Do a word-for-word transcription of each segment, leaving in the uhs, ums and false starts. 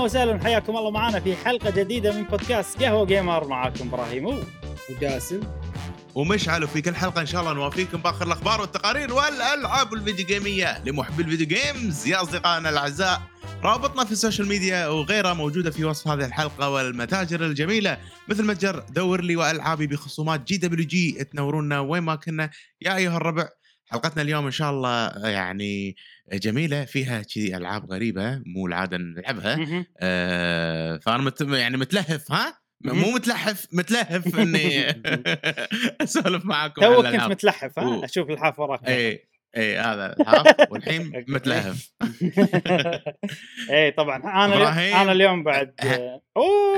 وسهلا حياكم الله معنا في حلقة جديدة من بودكاست قهوة جيمر. معاكم إبراهيم وجاسم ومشعل، وفي كل حلقة إن شاء الله نوافيكم بآخر الأخبار والتقارير والألعاب الفيديو جيمية لمحبي الفيديو جيمز. يا أصدقائنا الأعزاء، رابطنا في السوشيال ميديا وغيرها موجودة في وصف هذه الحلقة والمتاجر الجميلة مثل متجر دور لي وألعابي بخصومات جي دبليو جي. تنورونا وين ما كنا يا أيها الربع. حلقتنا اليوم إن شاء الله يعني جميلة، فيها شيء ألعاب غريبة مو العادة نلعبها. آه فأنا مت يعني متلهف ها مو متلحف متلهف اني اسولف معاكم. تو كنت متلحف ها و... اشوف الحاف وراك. اي اي هذا الحاف والحين متلهف. اي طبعا انا انا اليوم بعد اوه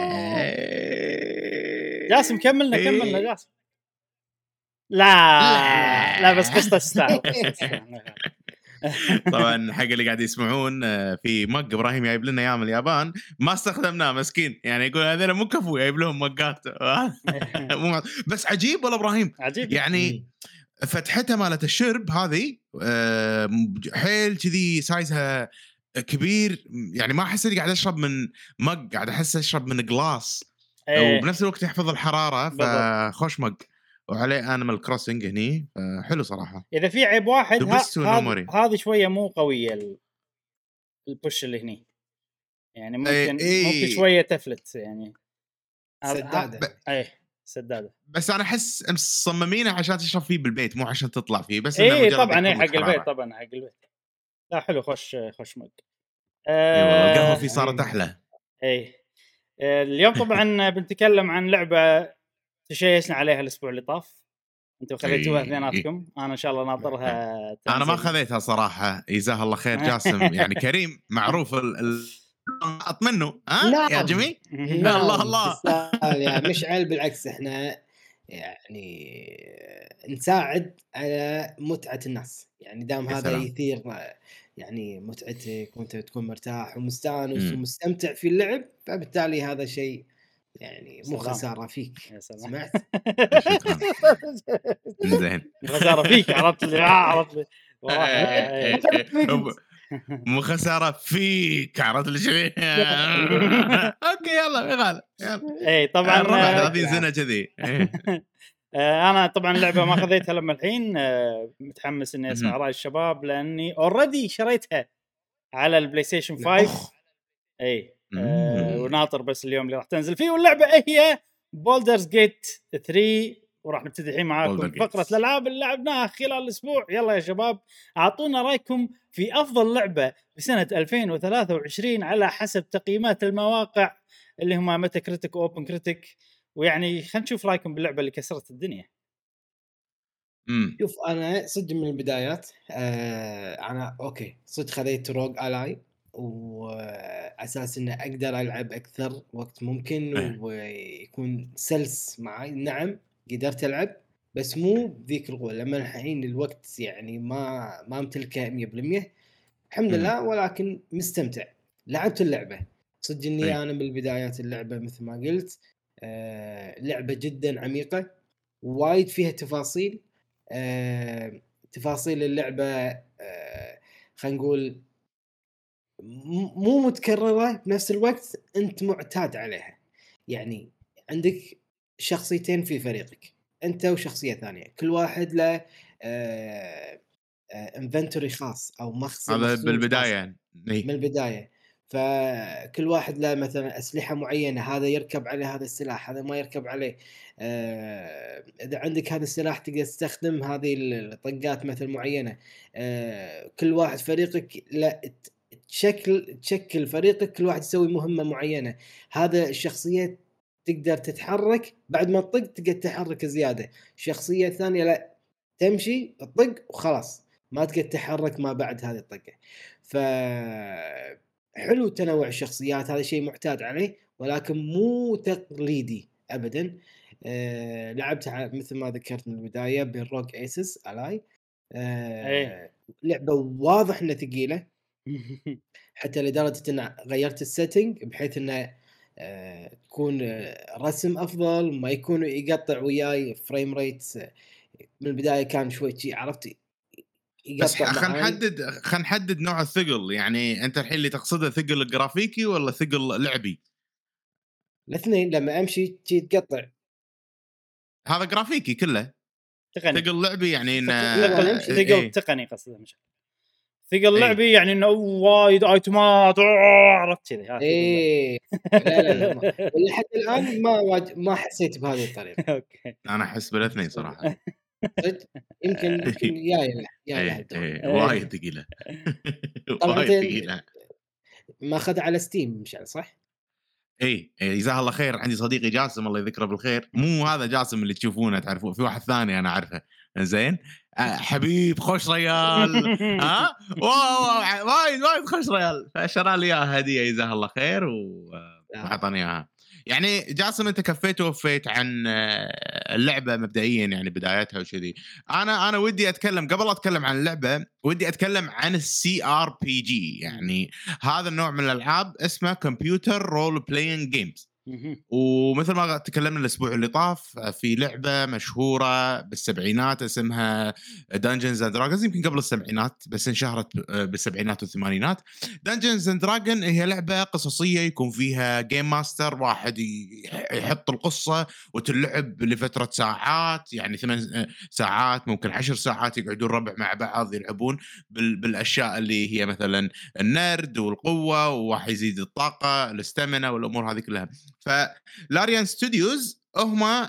جاسم كملنا كملنا جاسم. لا لا بس قصة تستاهل. طبعا حق اللي قاعد يسمعون، في مق ابراهيم جايب لنا اياه من اليابان ما استخدمناه مسكين، يعني يقول هذول مو كفو جايب لهم مقات. بس عجيب والله ابراهيم، عجيب يعني فتحتها مالت الشرب هذه حيل كذي، سايزها كبير، يعني ما احس اني قاعد اشرب من مق، قاعد احس اشرب من جلاس وبنفس الوقت يحفظ الحراره، فخوش مق وعليه انيمال كروسنج هني، حلو صراحه. اذا في عيب واحد هذه هذه شويه مو قويه البوش اللي هني، يعني ممكن ايه ايه ممكن شويه تفلت يعني سداده. اي سداده، بس انا احس مصممينه عشان تشرب فيه بالبيت مو عشان تطلع فيه، بس ايه طبعا ايه حق البيت، طبعا حق البيت. لا حلو، خوش خوش مق. اي والله القهوه فيه صارت احلى. ايه اليوم طبعا بنتكلم عن لعبه تشيشنا عليها الاسبوع اللي طاف. انتوا خذيتوها اثنيناتكم، انا ان شاء الله ناطرها تنزل. انا ما خذيتها صراحه، جزاه الله خير جاسم. يعني كريم معروف ال منه ها نعم. يا جميل نعم. الله الله يا مشعل، بالعكس احنا يعني نساعد على متعه الناس، يعني دام هذا سلام. يثير يعني متعتك وانت تكون مرتاح ومستانس ومستمتع في اللعب، فبالتالي هذا شيء يعني مو خساره فيك. سمعت؟ زين خساره فيك، عرفت لي عرفت مو خساره فيك، عرفت لي شيء. اوكي يلا يلا يلا. اي طبعا ثلاثين سنه كذي. انا طبعا اللعبه ما خذيتها لما الحين، متحمس اني اسمع راي الشباب لاني اوريدي شريتها على البلاي ستيشن خمسة. اي أه وناطر بس اليوم اللي راح تنزل فيه، واللعبه هي بولدرز جيت ثلاثة، وراح نبتدي الحين معاكم فقره الالعاب اللي لعبناها خلال الاسبوع. يلا يا شباب اعطونا رايكم في افضل لعبه بسنه ألفين وثلاثة وعشرين على حسب تقييمات المواقع اللي هم ميتا كريتيك واوبن كريتيك، ويعني خلينا نشوف رايكم باللعبه اللي كسرت الدنيا. امم شوف انا صدق من البدايات، آه انا اوكي صدق خذيت روج الاي واساس انه اقدر العب اكثر وقت ممكن أه. ويكون سلس معي. نعم قدرت العب بس مو بذيك القوه، لما الحين الوقت يعني ما ما امتلكه مية بالمية الحمد لله، ولكن مستمتع. لعبت اللعبه صدق اني أه. انا من البدايات اللعبه مثل ما قلت، آه لعبه جدا عميقه، وايد فيها تفاصيل. آه تفاصيل اللعبه آه خلينا نقول مو متكررة بنفس الوقت، أنت معتاد عليها. يعني عندك شخصيتين في فريقك، أنت وشخصية ثانية، كل واحد له انفنتوري خاص أو مخزن. هذا بالبداية يعني. من البداية، فكل واحد له مثلا أسلحة معينة، هذا يركب عليه هذا السلاح، هذا ما يركب عليه. آه إذا عندك هذا السلاح تقدر تستخدم هذه الطقات مثل معينة. آه كل واحد فريقك لا تشكل تشكل فريقك، كل واحد يسوي مهمة معينة. هذا الشخصية تقدر تتحرك بعد ما تطق، تقدر تتحرك زيادة. الشخصية الثانية لا، تمشي تطق وخلاص، ما تقدر تتحرك ما بعد هذه الطقة. فحلو تنوع الشخصيات، هذا شيء معتاد عليه ولكن مو تقليدي أبدا. أه لعبتها مثل ما ذكرت من البداية بالروج ايسس الاي. أه لعبة واضح انها ثقيلة حتى لدرجة أن غيرت السيتنج بحيث أنه أه تكون رسم أفضل، ما يكون يقطع وياي فريم ريت. من البداية كان شوي شيء، عرفت، بس خلينا نحدد خلينا نحدد نوع الثقل. يعني انت الحين اللي تقصده ثقل جرافيكي ولا ثقل لعبي؟ الاثنين لما امشي تي تقطع. هذا جرافيكي كله تقني. ثقل لعبي يعني انه ثقل ثقل تقني قصده مش ثقل لعبي يعني انه وايد ايتمات عرفت كذا. ايه لا لا لا لحد الان ما واج... ما حسيت بهذه الطريقه. اوكي انا احس بالاثنين صراحه. يمكن يمكن يا يا يا يا وايد ثقيله. طبعا ثقيله ماخذ على ستيم مش صح؟ اي جزاه الله خير. عندي صديقي جاسم الله يذكره بالخير، مو هذا جاسم اللي تشوفونه تعرفون، في واحد ثاني انا اعرفه زين، حبيب خوش ريال ها واو وايد وايد خوش ريال، فشرى لي اياها هديه جزاه الله خير وعطاني اياها. يعني جاسم انت كفيت ووفيت عن اللعبه مبدئيا يعني بدايتها وشذي. انا انا ودي اتكلم قبل اتكلم عن اللعبه، ودي اتكلم عن السي ار بي جي. يعني هذا النوع من الالعاب اسمه كمبيوتر رول بلاينج جيمز. ومثل ما تكلمنا الاسبوع اللي طاف في لعبه مشهوره بالسبعينات اسمها دانجنز اند دراجونز، يمكن قبل السبعينات بس انشهرت بالسبعينات والثمانينات. دانجنز اند دراجون هي لعبه قصصيه يكون فيها جيم ماستر واحد يحط القصه وتلعب لفتره ساعات، يعني ثمان ساعات ممكن عشر ساعات يقعدون ربع مع بعض يلعبون بالاشياء اللي هي مثلا النرد والقوه وواحد يزيد الطاقه الاستامينا والامور هذه كلها. فلاريان ستوديوز هم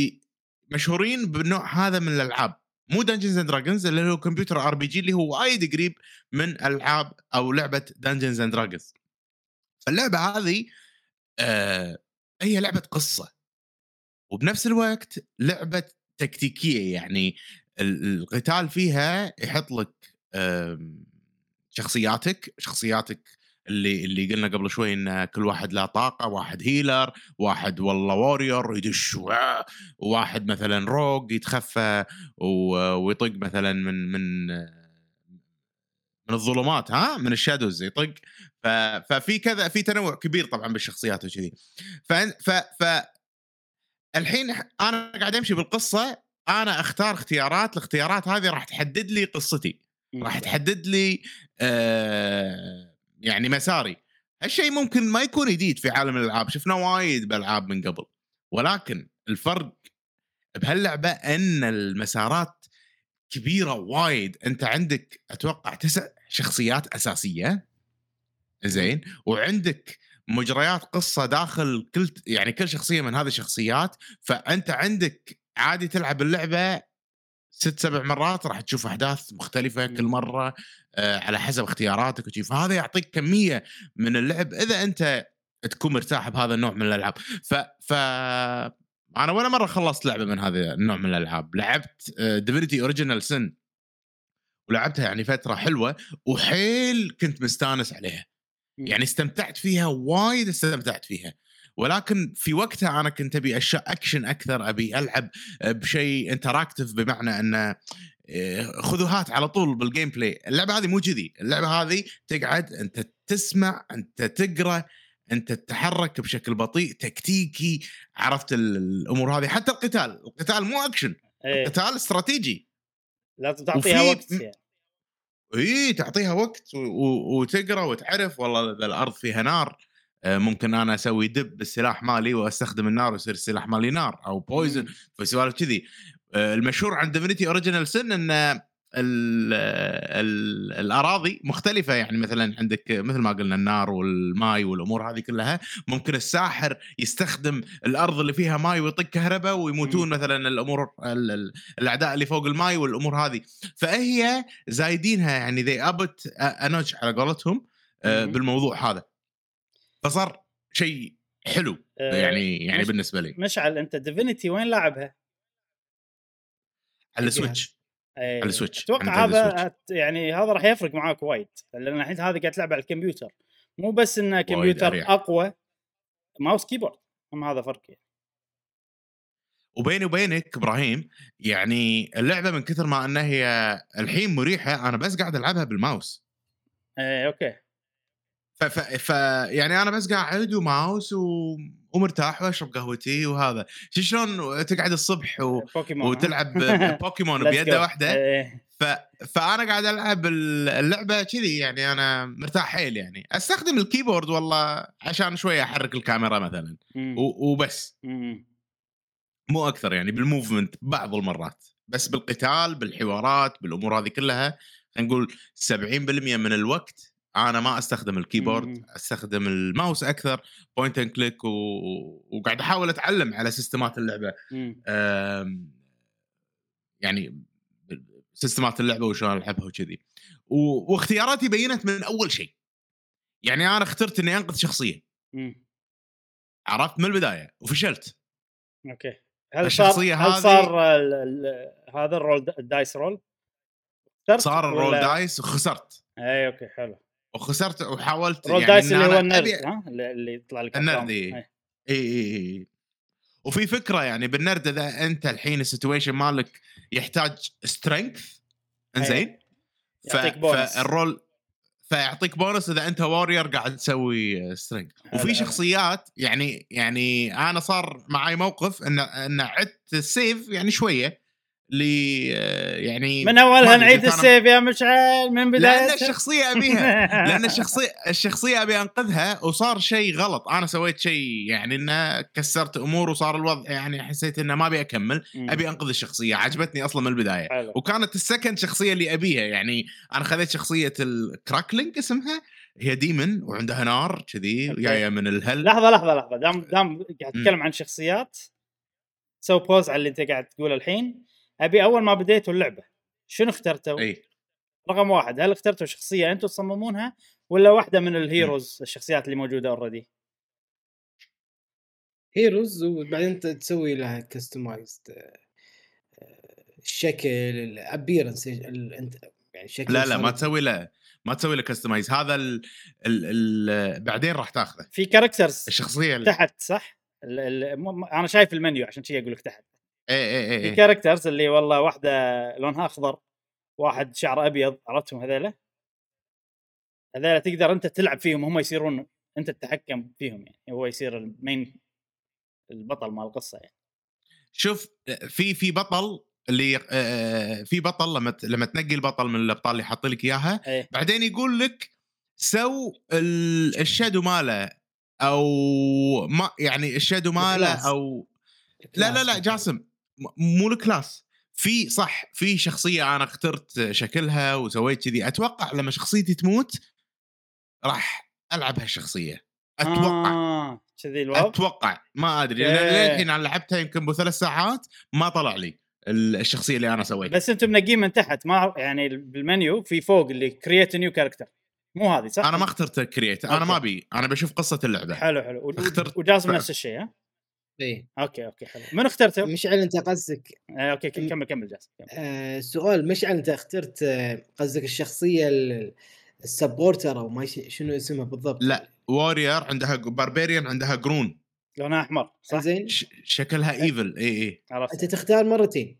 مشهورين بالنوع هذا من الالعاب، مو دانجنز اند دراجونز اللي هو كمبيوتر ار بي جي اللي هو وايد قريب من العاب او لعبه دانجنز اند دراجونز. فاللعبه هذه آه هي لعبه قصه وبنفس الوقت لعبه تكتيكيه. يعني القتال فيها يحط لك آه شخصياتك شخصياتك اللي اللي قلنا قبل شوي ان كل واحد له طاقه، واحد هيلر، واحد والله واريور يدش، وواحد مثلا روج يتخفى ويطق مثلا من من من الظلمات، ها من الشادوز يطق. ففي كذا في تنوع كبير طبعا بالشخصيات وكذي. ف ف الحين انا قاعد امشي بالقصه، انا اختار اختيارات، الاختيارات هذه راح تحدد لي قصتي، راح تحدد لي آه يعني مساري. هالشيء ممكن ما يكون جديد في عالم الالعاب، شفنا وايد بالالعاب من قبل، ولكن الفرق بهاللعبه ان المسارات كبيره وايد. انت عندك اتوقع تسع شخصيات اساسيه زين، وعندك مجريات قصه داخل كل يعني كل شخصيه من هذه الشخصيات. فانت عندك عادي تلعب اللعبه ست سبع مرات راح تشوف احداث مختلفه كل مره آه على حسب اختياراتك وشي. فهذا يعطيك كميه من اللعب اذا انت تكون مرتاح بهذا النوع من الالعاب. ف ف انا ولا مره خلصت لعبه من هذا النوع من الالعاب. لعبت ديفينيتي اوريجينال سن ولعبتها يعني فتره حلوه وحيل كنت مستانس عليها، يعني استمتعت فيها وايد استمتعت فيها. ولكن في وقتها انا كنت ابي اشياء اكشن اكثر، ابي العب بشيء انتراكتيف بمعنى ان خذوهات على طول بالجيم بلاي. اللعبه هذه مو كذي، اللعبه هذه تقعد انت تسمع، انت تقرا، انت تتحرك بشكل بطيء تكتيكي، عرفت الامور هذه. حتى القتال القتال مو اكشن، ايه. القتال استراتيجي، لازم تعطيها وقت يعني. اي تعطيها وقت وتقرا وتعرف والله الارض فيها نار، ممكن انا اسوي دب بالسلاح مالي واستخدم النار ويصير السلاح مالي نار او بويزن في سوالف كذي. المشهور عن ديفينيتي اوريجينال سن ان ال ال الاراضي مختلفه، يعني مثلا عندك مثل ما قلنا النار والماء والامور هذه كلها. ممكن الساحر يستخدم الارض اللي فيها ماء ويطق كهرباء ويموتون مثلا الامور الاعداء اللي فوق الماء والامور هذه. فهي زايدينها يعني ذي ابت انوج على قولتهم بالموضوع هذا، فصار شيء حلو يعني يعني مش بالنسبه لي. مشعل انت ديفينيتي وين لاعبها؟ على السويتش. أيه. على السويتش اتوقع هذا يعني هذا راح يفرق معاك وايد، لان الحين هذه قاعد تلعب على الكمبيوتر، مو بس انه كمبيوتر اقوى، ماوس كيبورد هم هذا فرق يعني. وبيني وبينك ابراهيم يعني اللعبه من كثر ما انها هي الحين مريحه انا بس قاعد العبها بالماوس. ايه اوكي. ف ف يعني انا بس قاعد وماوس و... ومرتاح واشرب قهوتي وهذا. شلون تقعد الصبح و... وتلعب بوكيمون بيده واحده. ف... فانا قاعد العب اللعبه كذي يعني انا مرتاح حيل يعني استخدم الكيبورد والله عشان شويه احرك الكاميرا مثلا و... وبس مم. مو اكثر يعني بالموفمنت بعض المرات بس بالقتال بالحوارات بالامور هذه كلها خلينا نقول سبعين بالمية من الوقت انا ما استخدم الكيبورد مم. استخدم الماوس اكثر بوينت اند كليك و... وقاعد احاول اتعلم على سيستمات اللعبه أم... يعني سيستمات اللعبه وشلون العبها وكذي و... واختياراتي بينت من اول شيء يعني انا اخترت اني انقذ شخصيه مم. عرفت من البدايه وفشلت اوكي هل صار الشخصية هل هذه- صار ال... ال... هذا الرول الدايس رول اخترت صار الرول ولا- دايس وخسرت اي اوكي حلو وخسرت وحاولت رول يعني دايس إن اللي هو أنا النرد أبي- ها اللي, اللي يطلع لك النرد أرقام. اي أي. اي اي اي وفي فكره يعني بالنرد اذا انت الحين السيتويشن مالك يحتاج سترينث انزين ف... يعطيك بونص. فالرول فيعطيك بونص اذا انت وارير قاعد تسوي سترينث حلو، وفي حلو. شخصيات يعني يعني انا صار معي موقف ان ان عدت السيف يعني شويه لي يعني من اولها ما أدري، نعيد قلت أنا- السيف يا مشعل من بداية لان الشخصيه ابيها لان الشخصيه الشخصيه ابي انقذها وصار شيء غلط انا سويت شيء يعني انه كسرت امور وصار الوضع يعني حسيت انه ما ابي اكمل ابي انقذ الشخصيه عجبتني اصلا من البدايه حلو. وكانت السكند شخصيه اللي ابيها يعني انا خذيت شخصيه الكراكلينج اسمها هي ديمن وعندها نار كذي أوكي. جايه من الهل لحظه لحظه لحظه دام دام قاعد مم. تتكلم عن شخصيات سو بوز على اللي انت قاعد تقوله الحين. ابي اول ما بديتوا اللعبه شنو اخترتوا؟ اي رقم واحد هل اخترتوا شخصيه انتم تصممونها ولا واحده من الهيروز الشخصيات اللي موجوده اوريدي؟ هيروز وبعدين انت تسوي لها كستمايزد الشكل الابيرنس انت يعني شكل لا لا ما الخارجي. تسوي له ما تسوي له كستمايز هذا ال ال ال بعدين راح تاخذه في كاركترز الشخصيه اللي... تحت صح؟ ال ال م- م- انا شايف المنيو عشان شيء اقول لك تحت اي اي اي, في اي. كاركترز اللي والله واحده لونها اخضر واحد شعره ابيض عرفتهم هذيلا هذيلا تقدر انت تلعب فيهم هم يصيرون انت تتحكم فيهم يعني هو يصير المين البطل مال القصه يعني. شوف في في بطل اللي آه، في بطل لما ت- لما تنقي البطل من الابطال اللي حاط لك اياها ايه بعدين يقول لك سو ال- الشادو ماله او ما يعني الشادو ماله الكلاس. او لا لا لا جاسم م- مو الكلاس في صح في شخصيه انا اخترت شكلها وسويت كذي اتوقع لما شخصيتي تموت راح العب هالشخصيه اتوقع اه كذي الوضع. اتوقع ما ادري إيه. لان الحين انا لعبتها يمكن بثلاث ساعات ما طلع لي ال- الشخصيه اللي انا سويتها بس انتم منقين من تحت ما يعني بالمنيو في فوق اللي كرييت نيو كاركتر مو هذه صح؟ انا ما اخترت كرييت انا أوكي. ما ابي انا بشوف قصه اللعبه حلو حلو و- اخترت- وجاسم ف- نفس الشيء ها؟ ايه اوكي اوكي حلو من اخترته؟ مشعل انت قصدك آه، اوكي ك- كمل كمل جاسم كمل. آه سؤال مشعل انت اخترت آه، قصدك الشخصيه ال- السبورتر او ما ش- شنو اسمها بالضبط؟ لا وارير عندها باربيريان عندها جرون لونها احمر صح؟ زين ش- شكلها ايفل اي اي عرفت انت تختار مرتين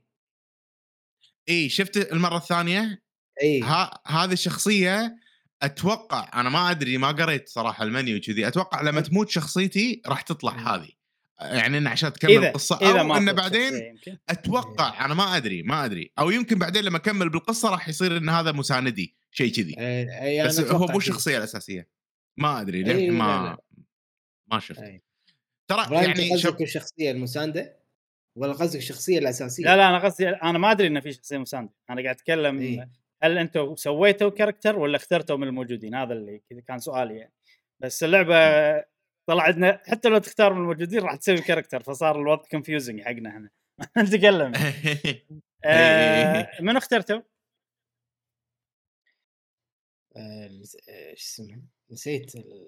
اي شفت المره الثانيه اي ها هذه الشخصيه اتوقع انا ما ادري ما قريت صراحه المنيو كذي اتوقع لما تموت شخصيتي راح تطلع مم. هذه يعني انه عشان تكمل اذا القصه اذا او ما انه أخذت بعدين شخصية يمكن. اتوقع انا ما ادري ما ادري او يمكن بعدين لما اكمل بالقصه راح يصير ان هذا مساندي شيء كذي آه، أي أنا بس هو أتوقع مو كذا. الشخصيه الاساسيه ما ادري أي ليه لا ما لا. ما شفت أي. ترى إبراهيم، يعني أنت شوف قصدك الشخصيه المسانده ولا قصدك الشخصيه الاساسيه؟ لا لا انا قصدي انا ما ادري انه في شخصيه مسانده انا قاعد اتكلم إيه. هل انتم سويتوا كاركتر ولا اخترتوا من الموجودين هذا اللي كذا كان سؤالي يعني بس اللعبه طلع عندنا حتى لو تختار من الموجودين راح تسوي كاركتر فصار الوضع كونفيوزنج حقنا احنا نتكلم آه من اخترتوا؟ آه، نس- آه، ايش اسمها؟ نسيت ال...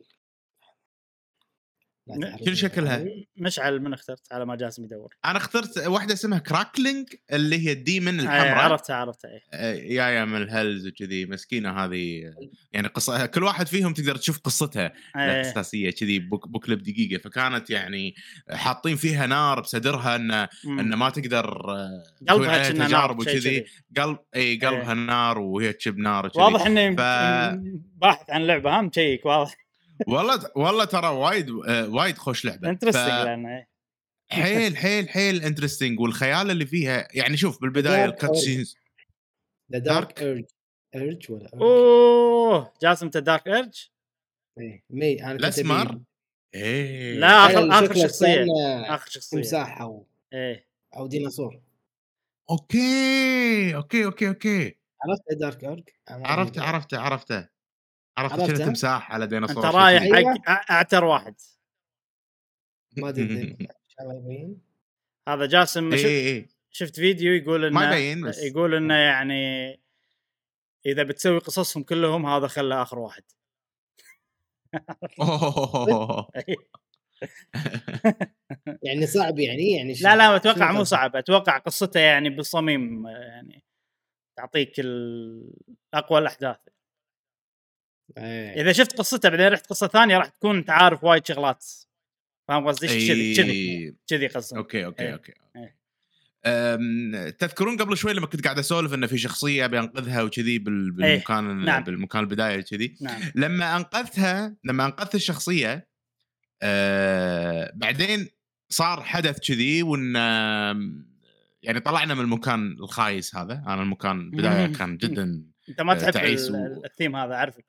لا م- تعرفني شنو شكلها؟ إبراهيم. مشعل من اخترت على ما جاسم يدور انا اخترت واحده اسمها كراكلينج اللي هي الديمن آه الحمراء عرفتها عرفتها ايه آه، يا يا من الهلز وكذي مسكينه هذه يعني قصه كل واحد فيهم تقدر تشوف قصتها آه. الاساسيه كذي بوك بوكلب دقيقه فكانت يعني حاطين فيها نار بصدرها ان مم. ان ما تقدر آه، تسوي قلبها عليها كنا تجارب نار شيء وكذي كذي. قلب اي قلبها نار وهي تشب نار وكذي واضح انه ف... باحث عن لعبه هم شيك واضح والله والله ترى وايد آه، وايد خوش لعبه انترستنج ف... لانه حيل حيل حيل انترستنج والخيال اللي فيها يعني شوف بالبدايه دارك الكاتسينز ذا دارك ايرج ايرج ولا ايرج اوه جاسم دارك ايرج ايه مي انا الاسمر ايه لا اخر اخر شخصيه اخر شخصيه تمساح او ايه او ديناصور. اوكي اوكي اوكي اوكي عرفت دارك ايرج عرفته عرفته عرفته عرفت شنو تمساح على ديناصور. انت رايح حق أيوة. اعتر واحد ما ادري ان شاء الله يبين هذا جاسم. إيه إيه إيه. شفت فيديو يقول انه ما يبين بس يقول انه يعني اذا بتسوي قصصهم كلهم هذا خلى اخر واحد. يعني صعب يعني يعني لا لا اتوقع مو صعب، اتوقع قصته يعني بالصميم يعني تعطيك اقوى الاحداث. أيه. اذا شفت قصته بعدين رحت قصه ثانيه راح تكون انت عارف وايد شغلات، فاهم قصدي؟ كذي كذي كذي قصه. اوكي اوكي أيه. اوكي أم... تذكرون قبل شوي لما كنت قاعد اسولف انه في شخصيه بينقذها وكذي بال... بالمكان أيه. نعم. بالمكان البدايه كذي. نعم. لما انقذتها لما انقذت الشخصيه أه... بعدين صار حدث كذي وان يعني طلعنا من المكان الخايس هذا. انا المكان البدايه كان جدا انت ما تحب و... الثيم هذا عارفك.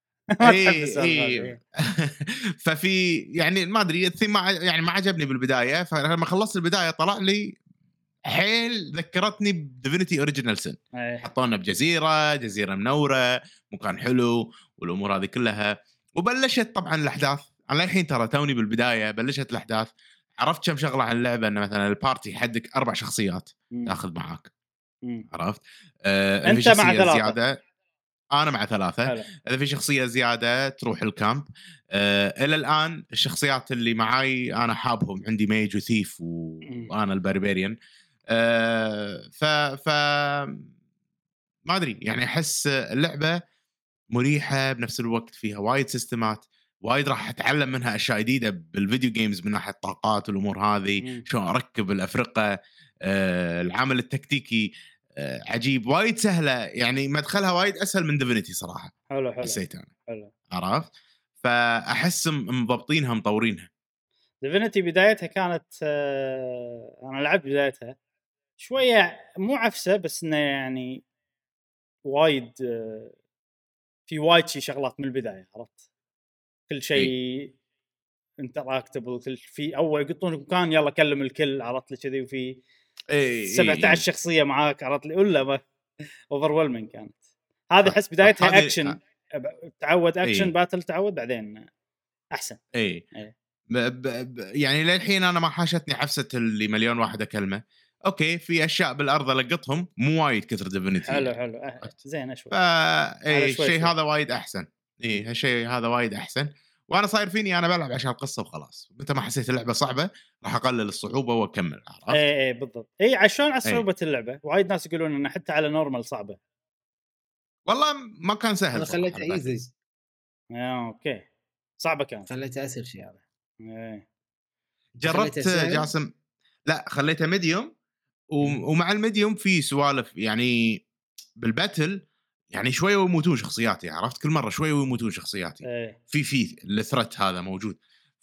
اي اي ففي يعني ما ادري الثيم ما يعني ما عجبني بالبدايه، فلما خلصت البدايه طلع لي حيل ذكرتني بديفينيتي اوريجينال سن. حطونا بجزيره جزيره منوره مكان حلو والامور هذه كلها، وبلشت طبعا الاحداث. انا الحين ترى توني بالبدايه بلشت الاحداث. عرفت كم شغله عن اللعبه، انه مثلا البارتي حدك اربع شخصيات تاخذ معاك. مم. عرفت آه انت مع ثلاثه زياده، انا مع ثلاثه. اذا في شخصيه زياده تروح الكامب. آه الى الان الشخصيات اللي معاي انا حابهم، عندي ميج وثيف و... وانا الباربيريان. آه ف ف ما ادري يعني احس اللعبه مريحه بنفس الوقت، فيها وايد سيستمات وايد راح اتعلم منها اشياء جديده بالفيديو جيمز من ناحيه الطاقات والامور هذه، شلون اركب الافرقه. آه العامل التكتيكي آه عجيب، وايد سهله يعني مدخلها وايد اسهل من ديفينيتي صراحه. حلو حلو حسيت انا حلو عرفت، فاحس مضبطينها مطورينها. ديفينيتي بدايتها كانت آه انا لعبت بدايتها شويه مو عفسه، بس انه يعني وايد آه في وايد شي شغلات من البدايه. عرفت كل شيء انتراكتبل، كل في اول يقطون مكان يلا كلم الكل، عرفت لي كذي، وفي سبعة عشر شخصيه معاك، عرفت لي ولا اوفر ويلمنج كانت هذه. احس بدايتها اكشن تعود اكشن أي. باتل تعود بعدين احسن. اي, أي. ب ب ب يعني للحين انا ما حاشتني حفسه اللي مليون واحده كلمه. اوكي في اشياء بالارض لقطهم مو وايد كثر ديفينيتي. حلو حلو أه. زين شوي. اي الشيء هذا وايد احسن. اي هالشيء هذا وايد احسن. وانا صاير فيني انا بلعب عشان القصه وخلاص. متى ما حسيت اللعبه صعبه راح اقلل الصعوبه واكمل. عرفت؟ اي اي بالضبط. اي عشان على صعوبه اللعبه وايد ناس يقولون انه حتى على نورمال صعبه. والله ما كان سهل. انا خليته ايزي. اه اوكي صعبه كانت. خليته اسهل شيء هذا. ايه جربت جاسم؟ لا خليته ميديوم و... ومع الميديوم في سوالف يعني بالباتل يعني شويه ويموتون شخصياتي. عرفت كل مره شويه ويموتون شخصياتي. ايه. في في الثرت هذا موجود.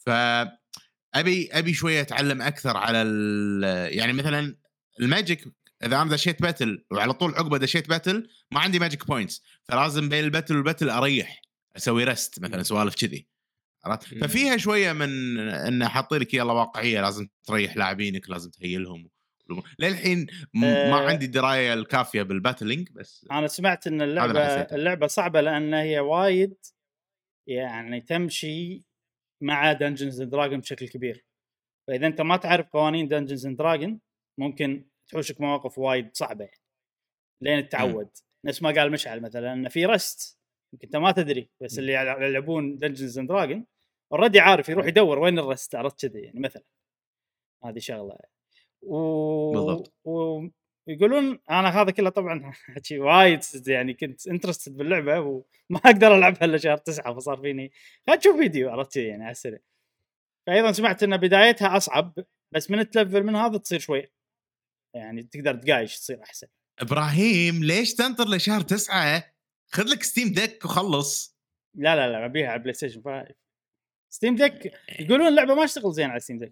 فابي ابي شويه اتعلم اكثر على ال... يعني مثلا الماجيك اذا انا دشيت باتل وعلى طول عقبه دشيت باتل ما عندي ماجيك بوينتس، فلازم بين الباتل والباتل اريح اسوي رست مثلا سوالف كذي. عرفت؟ ففيها شويه من ان حاطين لك يلا واقعيه لازم تريح لاعبينك لازم تهيلهم. للحين ما أه عندي درايه الكافيه بالباتلينج. بس انا سمعت ان اللعبه اللعبه صعبه لان هي وايد يعني تمشي مع دنجنز اند دراجون بشكل كبير، فاذا انت ما تعرف قوانين دنجنز اند دراجون ممكن تحوشك مواقف وايد صعبه يعني لين تتعود. نفس ما قال مشعل مثلا ان في رست يمكن انت ما تدري، بس اللي يلعبون دنجنز اند دراجون اوريدي عارف يروح يدور وين الرست. عرفت كذا يعني مثلا هذه شغله و... بالضبط. ويقولون انا هذا كله طبعا حكي وايد يعني كنت انترستد باللعبه وما اقدر العبها الا شهر تسعة، فصار فيني خلينا نشوف فيديو عرفت يعني على السريع. فايضا سمعت ان بدايتها اصعب بس من التلفل من هذا تصير شوي يعني تقدر تقايش تصير احسن. ابراهيم ليش تنطر لشهر تسعة؟ خذ لك ستيم ديك وخلص. لا لا لا ابيها على بلاي ستيشن خمسة. ستيم ديك يقولون اللعبه ما تشتغل زين على ستيم ديك.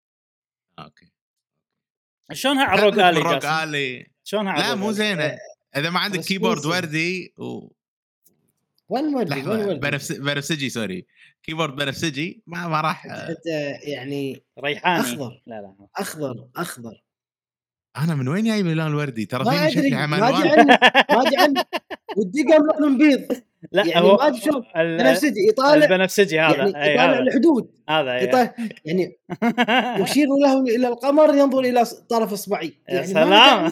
اوكي شلونها على الروج آلي؟ آلي شلونها لا مو زينه. اذا ما عندك كيبورد وردي و وين وردي وين وردي بنفس بنفسجي سوري كيبورد بنفسجي ما ما راح حتى يعني ريحاني اخضر لا لا اخضر اخضر انا من وين جايب اللون الوردي ترى ما فيني ادري شكلي عمل ما ادري عنه ما ادري عنه والدقم لون بيض لا يعني هو ما ادري شلون ال- بنفسجي يطالع البنفسجي هذا يعني اي يطالع هذا الحدود هذا إيه. يطالع يعني يشير له الى القمر ينظر الى طرف اصبعي يا يعني سلام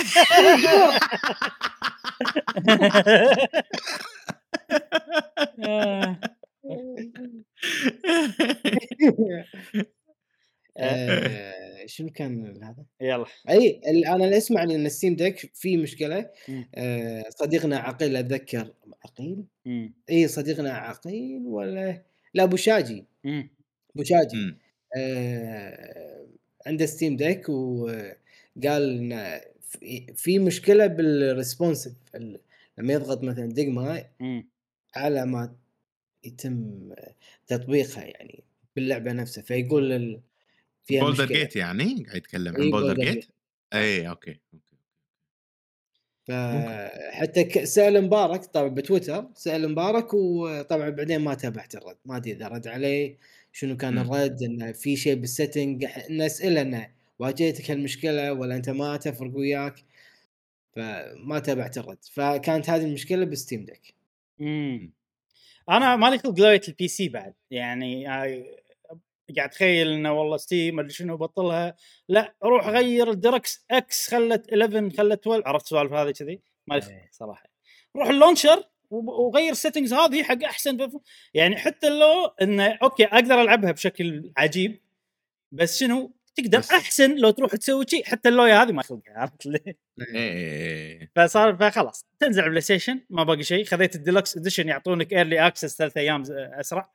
آه، شنو كان هذا؟ يلا اي ال- انا اللي اسمع ان الستيم ديك في مشكله. مم. آه، صديقنا عقيل اتذكر عقيل مم. اي صديقنا عقيل ولا لا ابو شاجي مم. ابو شاجي مم. آه، عنده ستيم ديك وقال ان في- في مشكله بالريسبونسيف لما يضغط مثلا دقمه مم. على ما يتم تطبيقها يعني باللعبه نفسها فيقول ال- فيها بولدر مشكله. جيت يعني قاعد يتكلم عن اي بولدر بولدر جيت اي اوكي اوكي فحتى ك- سأل مبارك طبعا بتويتر سأل مبارك وطبعا بعدين ما تابعت الرد ما ادري اذا رد عليه شنو كان مم. الرد انه في شيء بالسيتنج نسأله انه واجهتك هالمشكله ولا انت ما تفرق وياك فما تابعت الرد فكانت هذه المشكله بستيم ديك. مم. انا مالي خلق لوية البي سي بعد يعني آه، قاعد اتخيل انه والله ستيم ما ادري شنو بطلها لا روح غير الديركس اكس خلت إحدى عشر خلت اثنا عشر عرفت سوالف هذه كذي مالي خلق صراحه روح اللونشر وغير السيتنجز هذه حق احسن يعني حتى لو انه اوكي اقدر العبها بشكل عجيب بس شنو تقدر بس. احسن لو تروح تسوي شيء حتى اللوية هذه ما خلقها عرفت ليه ايه فصار فخلاص تنزل بلاي ستيشن ما باقي شيء خذيت الديلكس اديشن يعطونك ايرلي اكسس ثلاث ايام اسرع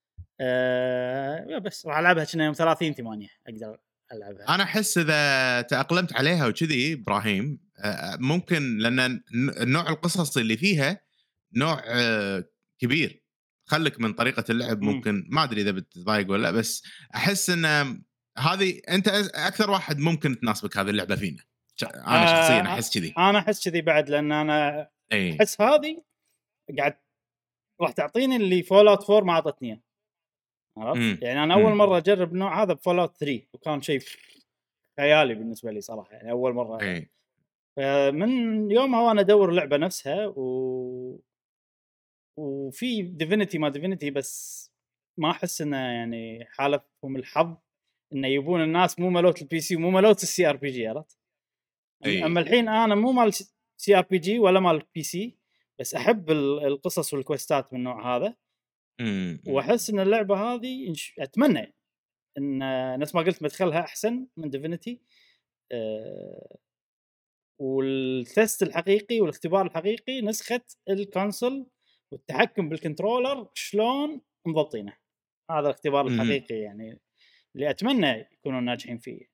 أه بس راح العبها كنا يوم ثلاثين ثمانية اقدر العبها. انا احس اذا تاقلمت عليها وكذي ابراهيم آه، ممكن لان النوع القصصي اللي فيها نوع آه، كبير خلك من طريقه اللعب ممكن ما ادري اذا بتضايق ولا بس احس ان هذه انت اكثر واحد ممكن تناسبك هذه اللعبه فينا انا شخصيا احس كذي انا احس كذي بعد لان انا احس هذه قاعد راح تعطيني اللي فول اوت فور ما اعطتني عرفت يعني انا اول مره اجرب النوع هذا بفول اوت ثري وكان شيء خيالي بالنسبه لي صراحه يعني اول مره اي فمن يومها وانا ادور اللعبه نفسها و وفي ديفينيتي ما ديفينيتي بس ما احس انه يعني حالفهم الحظ انه يبون الناس مو ملوت البي سي ومو ملوت السي ار بي جي عرفت اما الحين انا مو مال سي ار بي جي ولا مال بي سي بس احب القصص والكويستات من النوع هذا واحس ان اللعبه هذه اتمنى ان نفس ما قلت مدخلها احسن من ديفينيتي أه والتست الحقيقي والاختبار الحقيقي نسخه الكونسول والتحكم بالكنترولر شلون مضبطينه هذا الاختبار الحقيقي يعني اللي اتمنى يكونوا ناجحين فيه.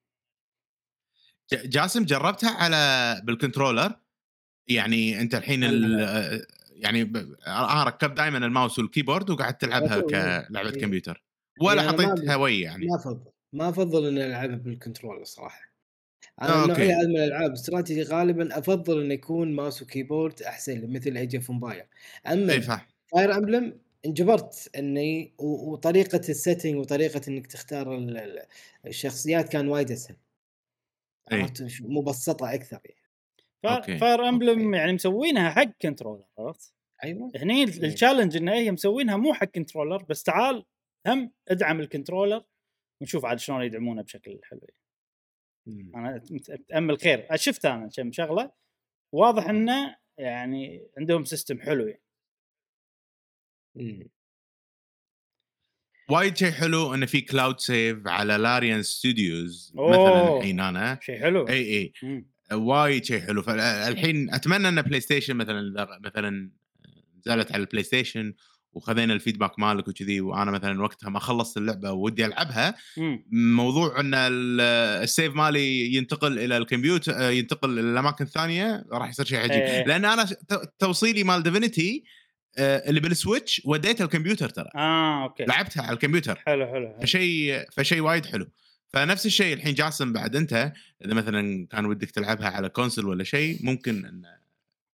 جاسم جربتها على بالكنترولر يعني انت الحين يعني انا ركبت دائما الماوس والكيبورد وقعدت تلعبها كلعبه إيه. كمبيوتر ولا يعني حطيت هويه يعني ما افضل ما افضل ان العبها بالكنترولر صراحه انا نوعيه هذه من الالعاب استراتيجي غالبا افضل انه يكون ماوس وكيبورد احسن مثل ايج اوف امباير اما إيه فاير امبلم انجبرت اني وطريقه السيتنج وطريقه انك تختار الشخصيات كان وايد اسهل عرفت مبسطه اكثر يعني فاير امبلم يعني مسوينها حق كنترولر عرفت ايوه هني التشالنج ان هي مسوينها مو حق كنترولر بس تعال هم ادعم الكنترولر ونشوف عاد شلون يدعمونه بشكل حلو مم. انا متامل خير شفت انا كم شغله واضح انه يعني عندهم سيستم حلو يعني مم. وايد شيء حلو انه في كلاود سيف على لاريان ستوديوز مثلا الحين انا شيء حلو اي اي مم. وايد شيء حلو فالحين اتمنى ان بلاي ستيشن مثلا مثلا نزلت على البلاي ستيشن وخذينا الفيدباك مالك وكذي وانا مثلا وقتها ما خلصت اللعبه ودي العبها مم. موضوع ان السيف مالي ينتقل الى الكمبيوتر ينتقل الى اماكن ثانيه راح يصير شيء عجيب ايه. لان انا توصيلي مال ديفينيتي اللي بالسويتش وديته الكمبيوتر ترى اه اوكي لعبتها على الكمبيوتر حلو حلو فشيء فشيء وايد حلو فنفس الشيء الحين جاسم بعد انت اذا مثلا كان ودك تلعبها على كونسول ولا شيء ممكن ان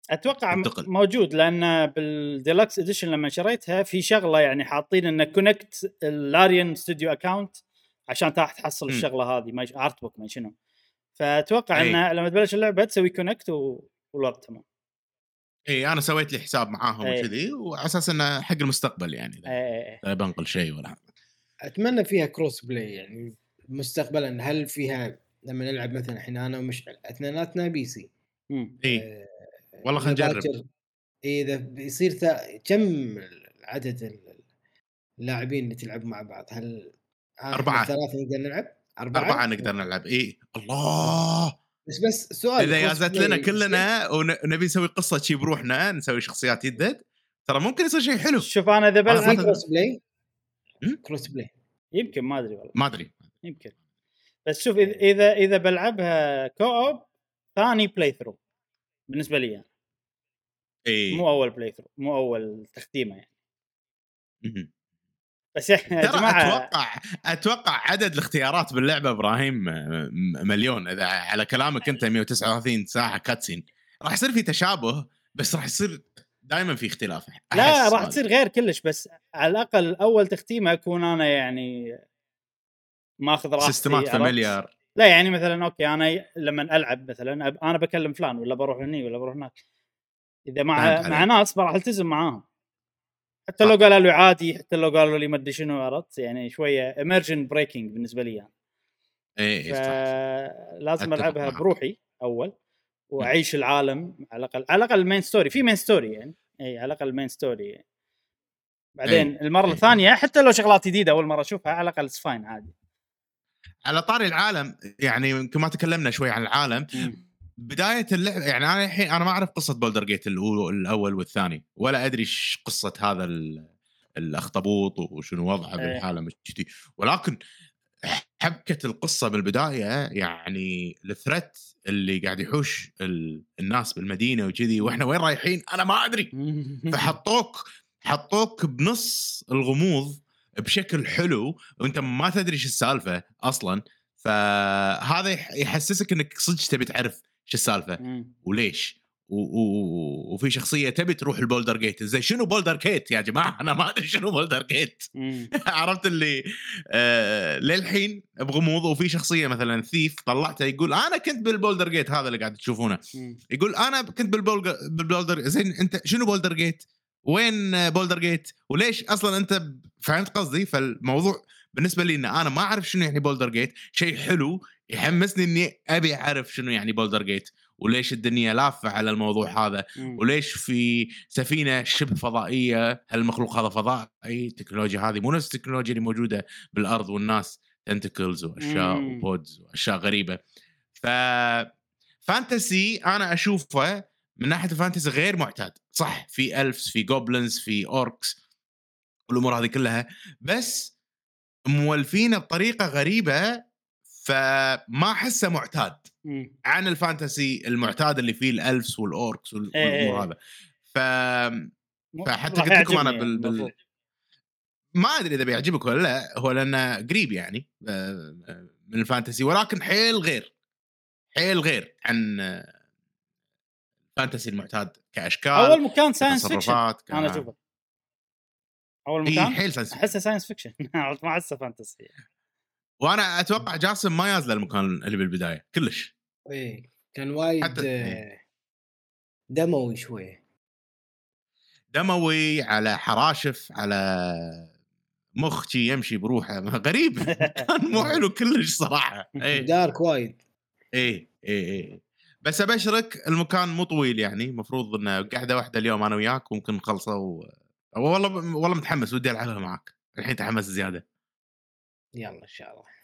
اتوقع انتقل. موجود، لان بالديلكس اديشن لما شريتها في شغله يعني حاطين انك كونكت اللاريان ستوديو اكاونت عشان تحصل الشغله هذه، ما ارت بوك ما شنو. فاتوقع انه لما تبلش اللعبه تسوي كونكت والوضع تمام. اي انا سويت لي حساب معاهم وكذي، وعلى اساس انه حق المستقبل يعني لا بنقل شيء ولا حاجه. اتمنى فيها كروس بلاي يعني مستقبلا. هل فيها لما نلعب مثلا الحين انا ومشعل اثنيناتنا بي سي؟ اي آه والله خلينا نجرب. اذا بيصير ثا... كم عدد اللاعبين اللي تلعب مع بعض؟ هل أربعة ثلاثة نقدر نلعب؟ أربعة, أربعة نقدر نلعب. إيه الله. بس بس سؤال، إذا يازت لنا كلنا ونبي نسوي قصة شي بروحنا، نسوي شخصيات يدد، ترى ممكن يصير شيء حلو. شوف أنا إذا بلعب كروس بلاي كروس بلاي يمكن، ما أدري والله، ما أدري يمكن. بس شوف إذا إذا بلعبها كوب ثاني بلاي ثرو بالنسبة لي يعني. إيه. مو أول بلاي ثرو، مو أول تختيمة يعني. بس يا جماعة أتوقع أتوقع عدد الاختيارات باللعبة إبراهيم مليون. إذا على كلامك أنت مية وتسعة وثلاثين ساعة كاتسين، راح يصير في تشابه، بس راح يصير دائما في اختلاف. لا راح تصير غير كلش، بس على الأقل أول تختيمة أكون أنا يعني ما أخذ راحتي. سيستمات فاميليار. لا يعني مثلا أوكي أنا لما ألعب مثلا أنا بكلم فلان ولا بروح هني ولا بروح هناك، إذا مع مع ناس راح التزم معاهم حتى لو قالوا لي عادي، حتى لو قالوا لي ما ادري شنو، عرفت يعني شويه emergent breaking بالنسبه لي يعني. ايه لازم العبها بروحي اول واعيش العالم على الاقل، على الاقل المين ستوري، في مين ستوري يعني اي على الاقل المين ستوري يعني. بعدين أي. المره الثانيه أي. حتى لو شغلات جديده اول مره اشوفها على الاقل سفاين عادي. على طاري العالم يعني يمكن ما تكلمنا شوي عن العالم. م. بداية اللعبة يعني أنا الحين أنا ما أعرف قصة بولدر جيت الأول والثاني، ولا أدري إيش قصة هذا الأخطبوط وشنو وضعه بالعالم الجديد، ولكن حبكة القصة بالبداية يعني الثريت اللي قاعد يحوش الناس بالمدينة وكذي وإحنا وين رايحين أنا ما أدري. فحطوك حطوك بنص الغموض بشكل حلو وأنت ما تدري إيش السالفة أصلاً. فهذا يحسسك إنك صدق تبي تعرف شو السالفة وليش، و... و... وفي شخصية تبي تروح البولدر جيت. زي شنو بولدر جيت يا جماعة؟ أنا ما أدري شنو بولدر جيت. عرفت اللي آه... للحين بغموض. وفي شخصية مثلا ثيف طلعته يقول أنا كنت بالبولدر جيت هذا اللي قاعد تشوفونه، يقول أنا كنت بالبولدر بالبولدر. زين أنت شنو بولدر جيت؟ وين بولدر جيت؟ وليش أصلا أنت فهمت قصدي؟ فالموضوع بالنسبة لي إن أنا ما أعرف شنو يعني بولدر جيت شيء حلو يحمسني إني أبي أعرف شنو يعني بولدر جيت وليش الدنيا لافة على الموضوع هذا، وليش في سفينة شبه فضائية هالمخلوق هذا فضائي. التكنولوجيا هذه مو نفس التكنولوجيا اللي موجودة بالأرض والناس تنتكلز وأشياء وبودز وأشياء غريبة. ففانتسي أنا أشوفه من ناحية الفانتسي غير معتاد. صح في ألفز في جوبلينز في أوركس والأمور هذه كلها، بس مولفين بطريقة غريبة فما أحسه معتاد مم. عن الفانتسي المعتاد اللي فيه الألفز والأوركس والأمور هذا. ف... فحتى قلت لكم أنا بال... بال... ما أدري إذا بيعجبك ولا لا، هو لأنه قريب يعني من الفانتسي ولكن حيل غير حيل غير عن الفانتسي المعتاد كأشكال. أول مكان ساينس فيكشن ك... أنا أشوفه أول مكان حيل ساينس أحسه ساينس فيكشن ما أحسه فانتسي. وانا اتوقع جاسم ما يازل المكان اللي بالبدايه كلش. ايه كان وايد حتى... دموي شويه، دموي على حراشف على مخي يمشي بروحه غريب. كان مو حلو كلش صراحه. ايه دارك وايد. ايه ايه ايه بس ابشرك المكان مو طويل يعني، مفروض انه قاعده واحده اليوم انا وياك وممكن نخلصه و... والله والله متحمس ودي العبها معك الحين، تحمس زياده. يلا ان شاء الله.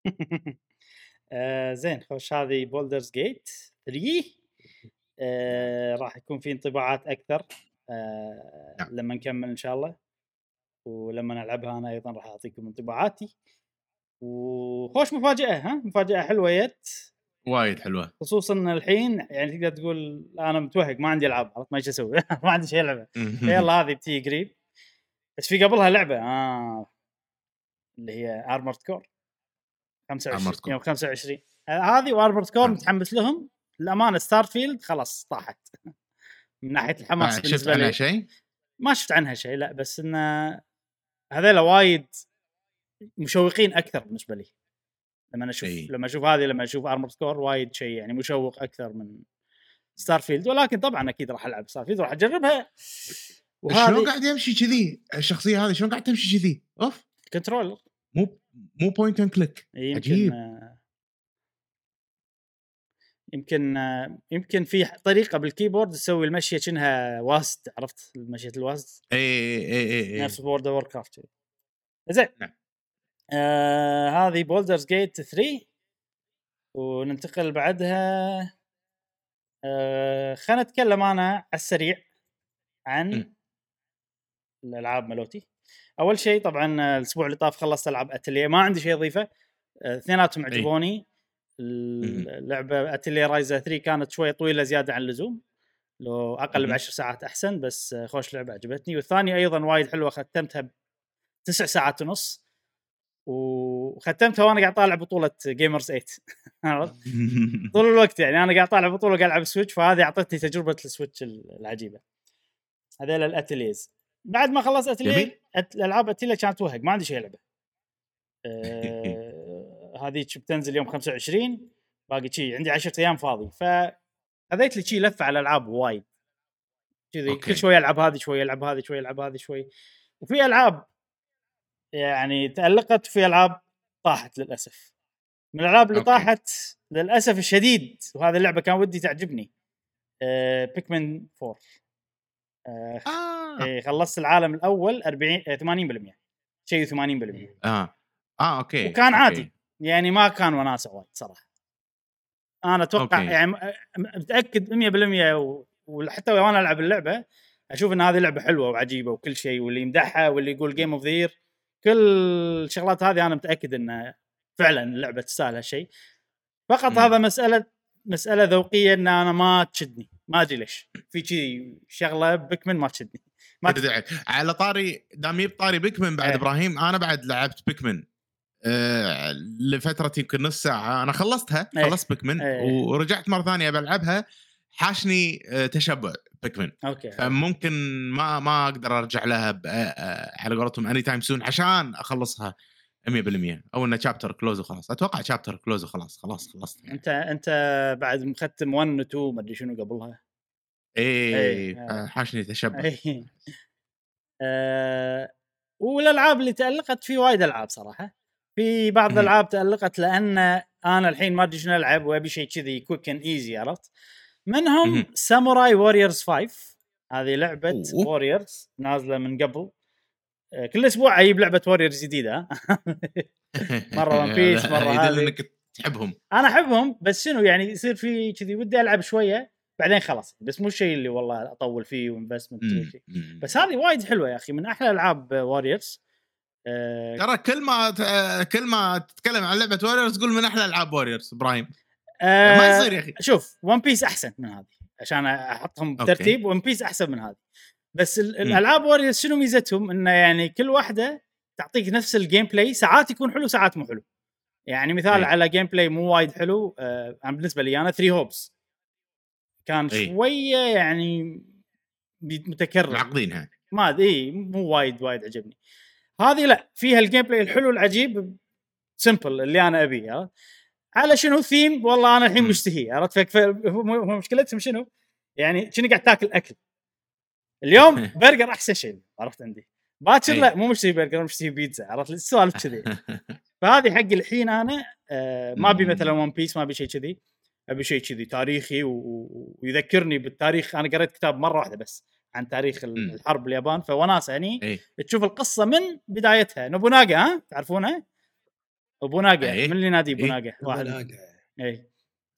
آه زين خوش. هذه بولدرز جيت ثري. آه راح يكون في انطباعات اكثر آه لما نكمل ان شاء الله، ولما نلعبها انا ايضا راح اعطيكم انطباعاتي. وخوش مفاجاه، ها مفاجاه حلوه يت وايد حلوه، خصوصا الحين يعني تقدر تقول انا متوهق ما عندي العاب، عرفت ما ايش اسوي ما عندي شيء العبه. يلا هذه بتيجي قريب، بس في قبلها لعبه اه اللي هي ارمورد كور خمسة وعشرين يوم خمسة وعشرين. هذه وارمورد كور متحمس لهم الأمانة. ستارفيلد خلاص طاحت من ناحيه الحماس شفت بالنسبه عنها لي شيء؟ ما شفت عنها شيء لا، بس ان هذول وايد مشوقين اكثر بالنسبه لي لما اشوف إيه. لما اشوف هذه لما اشوف ارمر سكور وايد شيء يعني مشوق اكثر من ستار فيلد. ولكن طبعا اكيد راح العب ستار فيلد، راح اجربها. شلون قاعد يمشي كذي الشخصيه هذه؟ شلون قاعد تمشي كذي؟ اوف كنترولر مو مو بوينت اند كليك. يمكن يمكن يمكن في طريقه بالكيبورد تسوي المشيه كأنها واست، عرفت المشيه الواست؟ اي اي اي نفس بورد وور كرافت. زين نعم. آه هذه بولدرز جيت ثري. وننتقل بعدها آه خلينا نتكلم انا على السريع عن م. الالعاب ملوتي. اول شيء طبعا الاسبوع اللي طاف خلصت العاب اتليه، ما عندي شيء اضيفه، اثنيناتهم عجبوني. اللعبه اتليه رايزا ثري كانت شويه طويله زياده عن اللزوم، لو اقل بعشر ساعات احسن، بس خوش لعبه عجبتني. والثانيه ايضا وايد حلوه، ختمتها بتسع ساعات ونص، وختمتها وانا قاعد طالع بطوله جيمرز ثمانية طول الوقت. يعني انا قاعد طالع بطوله قاعد العب سويتش، فهذه اعطتني تجربه السويتش العجيبه. هذول الاتليز. بعد ما خلصت اتليه الالعاب اتليه كانت توهق، ما عندي شيء العبه. آه هذه بتنزل يوم خمسة وعشرين، باقي شيء عندي عشرة ايام فاضي، فخذيت لي شيء لفه على العاب وايد كذي، كل شويه العب هذه شويه العب هذه شويه العب هذه شوي. وفي العاب يعني تألقت، في العاب طاحت للاسف. من الالعاب اللي أوكي. طاحت للاسف الشديد، وهذه اللعبه كان ودي تعجبني، آه بيكمن فور. آه آه. إيه خلصت العالم الاول أربعين ثمانين بالمية شيء ثمانين بالمية اه اه اوكي. وكان أوكي. عادي يعني، ما كان وناسه وايد صراحه. انا اتوقع أوكي. يعني متاكد مية بالمية، وحتى وانا العب اللعبه اشوف ان هذه لعبه حلوه وعجيبه وكل شيء، واللي يمدحها واللي يقول جيم اوف ذا يير، كل الشغلات هذه انا متاكد ان فعلا اللعبه تستاهل هالشيء. فقط م. هذا مساله مساله ذوقيه، ان انا ما تشدني، ما ادري ليش في شيء شغله بيكمن ما تشدني. ما تدعي على طاري دام يب طاري بيكمن بعد. أه. ابراهيم انا بعد لعبت بيكمن أه لفتره يمكن نص ساعه، انا خلصتها. أه. خلصت بيكمن. أه. ورجعت مره ثانيه بلعبها، حاشني أه تشبع بيكمن. أوكي. فممكن ما ما اقدر ارجع لها أه على قولتهم اني تايم سون عشان اخلصها مية بالمية، او ان شابتر كلوز وخلاص. اتوقع شابتر كلوز وخلاص خلاص خلصت يعني. انت انت بعد مختم واحد و اثنين ما ادري شنو قبلها. ايه, ايه. حاشني تشبع. ايه. أه والالعاب اللي تألقت في وايد العاب صراحه. في بعض الالعاب تألقت لان انا الحين ما ادري شنو العب وابي شيء كذي كويك اند ايزي، عرفت؟ منهم ساموراي ووريرز خمسة. هذه لعبه ووريرز نازله من قبل، كل اسبوع اجيب لعبه ووريرز جديده. مره ون بيس مره هذه. انك تحبهم. انا احبهم، بس شنو يعني يصير في كذي ودي العب شويه بعدين خلاص، بس مو الشيء اللي والله اطول فيه وانفستمنت شيء. بس هذه وايد حلوه يا اخي، من احلى العاب ووريرز. ترى أه كل ما كل ما تتكلم عن لعبه ووريرز قول من احلى العاب ووريرز ابراهيم. أه ما يصير يا اخي. شوف ون بيس احسن من هذه عشان احطهم بترتيب. ون بيس احسن من هذه، بس الالعاب ووريرز شنو ميزتهم؟ انه يعني كل واحده تعطيك نفس الجيم بلاي، ساعات يكون حلو ساعات مو حلو. يعني مثال أي. على جيم بلاي مو وايد حلو، آه بالنسبه لي انا ثري هوبس كان أي. شويه يعني متكرر معقدينها، ما ادري مو وايد وايد عجبني. هذه لا، فيها الجيم بلاي الحلو العجيب سمبل اللي انا ابيه. على شنو ثيم والله انا الحين مشتهي، عرفت؟ هو مشكلتهم شنو يعني؟ شنو قاعد تاكل اكل اليوم برجر احسن شيء، عرفت؟ عندي باكر لا مو مشتهي برجر، مشتهي بيتزا، عرفت السوالف كذي. فهذه حق الحين انا آه ما ابي مثلا ون بيس، ما ابي شيء كذي، ابي شيء كذي تاريخي ويذكرني بالتاريخ. انا قريت كتاب مره واحده بس عن تاريخ الحرب اليابان، فوناسه يعني أي. تشوف القصه من بدايتها. نوبوناغا، ها تعرفونه؟ نوبوناغا من اللي نادي نوبوناغا واحد اي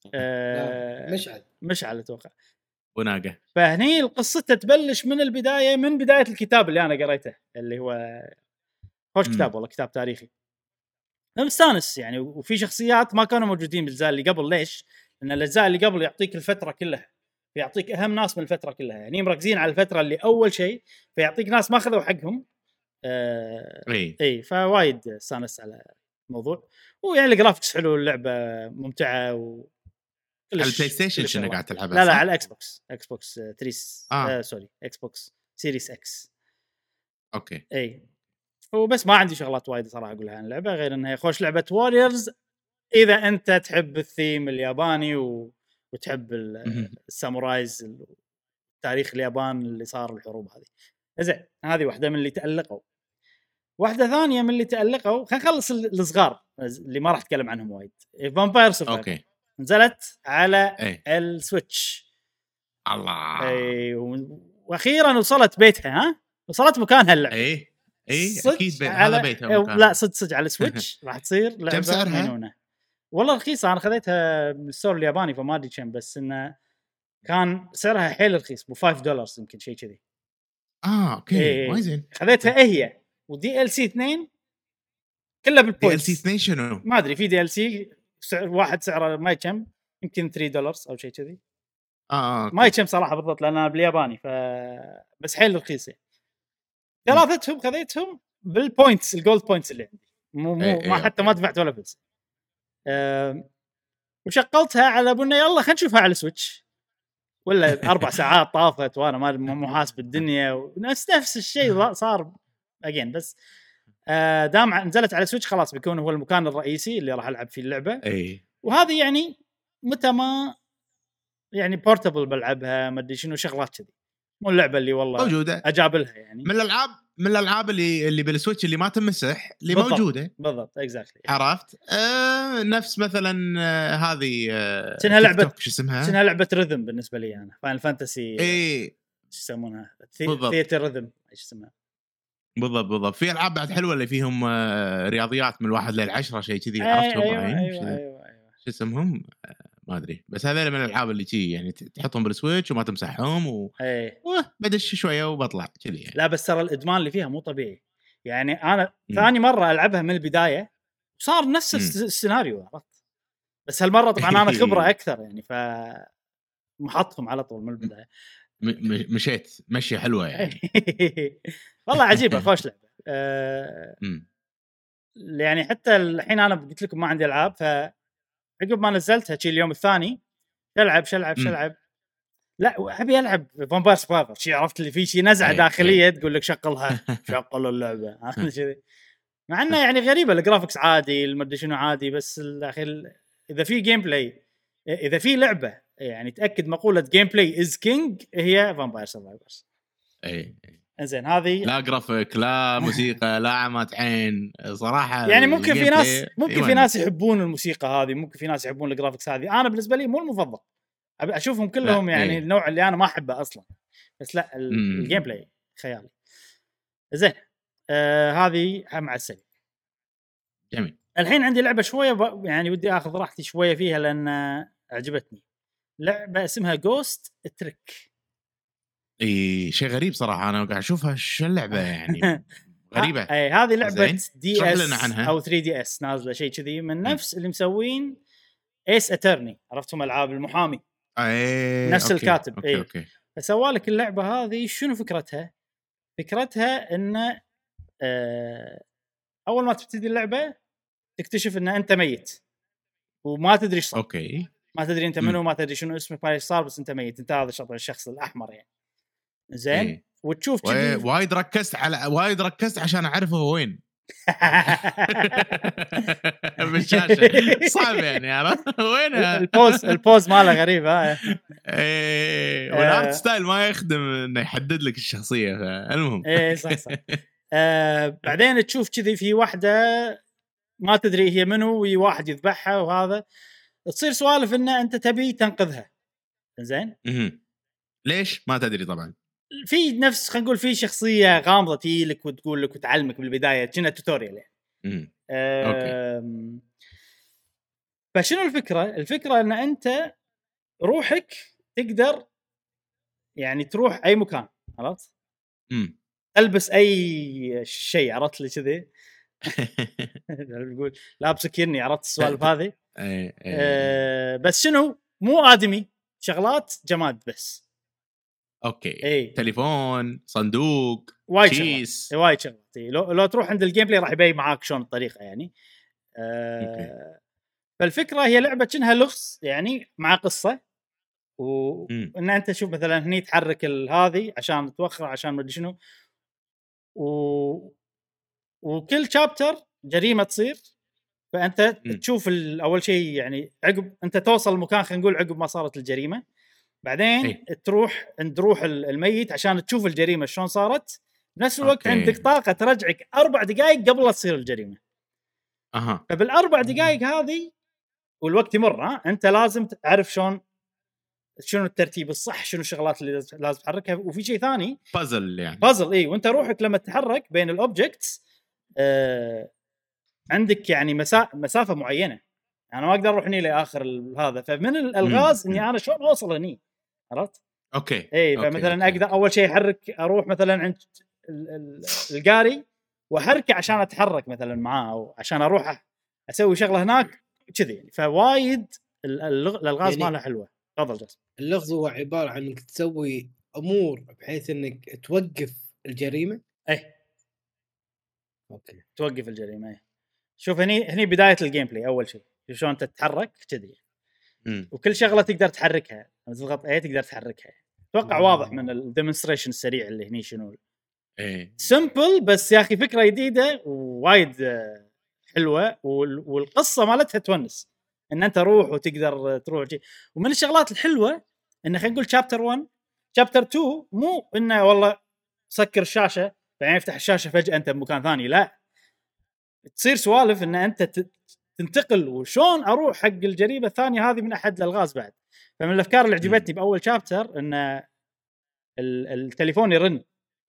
آه مشعل مشعل اتوقع نوبوناغا. فهني القصه تبلش من البدايه، من بدايه الكتاب اللي انا قريته، اللي هو خوش كتاب والله، كتاب تاريخي مستانس يعني. وفي شخصيات ما كانوا موجودين بالأجزاء اللي قبل. ليش؟ لأن الأجزاء اللي قبل يعطيك الفترة كلها، فيعطيك أهم ناس من الفترة كلها، يعني مركزين على الفترة اللي أول شيء، فيعطيك ناس ما أخذوا حقهم. آه أي أي فوايد استانس على الموضوع. ويعني الجرافيكس حلو، اللعبة ممتعة، وكل على البلاي ستيشن شنو قاعد تلعبها؟ لا لا على الاكس بوكس اكس بوكس ثري آه. آه سوري اكس بوكس سيريس اكس. اوكي اي وبس ما عندي شغلات وايد صراحه اقولها عن اللعبه غير انها خوش لعبه واريورز اذا انت تحب الثيم الياباني و... وتحب السامورايز تاريخ اليابان اللي صار الحروب هذه. زين هذه واحده من اللي تألقوا. واحده ثانيه من اللي تألقوا خلينا نخلص الصغار اللي ما راح اتكلم عنهم وايد. فامباير سرفايفر اوكي نزلت على أي. السويتش. الله اي واخيرا وصلت بيتها. ها وصلت مكانها اللعبه. اي اي اكيد بيت. على... هذا بيتها مكان. لا صدق صدق على السويتش راح تصير لعبه كم سعرها؟ مجنونه والله رخيصه. انا خذيتها من الستور الياباني فما ادري كم بس انه كان سعرها حيل رخيص ب خمسة دولار يمكن شيء كذي. اه اوكي ما زين. خذيتها هي ودي ال سي اثنين كلها بالبوينتس. دي ال سي اثنين شنو؟ ما ادري في دي ال سي سعر واحد سعره ما كم يمكن ثلاثة دولار او شيء كذي. اه, آه ما كم صراحه بالضبط لان انا بالياباني ف بس حيل رخيصه. ثلاثتهم خذيتهم بالبوينتس الجولد بوينتس اللي عندي مو مو ايه ما ايه حتى ما دفعت ولا فلس. أه وشغلتها على بنا يلا خلينا نشوفها على سويتش ولا اربع ساعات طافت وانا ما مو حاسب الدنيا ونفس نفس الشيء صار اجين. بس أه دام نزلت على سويتش خلاص بيكون هو المكان الرئيسي اللي راح العب فيه اللعبه. اي وهذه يعني متى ما يعني بورتبل بلعبها ما ادري شنو شغلات كذي مو اللعبه اللي والله موجوده اجابلها يعني من الالعاب من الالعاب اللي اللي بالسويتش اللي ما تمسح اللي بالضبط. موجوده بالضبط اكزاكتلي عرفت. آه نفس مثلا آه هذه آه شنها لعبه شو اسمها شنها لعبه ريذم بالنسبه لي انا فاينل فانتسي اي شو يسمونها بالضبط. ثياتر ريذم ايش اسمها بالضبط بالضبط. في العاب بعد حلوه اللي فيهم آه رياضيات من الواحد للعشرة شيء كذي عرفتهم أيوة ابراهيم أيوة أيوة أيوة أيوة. شو اسمهم آه ما ادري بس هذول من الالعاب اللي تي يعني تحطهم بالسويتش وما تمسحهم و ايه. بدش شويه وبطلع كذي يعني. لا بس ترى الادمان اللي فيها مو طبيعي يعني انا م. ثاني مره العبها من البدايه صار نفس م. السيناريو عرفت. بس هالمره طبعا انا خبره اكثر يعني ف محطهم على طول من البدايه م- مشيت مشي حلوه يعني. والله عجيبه خوش لعبه أه يعني حتى الحين انا قلت لكم ما عندي العاب فعقب ما نزلتها شي اليوم الثاني شلعب شلعب شلعب لا ابي العب فامباير سرفايفر شي عرفت اللي فيه شي نزعه داخليه تقول لك شغلها شغل اللعبه كذي مع انه يعني غريبه الجرافيكس عادي المدري شنو عادي بس الاخير اذا في جيم بلاي اذا في لعبه يعني تاكد مقوله جيم بلاي از كينج هي فامباير سرفايفرز. اي زين هذه لا جرافيك لا موسيقى لا عمات عين صراحه يعني ممكن في ناس ممكن في ناس يحبون الموسيقى هذه ممكن في ناس يحبون الجرافيكس هذه انا بالنسبه لي مو المفضل اشوفهم كلهم يعني ايه. النوع اللي انا ما احبه اصلا بس لا الجيم بلاي خيالي. زين آه هذه مع السلامه. جميل. الحين عندي لعبه شويه ب... يعني ودي اخذ راحتي شويه فيها لان عجبتني لعبه اسمها جوست تريك. اي شيء غريب صراحه انا قاعد اشوفها شو اللعبه يعني غريبه. اي هذه لعبه دي اس عنها. او ثري دي اس نازله شيء كذي من نفس م. اللي مسوين ايس اترني عرفتهم العاب المحامي اي نفس أوكي. الكاتب أوكي. اي أوكي. فسوى لك اللعبه هذه شنو فكرتها فكرتها ان آه اول ما تبتدي اللعبه تكتشف ان انت ميت وما تدري ايش صار. اوكي ما تدري انت منو ما تدري شنو اسمك ما ايش صار بس انت ميت انت هذا الشخص الشخص الاحمر يعني. زين إيه. وتشوف كذي و... وايد ركزت على وايد ركزت عشان اعرفه هو وين بالشاشه صعب يعني عرفت وين البوز البوز ماله غريب ها ايه والارت ستايل ما يخدم انه يحدد لك الشخصيه المهم ايه صح صح آه بعدين تشوف كذي في واحده ما تدري هي منو وي واحد يذبحها وهذا تصير سوالف ان انت تبي تنقذها. زين ليش ما تدري طبعا في نفس خلينا نقول في شخصيه غامضه تجي لك وتقول لك وتعلمك بالبدايه كنا توتوريال يعني. امم اوكي فشنو الفكره الفكره ان انت روحك تقدر يعني تروح اي مكان عرفت امم البس اي شيء عرفت لي كذي يقول لابسك يني عرفت السوالف هذه أه بس شنو مو آدمي شغلات جماد بس. اوكي اي تليفون صندوق وايد شيس شغلات وايد شغلات لو لو تروح عند الجيم بلاي راح يبين معاك شلون الطريقه يعني. أه فالفكره هي لعبه كأنها لغز يعني مع قصه، وان انت تشوف مثلا هني تحرك هذه عشان توخر عشان ما ادري شنو، و... وكل شابتر جريمه تصير، فانت م. تشوف اول شيء يعني عقب انت توصل المكان خلينا نقول عقب ما صارت الجريمه، بعدين أي. تروح عند روح الميت عشان تشوف الجريمه شلون صارت، بنفس الوقت أوكي. عندك طاقه ترجعك اربع دقائق قبل لا تصير الجريمه. اها فبالاربع دقائق هذه والوقت يمر، ها انت لازم تعرف شلون شنو الترتيب الصح، شنو الشغلات اللي لازم تحركها، وفي شيء ثاني بازل يعني بازل اي، وانت روحك لما تتحرك بين الاوبجكتس آه عندك يعني مسا... مسافه معينه، انا ما اقدر اروح هني لاخر هذا، فمن الالغاز اني انا شلون اوصل هني، عرفت؟ اوكي اي فمثلا أوكي. اقدر اول شيء احرك اروح مثلا عند القاري واحركه عشان اتحرك مثلا معاه، او عشان اروح اسوي شغله هناك كذي يعني. فوايد الالغاز يعني ماله حلوه. تفضل جاسم. اللغز هو عباره عن انك تسوي امور بحيث انك توقف الجريمه. اي اوكي توقف الجريمه. اي شوف هني هني بدايه الجيم بلاي اول شيء، شلون انت تتحرك كذي، وكل شغله تقدر تحركها، تضغط ايه تقدر تحركها. اتوقع واضح من الديمونستريشن السريع اللي هني شنو. ايه سمبل بس يا اخي فكره جديده ووايد حلوه، والقصه مالتها تونس ان انت روح وتقدر تروح جي. ومن الشغلات الحلوه ان خلينا نقول شابتر واحد شابتر اثنين مو انه والله سكر الشاشه بعدين يفتح الشاشه فجاه انت بمكان ثاني، لا تصير سوالف ان انت تنتقل وشون اروح حق الجريمه الثانيه. هذه من احد الالغاز بعد. فمن الافكار اللي عجبتني باول شابتر ان التليفون يرن،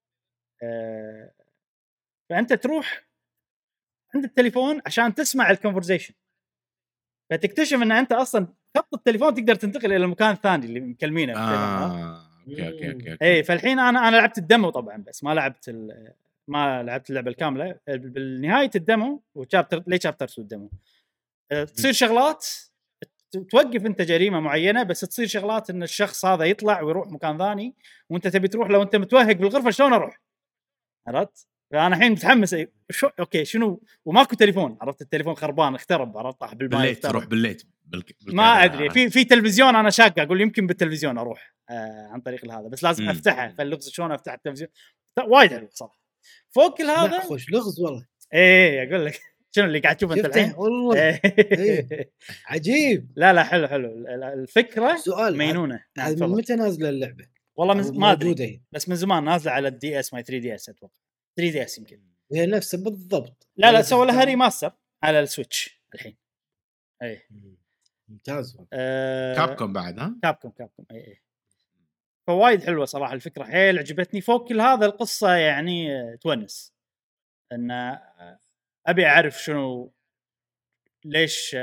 فانت تروح عند التليفون عشان تسمع الكونفرزيشن، فتكتشف ان انت اصلا خط التليفون تقدر تنتقل الى المكان الثاني اللي مكلمينه. آه. اوكي اوكي اوكي اي فالحين انا انا لعبت الدمو طبعا، بس ما لعبت ما لعبت اللعبه الكامله. بالنهايه الدمو وشابتر ليه شابتر سو الدمو تصير شغلات توقف انت جريمه معينه، بس تصير شغلات ان الشخص هذا يطلع ويروح مكان ثاني وانت تبي تروح. لو انت متوهق بالغرفه شلون اروح؟ عرفت؟ فانا الحين متحمس. شو اوكي شنو وماكو تليفون، عرفت؟ التليفون خربان اخترب، عرفت؟ طاح بالماء. بالليل تروح بالليل بالك... ما ادري في في تلفزيون انا شاك اقول يمكن بالتلفزيون اروح آه عن طريق هذا، بس لازم م. افتحه. فاللغز شلون افتح التلفزيون وايد حلو صراحه. فوق كل هذا خوش لغز والله. ايه اقول لك شنو اللي قاعد تشوفه انت الحين والله إيه. عجيب. لا لا حلو حلو الفكره سؤال مينونه. من متى نازله اللعبه؟ والله من... ما ادري بس من زمان نازله على الدي اس ماي ثري دي اس اتوقع ثري دي اس يمكن هي نفسها بالضبط. لا لا سووا لها ريماستر على السويتش الحين. اي ممتاز. أه... كابكوم بعد ها كابكوم كابكوم اي اي فوايد حلوه صراحه الفكره حيل عجبتني. فوق كل هذا القصه يعني تونس ان ابي اعرف شنو ليش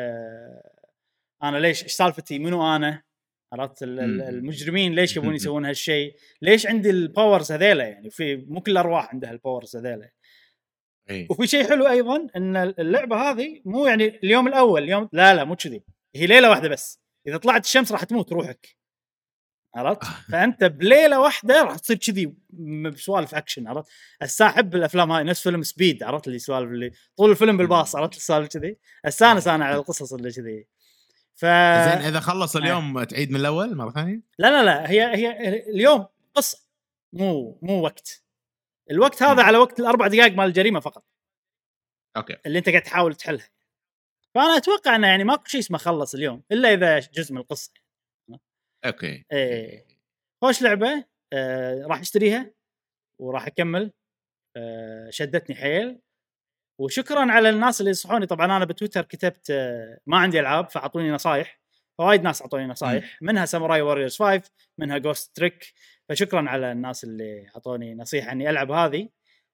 انا ليش ايش سالفتي منو انا، عرفت؟ المجرمين ليش يبون يسوون هالشيء، ليش عندي الباورز هذيله يعني في مو كل الارواح عندها الباورز هذيله. وفي شيء حلو ايضا ان اللعبه هذه مو يعني اليوم الاول اليوم لا لا مو كذي، هي ليله واحده بس، اذا طلعت الشمس راح تموت روحك، عرفت؟ فانت بليله واحده راح تصير كذي بسوالف اكشن، عرفت؟ الساحب بالافلام هاي نفس فيلم سبيد، عرفت؟ اللي سوالف اللي طول الفيلم بالباص، عرفت السالفه كذي؟ استانس انا على القصص اللي كذي. ف زين اذا خلص اليوم آه. تعيد من الاول مره ثانيه؟ لا لا لا هي هي اليوم قصه مو مو وقت. الوقت هذا م. على وقت الاربع دقائق مال الجريمه فقط. اوكي اللي انت قاعد تحاول تحلها. فانا اتوقع انه يعني ماكو شيء اسمه خلص اليوم الا اذا جزء من القصه. اوكي ايه خوش لعبه. آه راح اشتريها وراح اكمل. آه شدتني حيل. وشكرا على الناس اللي ينصحوني. طبعا انا بتويتر كتبت آه ما عندي العاب فاعطوني نصايح، فوايد ناس اعطوني نصايح م. منها ساموراي واريورز فايف، منها جوست تريك. فشكرا على الناس اللي اعطوني نصيحه اني العب هذه.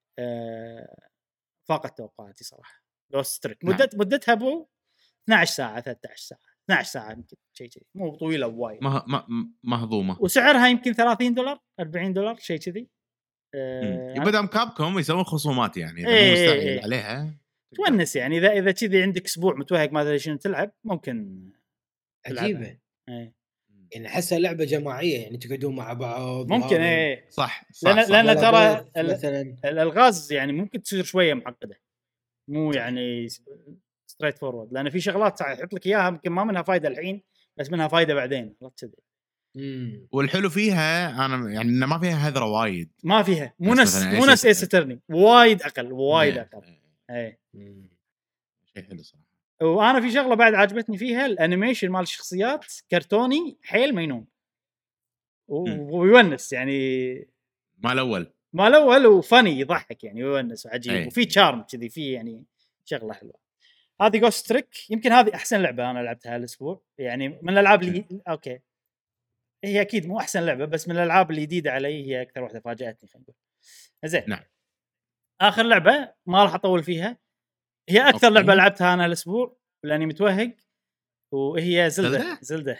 آه فاقت توقعاتي صراحه. جوست تريك مدة نعم. مدتها بو اثنعش ساعه ثلاثة عشر ساعه اثنعش ساعه يمكن شيء كذي، مو طويله وايد، ما مهضومه. وسعرها يمكن ثلاثين دولار أربعين دولار شيء كذي. أه يبدا دام كابكوم يسوون خصومات يعني اذا ايه مو مستعجل ايه عليها تونس يعني. اذا اذا كذي عندك اسبوع متوهق ما ادري شنو تلعب ممكن. عجيبه ايه يعني احسها لعبه جماعيه يعني تقعدون مع بعض ممكن. ايه صح صح, لأن, صح. لان ترى مثلا الالغاز يعني ممكن تصير شويه معقده، مو يعني ستريت فورورد، لان في شغلات يحط لك اياها يمكن ما منها فايده الحين بس منها فايده بعدين، عرفت كذي. امم والحلو فيها انا يعني إنه ما فيها هذره وايد، ما فيها مو بس نفس مثلاً مو Ace نفس ايس اترني، وايد اقل وايد إيه. اقل. اي شيء حلو صراحه. وانا في شغله بعد عجبتني فيها، الانيميشن مال الشخصيات كرتوني حيل مينون و- ويونس يعني ما الاول ما الاول وفني يضحك يعني ويونس وعجيب أي. وفي تشارم كذي في يعني شغله حلوه. هذه جوست تريك يمكن هذه احسن لعبه انا لعبتها الاسبوع يعني من الالعاب اللي اوكي هي اكيد مو احسن لعبه بس من الالعاب الجديده علي هي اكثر واحده فاجاتني خلينا نقول. زين نعم. اخر لعبه ما راح اطول فيها، هي اكثر أوكي. لعبه لعبتها انا الاسبوع لاني متوهق، وهي زلدة زلدة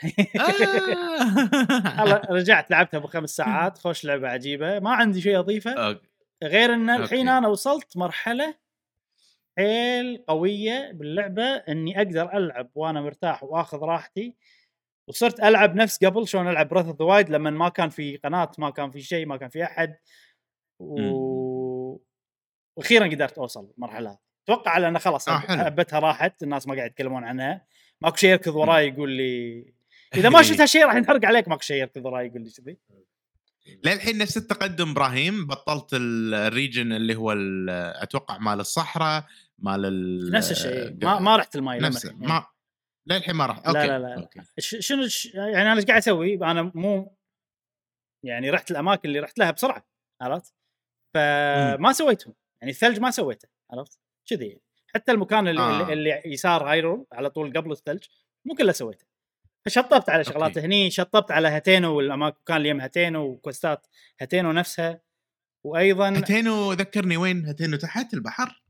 والله رجعت لعبتها بخمس ساعات. خوش لعبه عجيبه ما عندي شيء اضيفه غير ان الحين انا وصلت مرحله حيل قويه باللعبه اني اقدر العب وانا مرتاح واخذ راحتي، وصرت العب نفس قبل شلون العب بريث اوف ذا وايلد لما ما كان في قناه ما كان في شيء ما كان في احد و... واخيرا قدرت اوصل المرحله. اتوقع لان خلاص حبتها راحت، الناس ما قاعد يتكلمون عنها، ماكو شيء يركض وراي يقول لي اذا ما شفت هالشيء راح ينحرق عليك، ماكو شيء يركض وراي يقول لي كذي. للحين نفس التقدم ابراهيم، بطلت الريجن اللي هو اتوقع مال الصحراء مال نفس الشيء ما ما رحت الماي نفس ما للحين ما راح. اوكي لا لا لا أوكي. شنو يعني انا ايش قاعد اسوي انا؟ مو يعني رحت الاماكن اللي رحت لها بسرعه عرفت، فما سويتهم يعني الثلج ما سويته عرفت كذي، حتى المكان اللي, آه. اللي يسار هايرول على طول قبل الثلج مو كله سويته. فشطبت على شغلات أوكي. هني شطبت على هاتينو والاماكن كان اللي يم هاتينو وكوستات هاتينو نفسها. وايضا هاتينو ذكرني وين هاتينو؟ تحت البحر.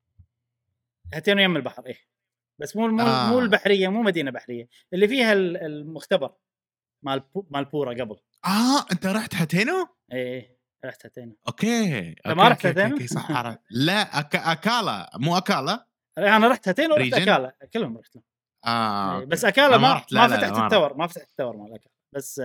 هاتينو يم البحر ايه، بس مو مو, آه. مو البحريه، مو مدينه بحريه اللي فيها المختبر مال مال بورا قبل. اه انت رحت هاتينو؟ ايه رحت هاتينو. اوكي ما رحت هاتينو اوكي صح عرفت. لا أك... اكالا مو اكالا. انا رحت هاتينو ورحت اكالا كلهم رحت لهم. اه بس اكالا ما ما, ما فتحت التور ما فتحت التور مال اكالا بس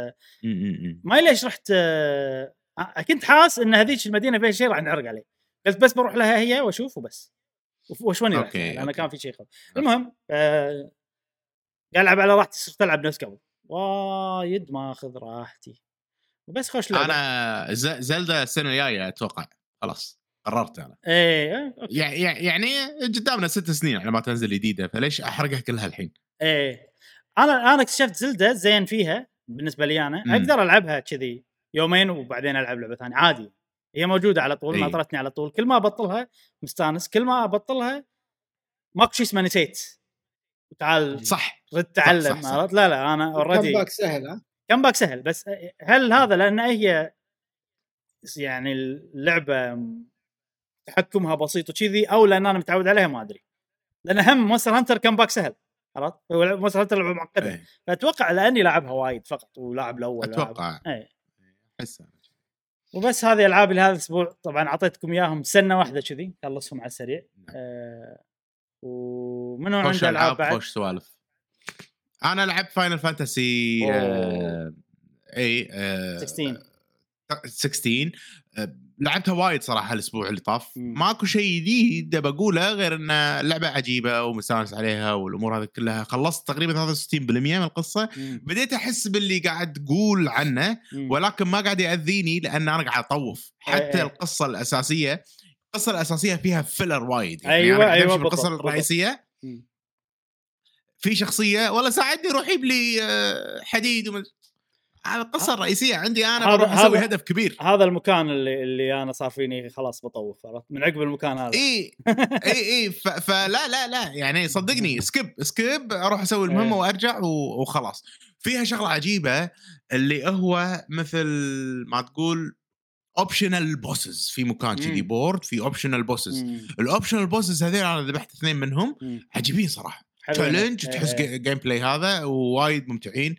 ما ليش رحت. آه كنت حاس ان هذيك المدينه فيها شيء راح نعرق عليه، بس بس بروح لها هي واشوف وبس وشوني رحت يعني انا كان في شيء خف. المهم آه قاعد العب على راحتي، صرت العب نفس قبل وايد ما اخذ راحتي وبس. خوش لعبه. انا زلدة السنه الجايه اتوقع خلاص قررت انا. ايه يعني قدامنا ست سنين على ما تنزل جديده، فليش احرقها كلها الحين؟ ايه انا انا اكتشفت زلدة زين فيها بالنسبه لي انا. م. اقدر العبها كذي يومين وبعدين العب لعبه ثانيه عادي، هي موجوده على طول. ما طرتني على طول، كل ما ابطلها مستانس، كل ما ابطلها ماكو شيء اسمه نسيت تعال صح رد تعلم. لا لا انا اوريدي كم باك سهل. ها كم باك سهل، بس هل هذا لان هي يعني اللعبه تحكمها بسيط وكذي او لان انا متعود عليها ما ادري، لان هم مونستر هانتر كم باك سهل عرفت، مونستر هانتر لعبه معقده. ايه. فاتوقع لاني لعبها وايد فقط ولاعب الاول اتوقع اي احس. وبس هذه العابي لهذا الاسبوع. طبعا اعطيتكم اياهم سنه واحده كذي خلصهم على السريع. آه ومنو عنده العاب بعد؟ خوش سوالف. انا لعبت فاينل فانتسي آه اي آه ستة عشر ستة عشر آه لعبتها وايد صراحه الاسبوع اللي طاف. ماكو شيء جديد بقوله غير ان اللعبه عجيبه ومستانس عليها والامور هذه كلها. خلصت تقريبا ثلاثة وستين بالمية من القصه. مم. بديت احس باللي قاعد تقول عنه مم. ولكن ما قاعد ياذيني لان انا قاعد اطوف. حتى أي القصه الاساسيه القصه الاساسيه فيها فيلر وايد يعني. ايوه يعني ايوه القصه الرئيسيه مم. في شخصيه والله ساعدني روح يجيب لي حديد وم... القصه الرئيسيه عندي انا بروح اسوي هدف كبير. هذا المكان اللي اللي انا صار فيني خلاص بطوف من عقب المكان هذا. اي اي اي فلا لا لا يعني صدقني سكيب سكيب اروح اسوي المهمه وارجع وخلاص. فيها شغله عجيبه اللي هو مثل ما تقول اوبشنال بوسز في مكان كذي بورد في اوبشنال بوسز. الاوبشنال بوسز هذول انا ذبحت اثنين منهم عجيبين صراحه. تشالنج تحس جيم بلاي هذا ووايد ممتعين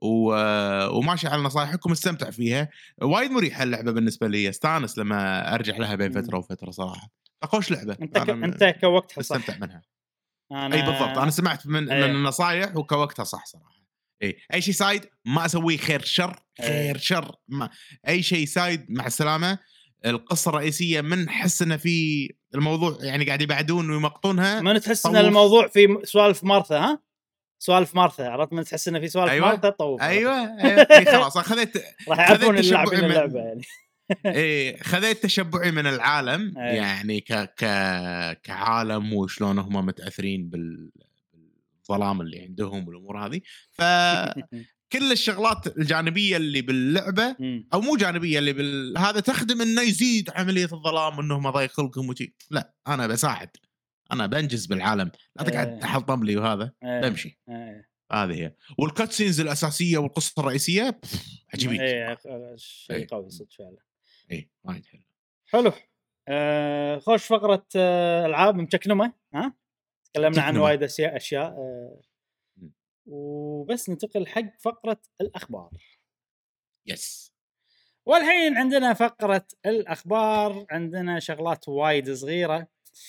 وماشي على نصايحكم استمتع فيها. وايد مريحه اللعبه بالنسبه لي، استانس لما ارجع لها بين فتره وفتره صراحه. اخوش لعبه انت ك... انت كوقتها صح استمتع منها. أنا... اي بالضبط انا سمعت من, من النصايح وكوقتها صح صراحه. اي اي شيء سايد ما اسويه خير شر خير شر ما اي شيء سايد مع السلامه. القصه الرئيسيه من حس انه في الموضوع يعني قاعد يبعدون ويمقطونها. ما تحس ان الموضوع في سوالف مارثا؟ ها سوالف مارثا عرفت؟ ما تحس انه في سوالف أيوة. مارثا طوف. ايوه ايوه خلاص اخذت راح يعرفون اللاعبين اللعبه يعني. ايه خذيت تشبعي من العالم أيه. يعني ك ك كعالم وشلون هم متاثرين بالظلام اللي عندهم والامور هذه. ف كل الشغلات الجانبيه اللي باللعبه او مو جانبيه اللي بال... هذا تخدم انه يزيد عمليه الظلام انهم ضايق خلقهم وشي. لا انا بساعد، انا بنجز بالعالم، لا تقعد تحطم لي وهذا بمشي. هذه هي. والكاتسينز الاساسيه والقصه الرئيسيه عجيبين. ايه شيء قوي صدق فعلا. ايه وايد حلو. حلو. آه خوش فقره آه العاب متكنمه. ها تكلمنا عن وايد اشياء اشياء آه وبس ننتقل حق فقره الاخبار. يس. والحين عندنا فقره الاخبار، عندنا شغلات وايد صغيره.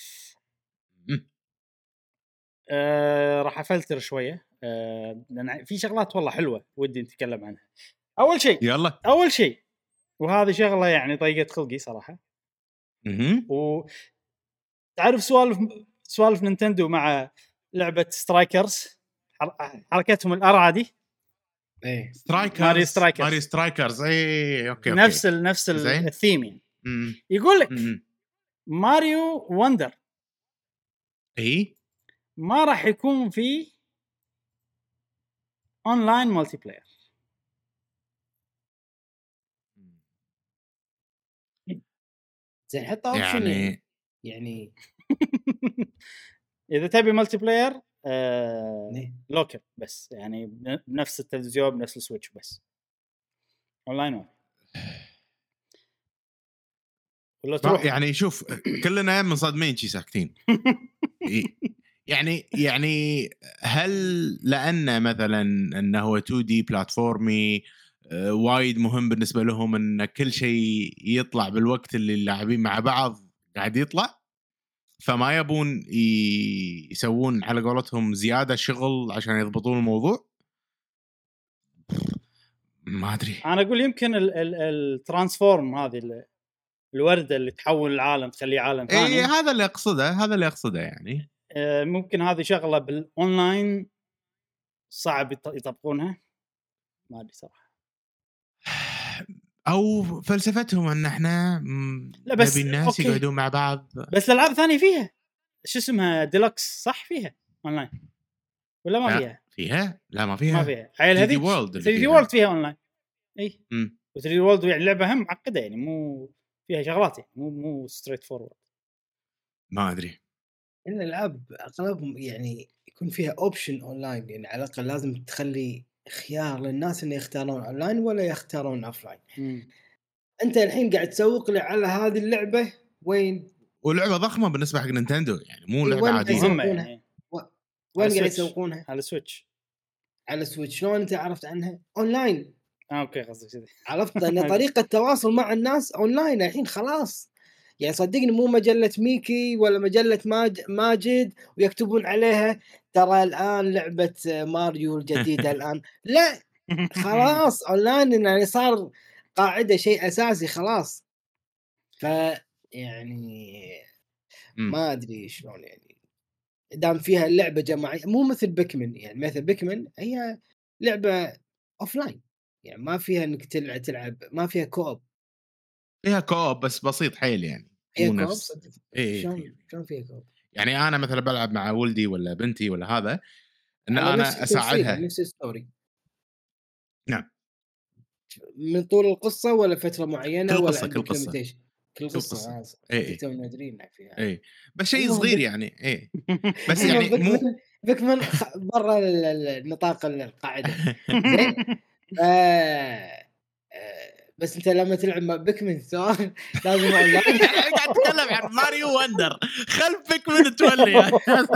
آه راح افلتر شويه آه لان في شغلات والله حلوه ودي نتكلم عنها. اول شيء يلا اول شيء وهذه شغله يعني طيقت خلقي صراحه. اها و تعرف سوالف سوالف نينتندو مع لعبه سترايكرز، حركتهم الارعه دي. ايه سترايكرز ماري سترايكرز ماري سترايكرز اي اوكي نفس ال نفس الثيم يعني. يقول لك ماريو وندر اي ما راح يكون في اونلاين مالتي بلاير. زين حط اوبشن يعني يعني اذا تبي مالتي بلاير آه لوكل بس يعني بنفس التلفزيون بنفس السويتش بس اونلاين ما ولا تروح يعني شوف كلنا منصدمين شي ساكتين. يعني يعني هل لأن مثلا انه هو تو دي بلاتفورمي وايد مهم بالنسبه لهم ان كل شيء يطلع بالوقت اللي اللاعبين مع بعض قاعد يطلع، فما يبون يسوون على قولتهم زياده شغل عشان يضبطون الموضوع؟ ما ادري. انا اقول يمكن الترانسفورم هذه الورده اللي تحول العالم تخليه عالم ثاني. اي هذا اللي اقصده هذا اللي اقصده يعني ممكن هذه شغله بالاونلاين صعب يطبقونها، ما ادري صراحه. او فلسفتهم ان احنا نبي الناس يقعدون مع بعض. بس الالعاب ثانيه فيها شو اسمها ديلوكس صح فيها اونلاين ولا ما فيها؟ فيها لا ما فيها ما فيها عيل هذه ثري دي وورلد فيها اونلاين. اي ثري دي وورلد يعني لعبه هم معقده يعني مو فيها شغلات يعني مو مو ستريت فورورد. ما ادري ان الالعاب اغلبهم يعني يكون فيها اوبشن اونلاين يعني على الاقل لازم تخلي خيار للناس ان يختارون اونلاين ولا يختارون اوفلاين. انت الحين قاعد تسوق لي على هذه اللعبه وين ولعبه ضخمه بالنسبه حق نينتندو يعني مو لعبه عاديه يعني. وين قاعد يسوقونها؟ على سويتش. على سويتش شلون انت عرفت عنها؟ اونلاين. اه اوكي قصدك كذا. عرفت ان طريقه التواصل مع الناس اونلاين الحين خلاص يعني. صدقني مو مجله ميكي ولا مجله ماج... ماجد ويكتبون عليها ترى الان لعبه ماريو الجديده الان. لا خلاص اونلاين يعني صار قاعده شيء اساسي خلاص. ف يعني ما ادري شلون يعني دام فيها اللعبه جماعيه مو مثل بيكمن يعني. مثل بيكمن هي لعبه اوفلاين يعني ما فيها انك تلعب تلعب ما فيها كوب. فيها كوب بس بسيط حيل يعني مو نفس ايه شلون شلون فيها كوب يعني. انا مثلا بلعب مع ولدي ولا بنتي ولا هذا ان انا اساعدها نفس الستوري. نعم من طول القصه ولا فتره معينه كل ولا قصة كل قصه كل قصه اي تو نادرين فيها اي بس شيء صغير يعني اي بس يعني مو بيكمن برا النطاق القاعده زين. آه بس انت لما تلعب مع بيكمن سؤال لازم اونلاين. قاعد اتكلم عن ماريو وندر خلف بيكمن تولي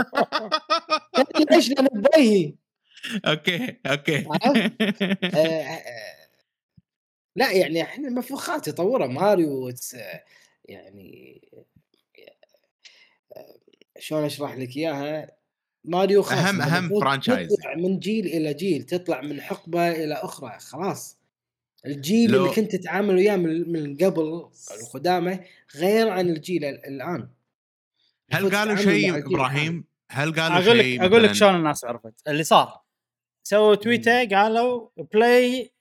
ليش انا بايهي. اوكي اوكي لا يعني احنا المفروض يطوره ماريو يعني شلون اشرح لك اياها. ماريو خاص اهم اهم فرانشايز من جيل الى جيل تطلع من حقبه الى اخرى خلاص. الجيل لو... اللي كنت تتعامل وياه من قبل القدامى غير عن الجيل الان. هل قالوا شيء ابراهيم؟ هل قالوا اقول لك شيء اقول لك مثلاً- شلون الناس عرفت اللي صار. سووا تويتر قالوا بلاي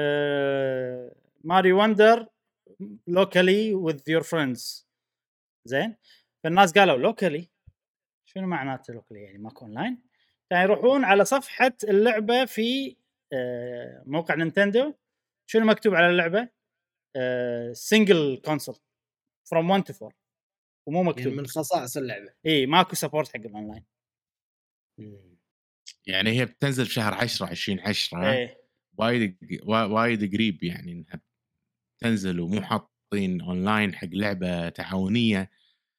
ماريو وندر لوكالي with your friends. زين، فالناس قالوا لوكالي شنو معناته لوكالي؟ يعني ماكو اونلاين. يعني يروحون على صفحه اللعبه في آه، موقع نينتندو، شنو مكتوب على اللعبه؟ سنجل كونسول from one to four، ومو مكتوب يعني من خصائص اللعبه. اي ماكو سبورت حق الاونلاين. يعني هي بتنزل في شهر عشرة عشرين عشرة. ايه وايد وايد قريب يعني انها تنزل، ومو حاطين اونلاين حق لعبه تعاونيه.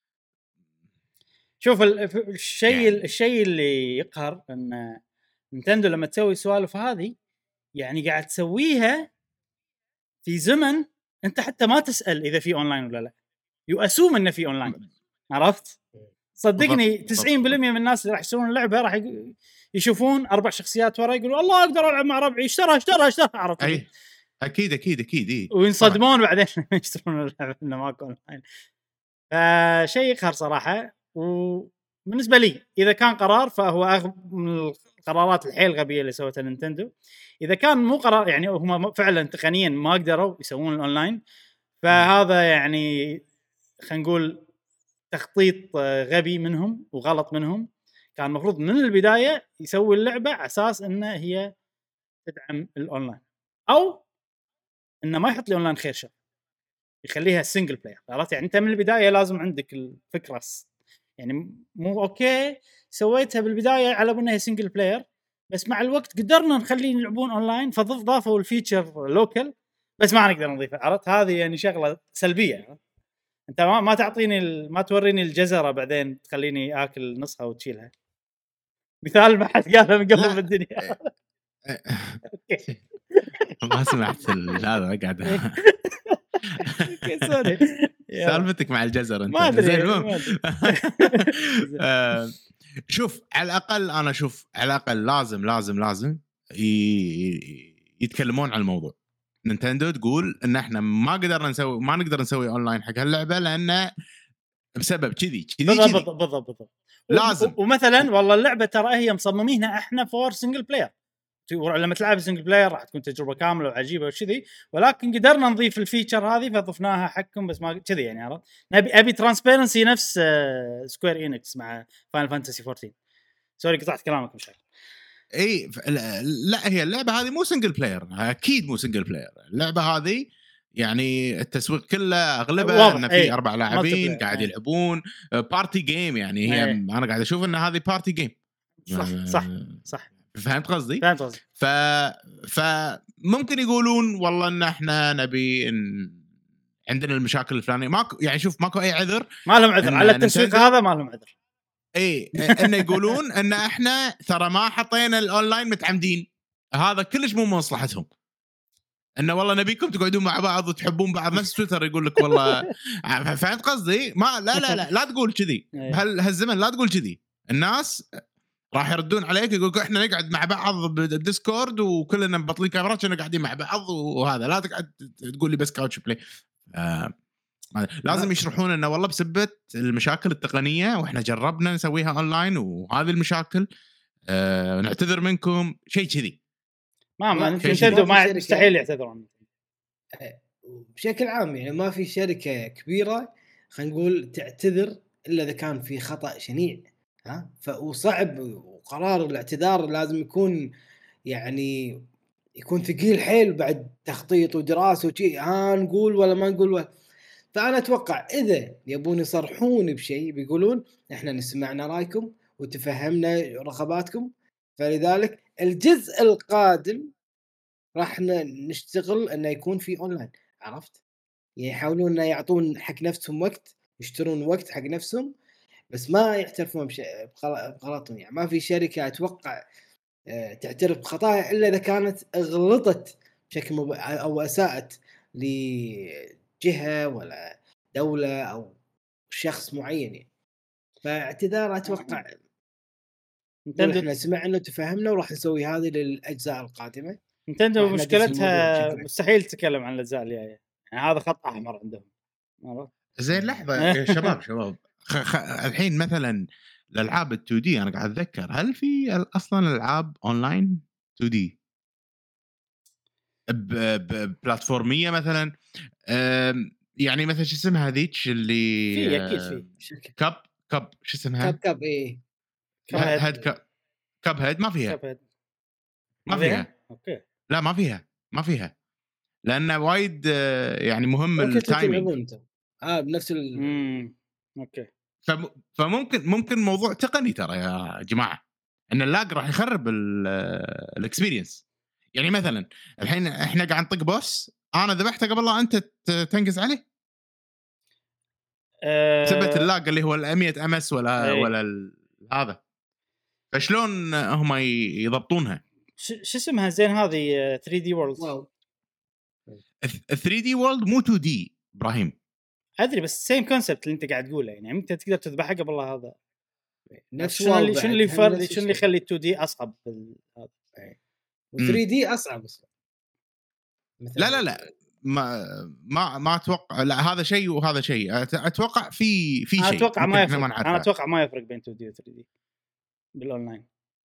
شوف الشيء يعني. الشيء اللي يقهر ان نينتندو لما تسوي سوالف هذه يعني قاعد تسويها في زمن انت حتى ما تسال اذا في اونلاين ولا لا، يؤسوم انه في اونلاين. عرفت؟ صدقني تسعين بالمية من الناس اللي راح يشترون اللعبه راح يشوفون اربع شخصيات ورا يقولوا الله اقدر العب مع ربعي، اشترى اشترى اشترى. عرفت؟ اي اكيد اكيد اكيد اي وينصدمون بعدين يشترون اللعبه انه ماكو اونلاين. فشيء يقهر صراحه. وبالنسبه لي اذا كان قرار فهو اغب من القرارات الحيل غبيه اللي سوتها نينتندو. اذا كان مو قرار يعني هم فعلا تقنيا ما قدروا يسوون الاونلاين، فهذا يعني خلينا نقول تخطيط غبي منهم وغلط منهم. كان المفروض من البدايه يسوي اللعبه على اساس انها هي تدعم الاونلاين، او انه ما يحط لي اونلاين خير شر، يخليها سنجل بلاير. عرفت؟ يعني انت من البدايه لازم عندك الفكره، يعني مو اوكي سويتها بالبدايه على انها سنجل بلاير، بس مع الوقت قدرنا نخليه يلعبون اونلاين فضافوا الفيتشر لوكال بس ما نقدر نضيفه. عرفت؟ هذه يعني شغله سلبيه. انت ما, ما تعطيني ال... ما توريني الجزره بعدين تخليني اكل نصها وتشيلها. مثال ما حد قاله من قبل بالدنيا. ما سمعت هذا قاعد سوري سالفتك مع الجزر انت. ما ادري المهم شوف على الاقل انا اشوف على الاقل لازم لازم لازم يتكلمون عن الموضوع. نينتندو تقول ان احنا ما قدرنا نسوي ما نقدر نسوي اونلاين حق هاللعبه لانه بسبب كذي كذي بالضبط بالضبط بالضبط لازم. ومثلا والله اللعبه ترى هي مصممينها احنا فور سنجل بلاير، لما تلعب سنجل بلاير راح تكون تجربه كامله وعجيبه وكذي، ولكن قدرنا نضيف الفيتشر هذه فضفناها حقكم بس ما كذي. يعني عرفت؟ نبي ابي ترانسبيرنسي نفس سكوير إينكس مع فاينل فانتسي فورتين. سوري قطعت كلامك مش عارف. اي لا هي اللعبه هذه مو سنجل بلاير، اكيد مو سنجل بلاير. اللعبه هذه يعني التسويق كله اغلبه ان في ايه. اربع لاعبين قاعد ايه. يلعبون بارتي جيم. يعني هي ايه. انا قاعد اشوف ان هذه بارتي جيم. صح صح صح فهمت قصدي؟ فهمت قصدي. ف فممكن يقولون والله ان احنا نبي إن... عندنا المشاكل الفلانيه ماكو. يعني شوف ماكو اي عذر، ما لهم عذر على التسويق هذا، ما لهم عذر. اي انه يقولون ان احنا ترى ما حطينا الاونلاين متعمدين، هذا كلش مو مصلحتهم. انه والله نبيكم تقعدون مع بعض وتحبون بعض. نفس تويتر يقول لك والله فهمت قصدي؟ ما لا لا لا لا تقول كذي بهال هالزمن، لا تقول كذي. الناس راح يردون عليك يقولك احنا نقعد مع بعض بالديسكورد وكلنا مبطلين كاميرات كنا قاعدين مع بعض، وهذا لا تقعد تقول لي بس كاوتش بلاي. آه لازم يشرحون انه والله بسبب المشاكل التقنيه واحنا جربنا نسويها اونلاين وهذه المشاكل، آه نعتذر منكم شيء كذي. ما ما نينتندو ما مستحيل يعتذرون بشكل عام. يعني ما في شركه كبيره خلينا نقول تعتذر الا اذا كان في خطا شنيع. ها فصعب، وقرار الاعتذار لازم يكون يعني يكون ثقيل حيل بعد تخطيط ودراسه وشيء. ها نقول ولا ما نقول ولا. فانا اتوقع اذا يبون يصرحون بشيء بيقولون احنا نسمعنا رايكم وتفهمنا رغباتكم، فلذلك الجزء القادم راح نشتغل انه يكون في اونلاين. عرفت؟ يعني يحاولون انه يعطون حق نفسهم وقت، يشترون وقت حق نفسهم، بس ما يعترفون بغلطهم. يعني ما في شركه اتوقع تعترف بخطايا الا اذا كانت غلطت بشكل مب... او اساءت لجهه ولا دوله او شخص معين. فاعتذار اتوقع احنا سمعنا وتفهمنا وراح نسوي هذه للاجزاء القادمه. نينتندو مشكلتها مستحيل تتكلم عن الاجزاء الجايه، يعني هذا خط احمر عندهم. زين لحظه يا شباب شباب خ... خ... الحين مثلا الالعاب ال2 دي انا قاعد اتذكر هل في اصلا العاب اونلاين تو دي ب... ب... بلاتفورميه مثلا أم... يعني مثلا شو اسمها هذيك اللي في اكيد في كاب كاب شو اسمها كاب كاب ايه هاد كاب كاب هيد ما فيها كاب هيد. ما فيها اوكي لا ما فيها ما فيها لأنه وايد يعني مهم التايمينج اه بنفس ال امم اوكي فم... فممكن ممكن موضوع تقني ترى يا جماعه ان اللاج راح يخرب الاكسبيرينس. يعني مثلا الحين احنا قاعد نطق بوس انا ذبحته قبل لا انت تنقز عليه أه... ثبت اللاج اللي هو ال مية ام اس ولا أي. ولا ال... هذا فشلون هم يضبطونها شو اسمها زين هذه ثري دي وورلد واو ثري دي وورلد مو تو دي ابراهيم ادري بس سيم كونسبت اللي انت قاعد تقوله يعني انت تقدر تذبحها قبل هذا نفس شنو اللي شنو اللي يفرق شنو اللي يخلي تو دي اصعب هذا و3 دي اصعب اصلا لا لا لا ما ما ما اتوقع لا هذا شيء وهذا شيء اتوقع في في شيء اتوقع ما يفرق ما انا اتوقع ما يفرق بين تو دي و ثري دي بالاونلاين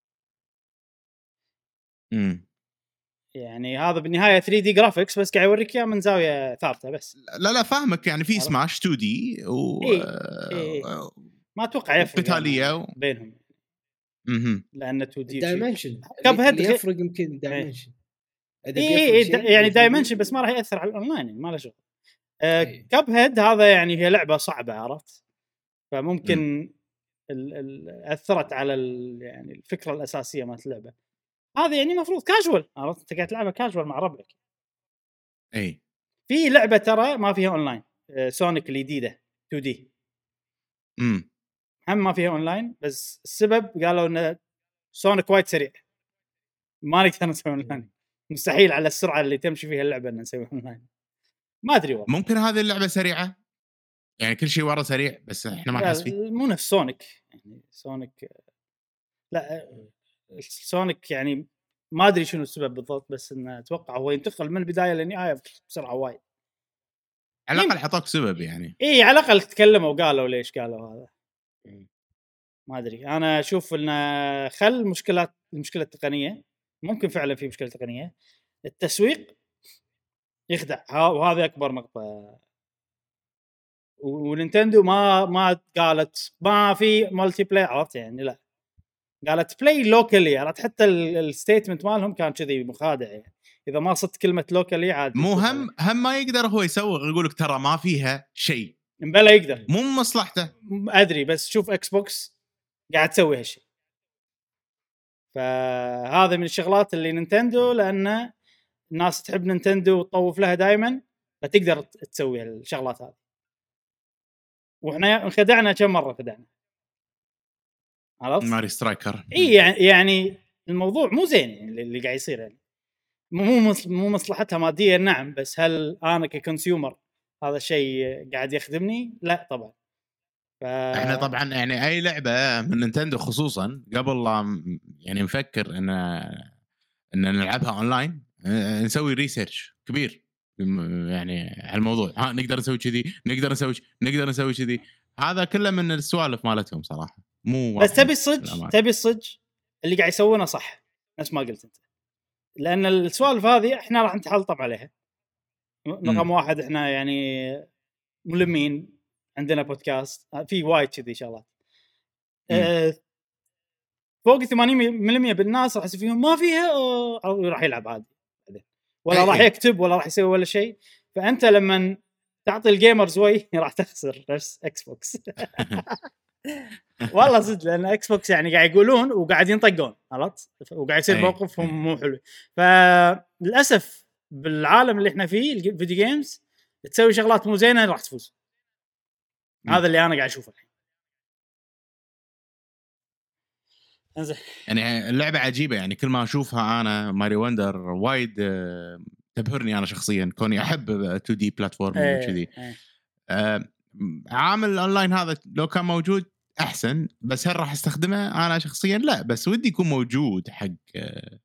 امم يعني هذا بالنهايه ثري دي جرافيكس بس قاعد يوريك اياه من زاويه ثابته بس لا لا فاهمك يعني في سماش تو دي و إيه. إيه. ما اتوقع يفرق قتاليه يعني و... بينهم اها لان تو دي دايمنشن كاب هيد يفرق يمكن دايمنشن إيه دا يعني دايمنشن بس ما راح ياثر على الاونلاين يعني ما له شغل آه إيه. كاب هيد هذا يعني هي لعبه صعبه عرفت فممكن ال ال اثرت على ال يعني الفكره الاساسيه مالت اللعبه هذا يعني مفروض كاجوال عرفت انت قاعد تلعبها كاجوال مع ربعك اي في لعبه ترى ما فيها اونلاين آه سونيك الجديده تو دي امم هم ما فيها اونلاين بس السبب قالوا ان سونيك وايد سريع ما نقدر نسوي اونلاين مستحيل على السرعه اللي تمشي فيها اللعبه ان نسوي اونلاين ما ادري والله ممكن هذه اللعبه سريعه يعني كل شيء ورا سريع بس احنا ما نحس فيه مو نفس سونيك يعني سونيك لا سونيك يعني ما ادري شنو السبب بالضبط بس انه اتوقع هو ينتقل من البدايه للنهايه بسرعه وايد على الاقل حطوك سبب يعني اي على الاقل تكلموا وقالوا ليش قالوا هذا ما ادري انا اشوف انه خل مشكلات المشكله التقنيه ممكن فعلا في مشكله تقنيه التسويق يخدع وهذا اكبر نقطه ونينتندو ما ما قالت ما في مالتي بلاي عرفت يعني لا قالت بلاي لوكالي عرفت حتى الستيتمنت مالهم كان كذي مخادع يعني اذا ما صدت كلمه لوكالي عاد مو هم هم ما يقدر هو يسوق يقول لك ترى ما فيها شيء بلا يقدر مو مصلحته ادري بس شوف اكس بوكس قاعد تسوي هالشيء فهذا من الشغلات اللي نينتندو لان الناس تحب نينتندو وتطوف لها دائما فتقدر تسوي الشغلات هذه واحنا انخدعنا كم مره خدعنا عرفت ماري سترايكر اي يعني يعني الموضوع مو زين يعني اللي قاعد يصير يعني مو مو مصلحتها ماديه نعم بس هل انا ككونسيومر هذا الشيء قاعد يخدمني لا طبعا ف... احنا طبعا يعني اي لعبه من نينتندو خصوصا قبل لا يعني نفكر ان ان نلعبها اونلاين نسوي ريسيرش كبير يعني على الموضوع ها نقدر نسوي كذي نقدر نسوي نقدر نسوي كذي هذا كله من السوالف مالتهم صراحه مو بس تبي الصج تبي الصج اللي قاعد يسوونه صح نفس ما قلت انت لان السوالف هذه احنا راح نتحلطم عليها رقم واحد احنا يعني ملمين عندنا بودكاست في وايد كذي شغلات أه فوق ثمانين بالمية بالناس راح يصير فيهم ما فيها او راح يلعب عادي ولا راح يكتب ولا راح يسوي ولا شيء فانت لما تعطي الجيمرز وي راح تخسر نفس اكس بوكس والله صدق لان اكس بوكس يعني قاعد يقولون وقاعد ينطقون عرفت وقاعد يصير موقفهم مو حلو فللاسف بالعالم اللي احنا فيه الفيديو جيمز تسوي شغلات مو زينه راح تفوز م. هذا اللي انا قاعد اشوفه الحين انزين يعني اللعبه عجيبه يعني كل ما اشوفها انا ماري وندر وايد تبهرني انا شخصيا كوني احب تو دي بلاتفورم وكذي آه عامل اونلاين هذا لو كان موجود احسن بس هل راح استخدمه انا شخصيا لا بس ودي يكون موجود حق آه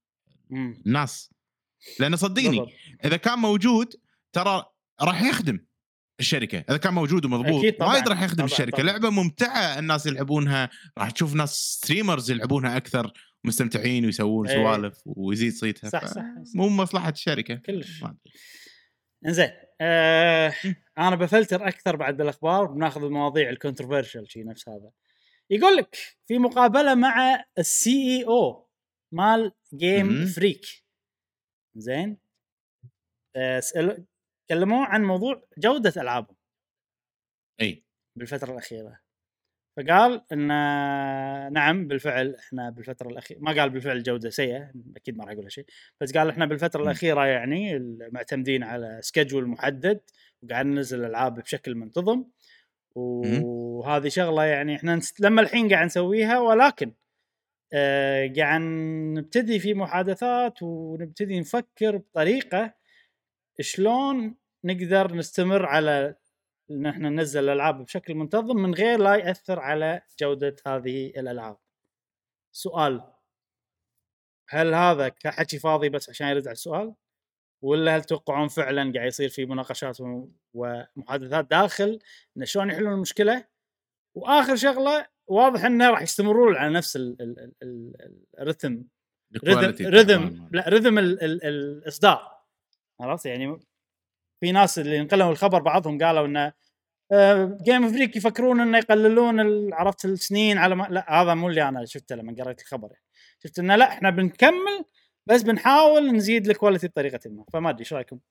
الناس لان صدقني اذا كان موجود ترى راح يخدم الشركه اذا كان موجود ومضبوط وايد راح يخدم الشركه. طبعًا. لعبه ممتعه الناس يلعبونها، راح تشوف ناس ستريمرز يلعبونها اكثر مستمتعين ويسوون ايه. سوالف ويزيد صيتها. صح صح, صح. مو مصلحه الشركه كلش. انزين آه انا بفلتر اكثر بعد بالاخبار، بناخذ المواضيع الكونتروفيرشل شيء نفس هذا. يقول لك في مقابله مع السي اي او مال جيم فريك. زين آه كلموه عن موضوع جوده العابهم اي بالفتره الاخيره، فقال ان نعم بالفعل احنا بالفتره الاخيره، ما قال بالفعل جوده سيئه اكيد ما راح اقول شيء، بس قال احنا بالفتره الاخيره يعني معتمدين على سكجول محدد وقاعد ننزل العاب بشكل منتظم، وهذه شغله يعني احنا نست... لما الحين قاعد نسويها، ولكن آه قاعد نبتدي في محادثات ونبتدي نفكر بطريقه شلون نقدر نستمر على ان احنا ننزل الالعاب بشكل منتظم من غير لا ياثر على جوده هذه الالعاب. سؤال، هل هذا كحكي فاضي بس عشان يرد على السؤال، ولا هل توقعون فعلا قاعد يصير في مناقشات ومحادثات داخل ان شلون يحلون المشكله؟ واخر شغله، واضح انه راح يستمرون على نفس الرتم رتم لا رتم الاصدار. عرفت يعني في ناس اللي انقلوا الخبر بعضهم قالوا انه جيم فريك يفكرون انه يقللون عرفت السنين على ما... لا هذا مو اللي انا شفته لما قريت الخبر يعني. شفت انه لا احنا بنكمل بس بنحاول نزيد الكواليتي بطريقه ما. فما ادري ايش رايكم؟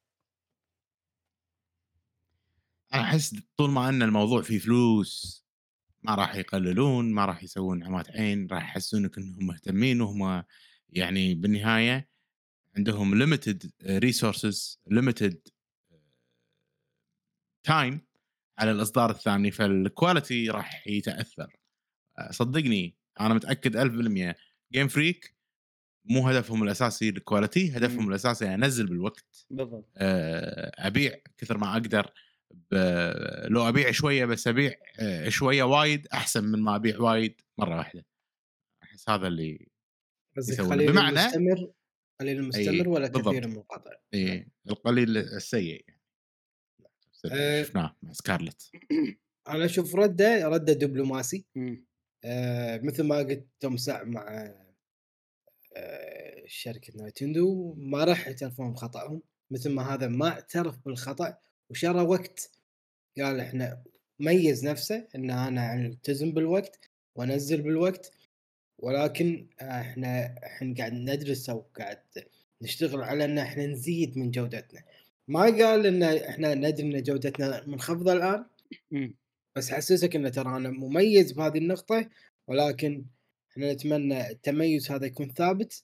انا احس طول ما ان الموضوع فيه فلوس ما راح يقللون، ما راح يسوون عمات عين، راح يحسونك انهم مهتمين، وهم يعني بالنهايه عندهم limited resources limited time على الإصدار الثاني، فالكواليتي راح يتأثر. صدقني أنا متأكد ألف بالمية جيم فريك مو هدفهم الأساسي الكواليتي، هدفهم م. الأساسي أنزل بالوقت بالضبط، أبيع كثر ما أقدر، لو أبيع شوية بس أبيع شوية وايد أحسن من ما أبيع وايد مرة واحدة. أحس هذا اللي يسوونه، بمعنى المستمر قليل المستمر ولا كثير المقاطع. إيه القليل السيء يعني. أه شفناه مع سكارلت. انا اشوف رده رده دبلوماسي أه مثل ما قلت تمسع مع أه شركه نايتندو، ما راح يعترفون بخطأهم مثل ما هذا ما اعترف بالخطأ وشرى وقت، قال احنا ميز نفسه ان انا التزم بالوقت وانزل بالوقت، ولكن احنا احنا قاعد ندرس وقاعد نشتغل على ان احنا نزيد من جودتنا. ما قال ان احنا ندري ان جودتنا منخفضه الان، م. بس حسسك ان ترى انا مميز بهذه النقطه، ولكن احنا نتمنى التميز هذا يكون ثابت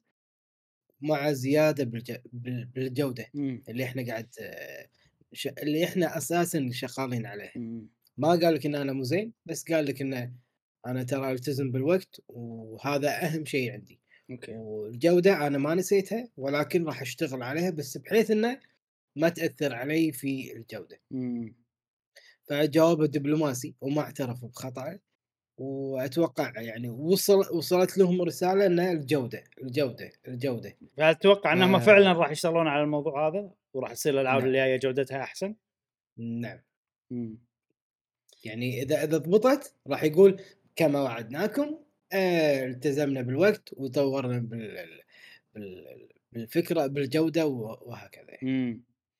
مع زياده بالج... بالجوده م. اللي احنا قاعد ش... اللي احنا اساسا شغالين عليه. م. ما قال لك ان انا مو زين، بس قال لك ان انا ترى التزم بالوقت وهذا اهم شيء عندي. أوكي. والجوده انا ما نسيتها، ولكن راح اشتغل عليها بس بحيث انه ما تأثر علي في الجودة. مم. فجوابه دبلوماسي وما اعترفوا بخطأه، وأتوقع يعني وصل وصلت لهم رسالة أن الجودة الجودة الجودة. فأتوقع أنهم آه فعلا راح يشتغلون على الموضوع هذا وراح يصير الألعاب نعم. اللي هي جودتها أحسن. نعم. مم. يعني إذا إذا ضبطت راح يقول كما وعدناكم اه التزمنا بالوقت وطورنا بال بال بالفكرة بالجودة وهكذا. مم.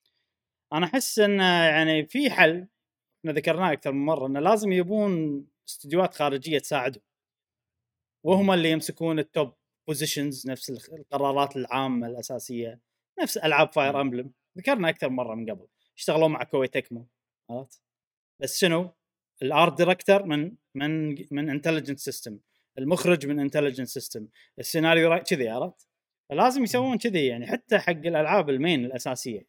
أنا أحس إن يعني في حل احنا ذكرناه أكثر من مرة، إنه لازم يبون استديوهات خارجية تساعدهم، وهم اللي يمسكون التوب بوزيشنز، نفس القرارات العامة الأساسية، نفس ألعاب فاير أمبلم ذكرنا أكثر مرة من قبل، اشتغلوا مع كوي تكمو عرفت، بس شنو الارت دايركتور من من من انتليجنت سيستم، المخرج من انتليجنت سيستم، السيناريو كذي عرفت، فلازم يسوون كذي يعني حتى حق الألعاب المين الأساسية،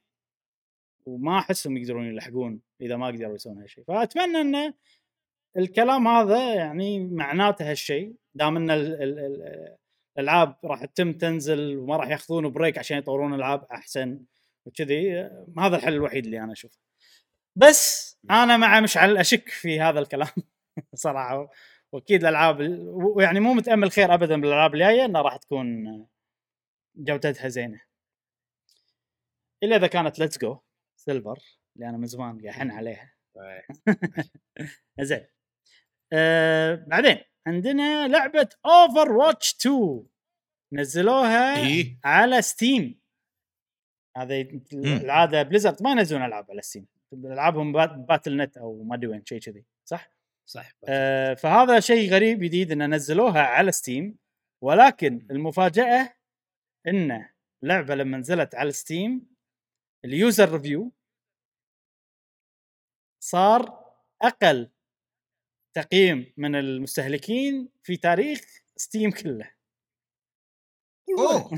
وما أحسهم يقدرون يلحقون إذا ما قدروا يسوون هالشيء. فأتمنى أن الكلام هذا يعني معناته هالشيء، دام أن الألعاب راح تتم تنزل وما راح يأخذون بريك عشان يطورون ألعاب أحسن وكذي، هذا الحل الوحيد اللي أنا أشوفه. بس أنا مع مشعل أشك في هذا الكلام صراحة، وأكيد الألعاب ويعني مو متأمل خير أبدا بالألعاب الجاية أنها راح تكون جودتها زينة، إلا إذا كانت ليتس جو سيلفر اللي أنا من زمان قاعد أحن عليها زين. آه بعدين عندنا لعبه اوفر واتش تو نزلوها إيه؟ على ستيم. هذه العاده بليزرد ما ينزلون العاب على ستيم، العابهم باتل نت او ما ادري وين شيء كذي صح صح. آه فهذا شيء غريب جديد ان نزلوها على ستيم. ولكن المفاجاه ان لعبه لما نزلت على ستيم اليوزر ريفيو صار اقل تقييم من المستهلكين في تاريخ ستيم كله. أوه.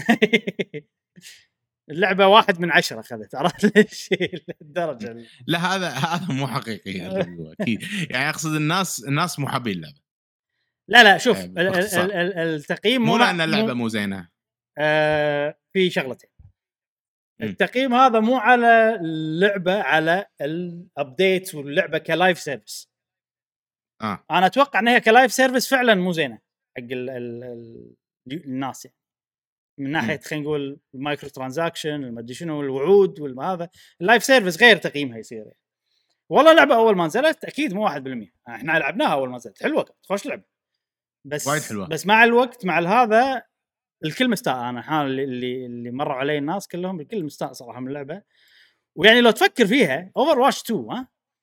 اللعبه واحد من عشرة اخذت، عرفت ليش الدرجه؟ لا هذا هذا مو حقيقي اكيد، يعني اقصد الناس الناس مو حابين اللعبه. لا لا شوف ال- ال- ال- التقييم مو مو لان اللعبه مو زينه. آه في شغلتين. التقييم هذا مو على اللعبه، على الابديت واللعبه كلايف سيرفيس. اه انا اتوقع ان هي كلايف سيرفيس فعلا مو زينه حق ال ال ال الناس يعني. من ناحيه خلينا نقول المايكرو ترانزاكشن المدري شنو الوعود والهذا اللايف سيرفيس غير تقييمها يصير يعني. والله لعبه اول ما نزلت اكيد مو واحد بالمية، احنا لعبناها اول ما نزلت حلوه خوش لعبه، بس وايد حلوه. بس مع الوقت مع هذا الكل مستاء. انا حال اللي اللي مروا علي الناس كلهم الكل مستاء صراحه من اللعبه. ويعني لو تفكر فيها اوفر واتش تو ها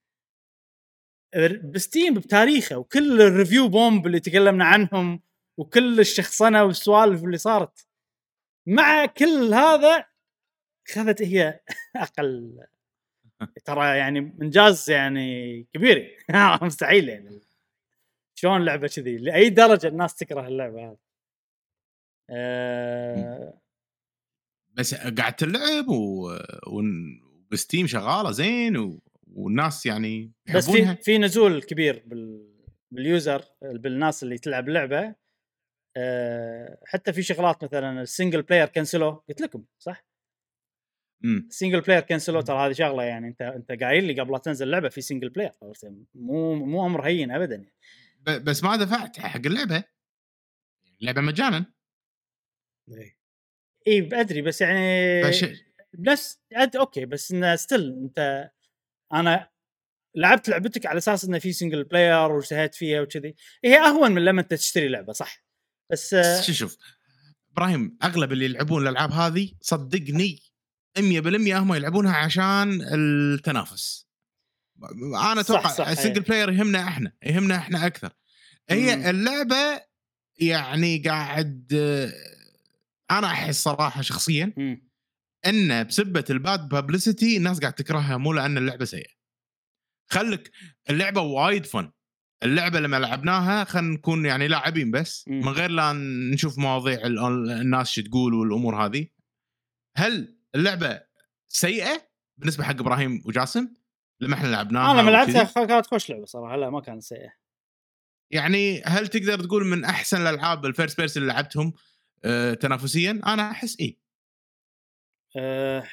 بستيم بتاريخه وكل الريفيو بومب اللي تكلمنا عنهم وكل الشخصنه والسوالف اللي صارت، مع كل هذا خذت هي اقل. ترى يعني انجاز يعني كبير مستحيل يعني شلون لعبه كذي لاي درجه الناس تكره اللعبه هذه. أه... بس قاعد تلعب و... وبستيم شغاله زين و... والناس يعني يحبونها. بس في في نزول كبير بال... باليوزر بالناس اللي تلعب اللعبه. أه... حتى في شغلات مثلا السنجل بلاير كنسلو قلت لكم صح. امم سنجل بلاير كنسلو ترى هذه شغله يعني انت انت قايل لي قبل لا تنزل اللعبه في سنجل بلاير، مو مو امر هين ابدا يعني. ب... بس ما دفعت حق اللعبه، اللعبه مجانا. اي بدري بس يعني فش... بس أد... اوكي بس انه ستيل انت انا لعبت لعبتك على اساس انه في سنجل بلاير وشهدت فيها وكذي، هي اهون من لما انت تشتري لعبه صح. بس شوف شوف ابراهيم، اغلب اللي يلعبون الالعاب هذه صدقني مية بالمية هم يلعبونها عشان التنافس. انا اتوقع السنجل بلاير يهمنا احنا يهمنا احنا اكثر. هي مم. اللعبه يعني قاعد انا احس صراحه شخصيا مم. ان بسبه الباد بابليسيتي الناس قاعد تكرهها، مو لان اللعبه سيئه. خلك اللعبه وايد فن. اللعبه لما لعبناها خلينا نكون يعني لاعبين بس مم. من غير لا نشوف مواضيع الناس شو تقول والامور هذه. هل اللعبه سيئه بالنسبه حق ابراهيم وجاسم لما احنا لعبناها؟ انا لما لعبتها كانت خوش لعبه صراحه، لا ما كانت سيئه. يعني هل تقدر تقول من احسن الالعاب الفيرست بيرسون اللي لعبتهم أه تنافسيا؟ انا احس ايه أه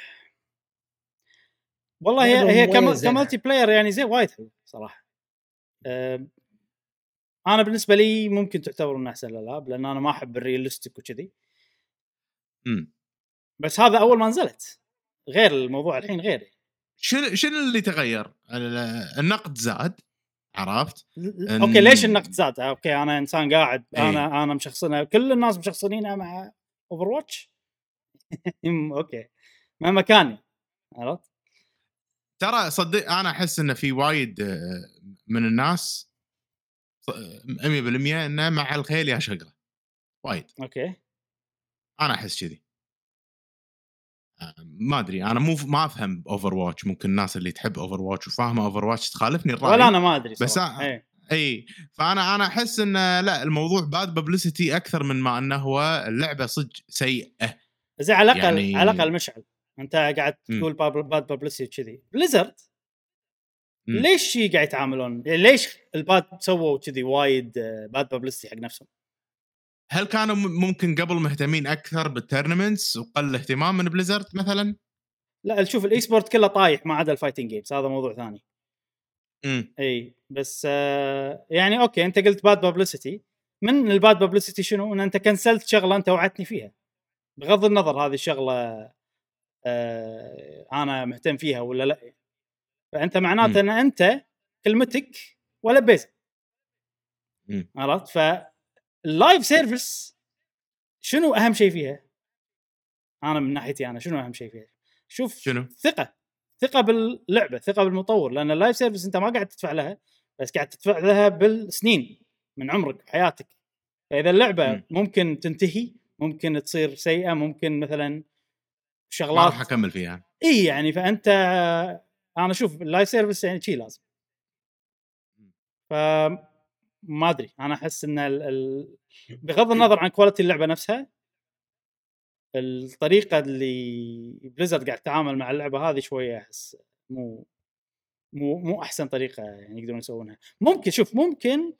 والله هي هي كمالتي بلاير يعني زي وايد حلو صراحه. أه انا بالنسبه لي ممكن تعتبر من احسن الالعاب لان انا ما احب الريالستيك وكذي. امم بس هذا اول ما نزلت غير الموضوع الحين غير. شنو شنو اللي تغير؟ النقد زاد عرفت. اوكي ليش النقد زاد؟ اوكي انا انسان قاعد ايه؟ انا انا مشخصنها كل الناس مشخصنينها مع اوفر واتش. اوكي ما مكاني عرفت. ترى صدق انا احس انه في وايد من الناس مية بالمية انه مع الخيل يا شقره وايد. اوكي انا احس كذي. ما ادري انا مو ما افهم اوفر واتش. ممكن الناس اللي تحب اوفر واتش وفاهمه اوفر واتش تخالفني الراي، ولا انا ما ادري بس أ... اي اي فانا انا احس ان لا الموضوع باد بابليسيتي اكثر من ما انه هو اللعبه صدق سيئه. زي على الاقل يعني... على الاقل مشعل انت قاعد تقول باد بابليسيتي كذي. بليزرد ليش قاعد يتعاملون ليش الباد سووا كذي وايد باد بابليسيتي حق نفسهم؟ هل كانوا ممكن قبل مهتمين اكثر بالتورنمنتس وقل اهتمام من بليزرد مثلا؟ لا شوف الاي سبورت كله طايح ما عدا الفايتنج جيمز، هذا موضوع ثاني. امم اي بس آه يعني اوكي انت قلت باد بابليسيتي. من الباد بابليسيتي شنو؟ ان انت كنسلت شغله انت وعدتني فيها بغض النظر هذه الشغله آه انا مهتم فيها ولا لا. فانت معناته ان انت كلمتك ولا بيز مم. عرفت. فاللايف سيرفيس شنو اهم شيء فيها؟ انا من ناحيتي انا شنو اهم شيء فيها؟ شوف شنو؟ ثقه ثقه باللعبه، ثقه بالمطور، لان اللايف سيرفيس انت ما قاعد تدفع لها، بس قاعد تدفع لها بالسنين من عمرك وحياتك. فاذا اللعبه م. ممكن تنتهي، ممكن تصير سيئه، ممكن مثلا شغلات ما راح اكمل فيها اي يعني، فانت انا اشوف اللايف سيرفيس يعني شيء لازم. ف ما ادري، انا احس ان ال... ال... بغض النظر عن كواليتي اللعبه نفسها، الطريقه اللي بليزرد قاعد تتعامل مع اللعبه هذه شويه احس مو مو مو احسن طريقه يعني يقدرون يسوونها. ممكن شوف ممكن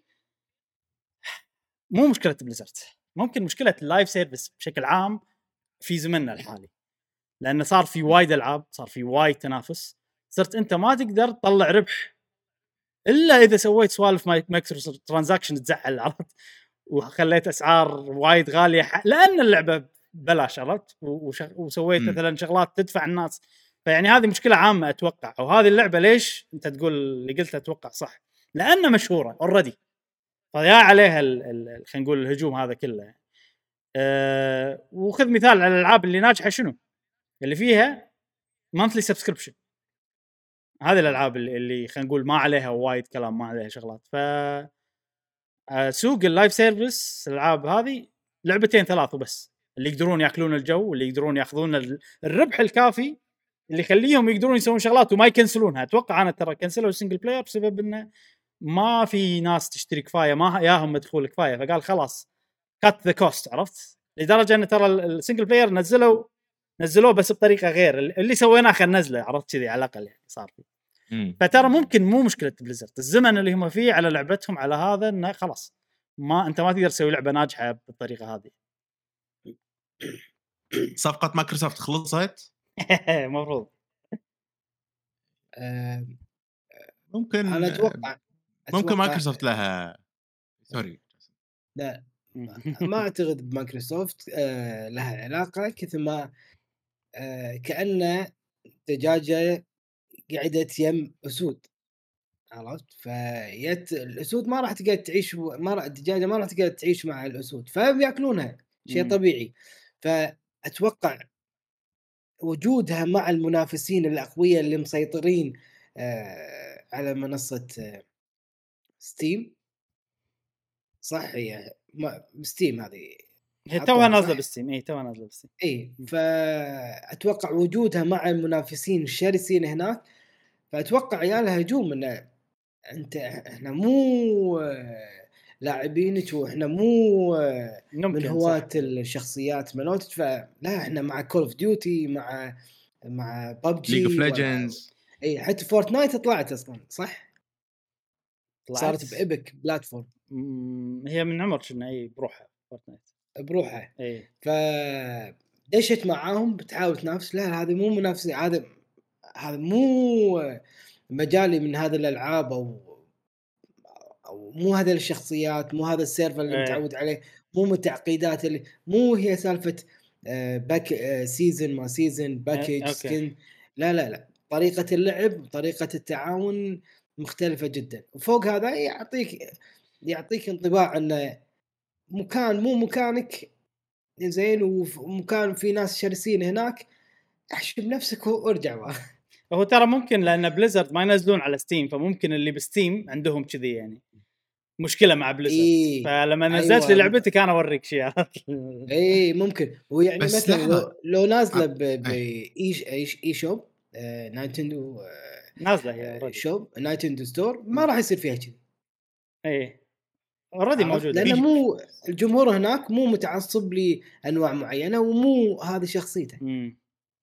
مو مشكله بليزرد، ممكن مشكله اللايف سيرفيس بشكل عام في زمننا الحالي، لأنه صار في وايد ألعاب، صار في وايد تنافس، صرت أنت ما تقدر تطلع ربح إلا إذا سويت سوالف مايكرو ترانزاكشن تزعل، عرفت، وخليت أسعار وايد غالية لأن اللعبة بلاش، عرفت، وسويت م. مثلا شغلات تدفع الناس. فيعني هذه مشكلة عامة أتوقع. أو هذه اللعبة ليش أنت تقول اللي قلت أتوقع صح، لأنها مشهورة أوريدي، فيا عليها خلينا نقول الهجوم هذا كله. أه وخذ مثال على الألعاب اللي ناجحة شنو اللي فيها monthly subscription، هذه الألعاب اللي خلينا نقول ما عليها وايد كلام، ما عليها شغلات. ف سوق اللايف سيرفيس الألعاب هذه لعبتين ثلاث وبس اللي يقدرون يأكلون الجو، واللي يقدرون يأخذون الربح الكافي اللي يخليهم يقدرون يسوون شغلات وما يكنسلونها. أتوقع أنا ترى كنسلوا السنجل بلاير بسبب إنه ما في ناس تشتري كفاية، ما ياهم مدخول كفاية، فقال خلاص cut the cost، عرفت، لدرجة أن ترى السنجل بلاير نزلوا نزلوه بس بطريقه غير اللي سويناه، خلينا ننزله، عرفت كذي على الاقل يعني صار فيه. فترى ممكن مو مشكله بليزرد الزمن اللي هم فيه على لعبتهم على هذا، انه خلاص ما انت ما تقدر تسوي لعبه ناجحه بالطريقه هذه. صفقه مايكروسوفت خلصت المفروض أه ممكن انا اتوقع ممكن مايكروسوفت لها سوري لا ما اعتقد بمايكروسوفت أه لها علاقه كثر ما أه كأنه دجاجه قعدت يم اسود، عرفت، فيت الاسود ما راح تقدر تعيش، ما راح الدجاجه ما راح تقدر تعيش مع الاسود، فبياكلونها شيء طبيعي. فاتوقع وجودها مع المنافسين الاقوياء اللي مسيطرين آه على منصه آه ستيم، صح، هي ستيم هذه هي توها نازله بستيم، اي توها نازله بستيم، اي فاتوقع وجودها مع المنافسين الشرسين هناك، فاتوقع يا لها هجوم انه انت احنا مو لاعبينك واحنا مو من هواة الشخصيات مالوتك، فلا احنا مع كول اوف ديوتي، مع مع ببجي، ليج اوف ليجندز، اي حتى فورتنايت طلعت اصلا، صح، طلعت صارت بإبك بلاتفورم، هي من عمر كنا اي بروحها فورتنايت بروحها، اي فدشت معاهم بتحاول تنافس. لا هذا مو منافسه، هذا هذا مو مجالي من هذه الالعاب، او او مو هذا الشخصيات، مو هذا السيرفر اللي أيه. متعود عليه، مو متعقيدات اللي مو هي سالفه باك سيزن ما سيزن باكيج سكن، لا لا لا طريقه اللعب طريقه التعاون مختلفه جدا. وفوق هذا يعطيك يعطيك انطباع انه مكان مو مكانك زين، ومكان في ناس شرسين هناك، احشب نفسك وارجع بقى. هو ترى ممكن لان بليزرد ما ينزلون على ستيم، فممكن اللي بستيم عندهم كذي يعني مشكله مع بليزرد. إيه فلما نزلت أيوة. لي لعبتك انا اوريك شيء. اي ممكن، ويعني مثلا لو, لو نازله بايش ايش اي شوب آه نايتندو آه نازله هي شوب نايتندو ستور، ما راح يصير فيها كذي. اي اوريدي موجوده، لانه مو الجمهور هناك مو متعصب لانواع معينه، ومو هذه شخصيته. امم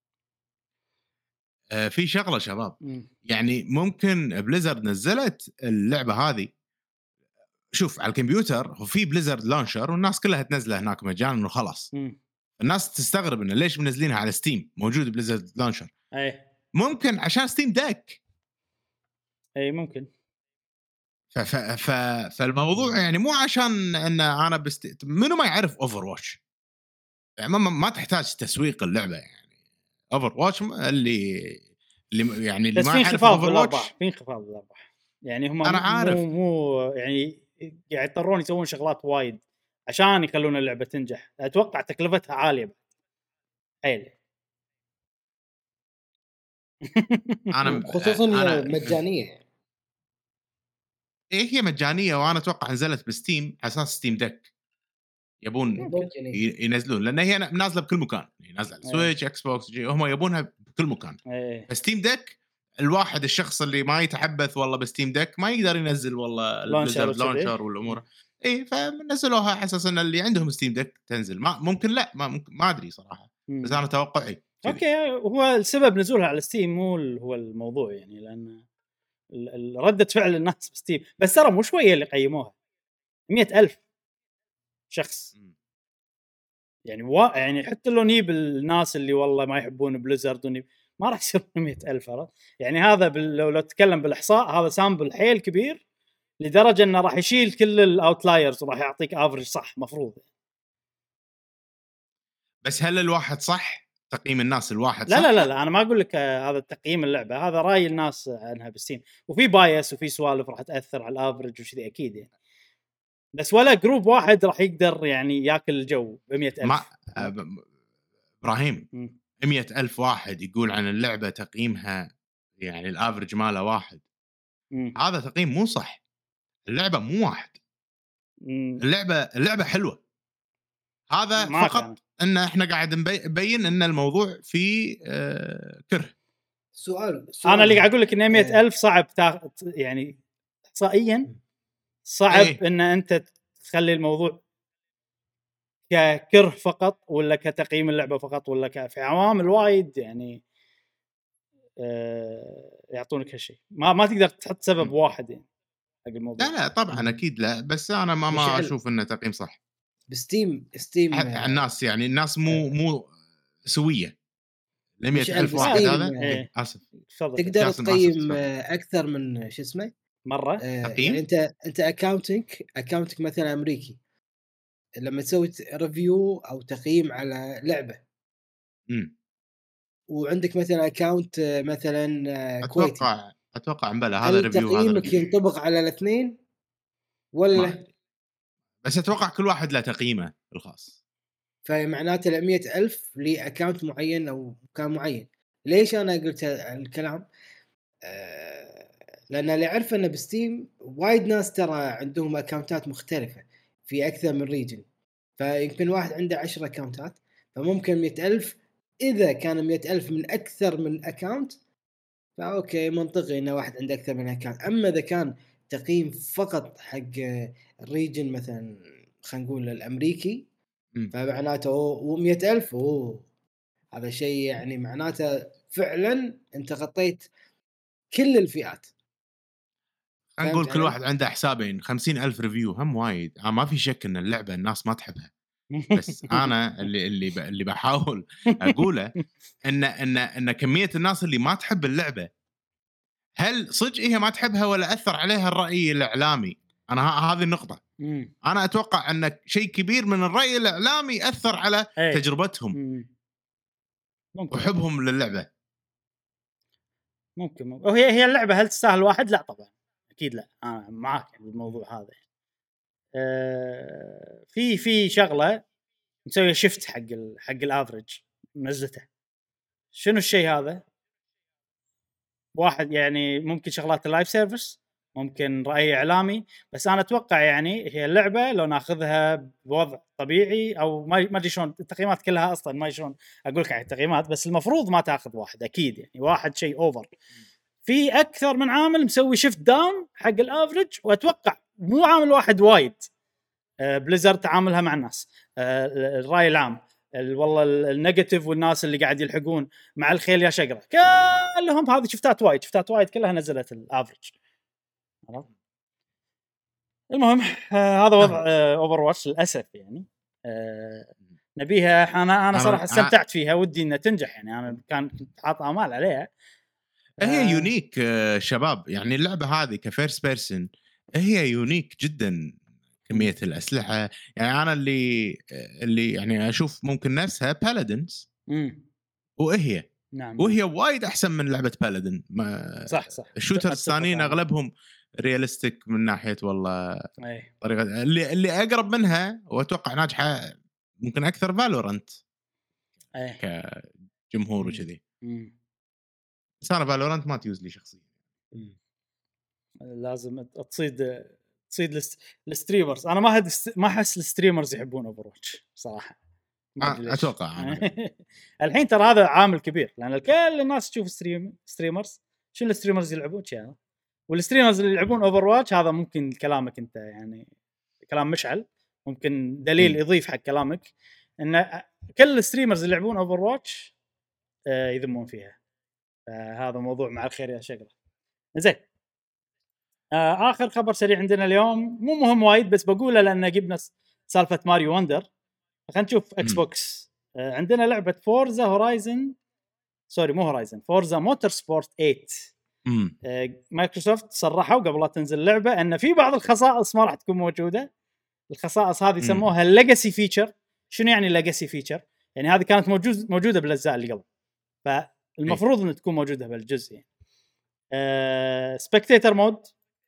آه في شغله شباب، مم. يعني ممكن بليزرد نزلت اللعبه هذه، شوف على الكمبيوتر هو في بليزرد لانشر والناس كلها تنزلها هناك مجانا وخلاص. مم. الناس تستغرب انه ليش منزلينها على ستيم، موجود بليزرد لانشر. اي ممكن عشان ستيم داك، اي ممكن. ف ف ف فالموضوع يعني مو عشان ان انا بست... منو ما يعرف اوفر واتش، يعني ما, ما تحتاج تسويق اللعبه، يعني اوفر واتش اللي اللي يعني اللي ما يعرف اوفر واتش في انخفاض بالارباح. يعني هم أنا عارف. مو مو يعني يعني يضطرون يسوون شغلات وايد عشان يخلون اللعبه تنجح. اتوقع تكلفتها عاليه حيل. انا خصوصا أنا... هي مجانيه. ايه هي مجانيه، وانا اتوقع نزلت بستيم على اساس ستيم ديك يبون ينزلون، لان هي نازله بكل مكان، هي نازله على سويتش اكس بوكس جي، هم يبونها بكل مكان. ستيم ديك الواحد الشخص اللي ما يتحبث والله بستيم ديك ما يقدر ينزل والله البليزرد لونشر والامور. اي فنزلوها على اساس ان اللي عندهم ستيم ديك تنزل. ما ممكن لا ما ممكن ما ادري صراحه، بس انا توقعي اوكي. هو السبب نزولها على ستيم مو هو الموضوع يعني، لان ردة فعل الناس بستيم. بس ترى مو شويه اللي قيموها، مئة ألف شخص يعني وا... يعني حتى لو نجيب الناس اللي والله ما يحبون بليزرد ونيب... ما راح يصير مئة ألف. يعني هذا بال... لو لو تتكلم بالاحصاء هذا سامبل حيل كبير لدرجه انه راح يشيل كل الاوتلايرز وراح يعطيك افرج صح مفروض. بس هل الواحد صح تقييم الناس الواحد لا صح؟ لا لا لا انا ما اقول لك هذا تقييم اللعبه، هذا راي الناس عنها بالسين، وفي بايس وفي سوالف راح تاثر على الافرج وشذي اكيد يعني. بس ولا جروب واحد راح يقدر يعني ياكل الجو ب مئة ألف. ما ابراهيم مئة ألف واحد يقول عن اللعبه تقييمها يعني الافرج ماله واحد. مم. هذا تقييم مو صح. اللعبه مو واحد. مم. اللعبه اللعبه حلوه. هذا فقط كان. ان احنا قاعد نبين ان الموضوع فيه آه كره. سؤال, سؤال انا اللي قاعد اقول لك ان مئة ألف صعب تاخ... يعني احصائيا صعب ايه؟ ان انت تخلي الموضوع ككره فقط ولا كتقييم اللعبه فقط ولا كفي عوامل وايد يعني آه يعطونك هالشيء. ما ما تقدر تحط سبب واحد يعني حق الموضوع. لا لا طبعا اكيد لا، بس انا ما ما اشوف انه تقييم صح. بستيم ستيم الناس يعني الناس مو مو سويه. مئة ألف واحد هذا إيه. اسف تقدر تقيم اكثر من شو اسمه مره آه يعني انت انت اكاونتك اكاونتك مثلا امريكي، لما تسوي ريفيو او تقييم على لعبه امم وعندك مثلا اكاونت مثلا كويتي، اتوقع اتوقع مبلا هذا ريفيو هذا تقييمك ينطبق على الاثنين ولا؟ بس اتوقع كل واحد له تقييمه الخاص. فمعناته ل مئة ألف لاكاونت معين او مكان معين. ليش انا قلت الكلام؟ آه لان اللي عرف انه بستيم وايد ناس ترى عندهم اكاونتات مختلفه في اكثر من ريجن، فيمكن واحد عنده عشرة اكاونتات، فممكن مئة ألف اذا كان مئة ألف من اكثر من اكاونت فاوكي منطقي ان واحد عنده اكثر من اكاونت. اما اذا كان تقييم فقط حق الريجن مثلا خلينا نقول الامريكي فمعناته ومئة ألف اوه هذا شيء يعني معناته فعلا انت غطيت كل الفئات. نقول كل واحد عنده حسابين خمسين ألف ريفيو هم وايد. آه ما في شك ان اللعبه الناس ما تحبها، بس انا اللي اللي اللي بحاول اقوله ان ان ان كميه الناس اللي ما تحب اللعبه هل صدق هي ما تحبها ولا اثر عليها الراي الاعلامي؟ انا هذه النقطه. انا اتوقع ان شيء كبير من الراي الاعلامي اثر على أي. تجربتهم ممكن. وحبهم للعبه ممكن, ممكن. وهي هي اللعبه هل تستاهل واحد؟ لا طبعا اكيد لا. انا معاك بالموضوع هذا. أه في في شغله نسوي شيفت حق ال حق الافرج نزلته. شنو الشيء هذا؟ واحد يعني ممكن شغلات اللايف سيرفيس، ممكن رأي إعلامي، بس أنا أتوقع يعني هي اللعبة لو ناخذها بوضع طبيعي أو ما ما أدري شلون التقييمات كلها أصلاً ما شلون أقول لك عن التقييمات، بس المفروض ما تأخذ واحد أكيد يعني واحد شيء أوفر. في أكثر من عامل مسوي شيفت داون حق الأفريج، وأتوقع مو عامل واحد وايد. أه بليزرد تعاملها مع الناس، أه الرأي العام، والله النيجاتيف والناس اللي قاعد يلحقون مع الخيل يا شقرة كلهم هذه شفتات وايد شفتات وايد كلها نزلت الافريج. المهم آه هذا وضع آه اوفر واتش للاسف يعني. آه نبيها انا انا صراحه استمتعت فيها ودي انها تنجح يعني. انا كان كنت حاط امال عليها. آه هي يونيك آه شباب يعني اللعبه هذه كفيرست بيرسون هي يونيك جدا. كميه الاسلحه يعني انا اللي اللي يعني اشوف ممكن نفسها بالادينز وهي نعم وهي وايد احسن من لعبه بالادين. صح صح. الشوترز الثانيين اغلبهم رياليستيك من ناحيه والله اي طريقه اللي اللي اقرب منها واتوقع ناجحه ممكن اكثر فالورنت اي كجمهور مم. وكذي. مم. بس انا فالورنت ما تيوز لي شخصيا. مم. لازم تصيد تصيد الست- الستريمرز. انا ما هد ما احس الستريمرز يحبون اوفر واتش صراحه، ما أدري آه، ليش. اتوقع انا الحين ترى هذا عامل كبير، لان كل الناس تشوف ستريم ستريمرز. شنو الستريمرز يلعبون شيء، والستريمرز اللي يلعبون اوفر واتش. هذا ممكن كلامك انت يعني كلام مشعل، ممكن دليل م. يضيف حق كلامك ان كل الستريمرز اللي يلعبون اوفر واتش آه يذمون فيها. فهذا موضوع مع الخير يا شقره. زين آه اخر خبر سريع عندنا اليوم، مو مهم وايد بس بقوله لان جبنا سالفه ماريو وندر. خلينا نشوف اكس بوكس. آه عندنا لعبه فورزا هورايزن، سوري مو هورايزن، فورزا موتور سبورت ثمانية. امم آه مايكروسوفت صرحوا قبل لا تنزل اللعبه ان في بعض الخصائص ما راح تكون موجوده. الخصائص هذه سموها الليجاسي فيتشر. شنو يعني الليجاسي فيتشر؟ يعني هذه كانت موجود موجوده بالاجزاء اللي قبل، فالمفروض ان تكون موجوده بالجزء يعني. أه سبكتيتر مود،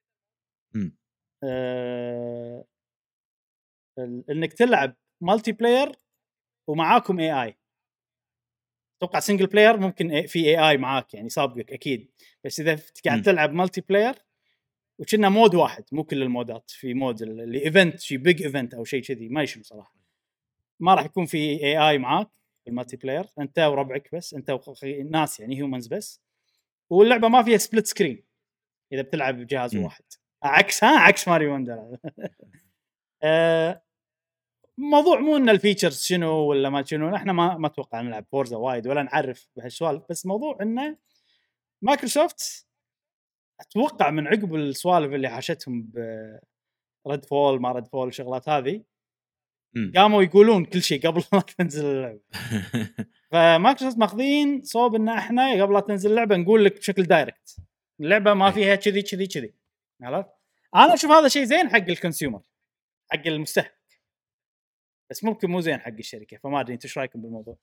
أه انك تلعب مالتي بلاير ومعاكم اي اي. اتوقع سنجل بلاير ممكن في اي اي معاك يعني سابقك اكيد، بس اذا قاعد م. تلعب مالتي بلاير وكنا مود واحد، مو كل المودات، في مود اللي ايفنت شي بيج ايفنت او شيء كذي ما يشوف صراحه، ما راح يكون في اي اي معاك في المالتي بلاير، انت وربعك بس، انت والناس يعني هيومنز بس. واللعبه ما فيها سبليت سكرين اذا بتلعب بجهاز م. واحد، عكس ها عكس ماريو وندر. أه موضوع مو ان الفيتشرز شنو ولا ما شنو، احنا ما ما اتوقع نلعب فورزا وايد ولا نعرف بهالسوالف، بس موضوع انه مايكروسوفت اتوقع من عقب السوالف اللي حاشتهم بريد فول ما ريد فول الشغلات هذه قاموا يقولون كل شيء قبل ما تنزل اللعبه. فمايكروسوفت ماخذين صوب ان احنا قبل لا تنزل اللعبه نقول لك بشكل دايركت اللعبه ما فيها كذي كذي كذي. عرفت؟ انا اشوف هذا شيء زين حق الكونسيومر، حق المستهلك، بس ممكن مو زين حق الشركه. فما ادري انت ايش رايكم بالموضوع؟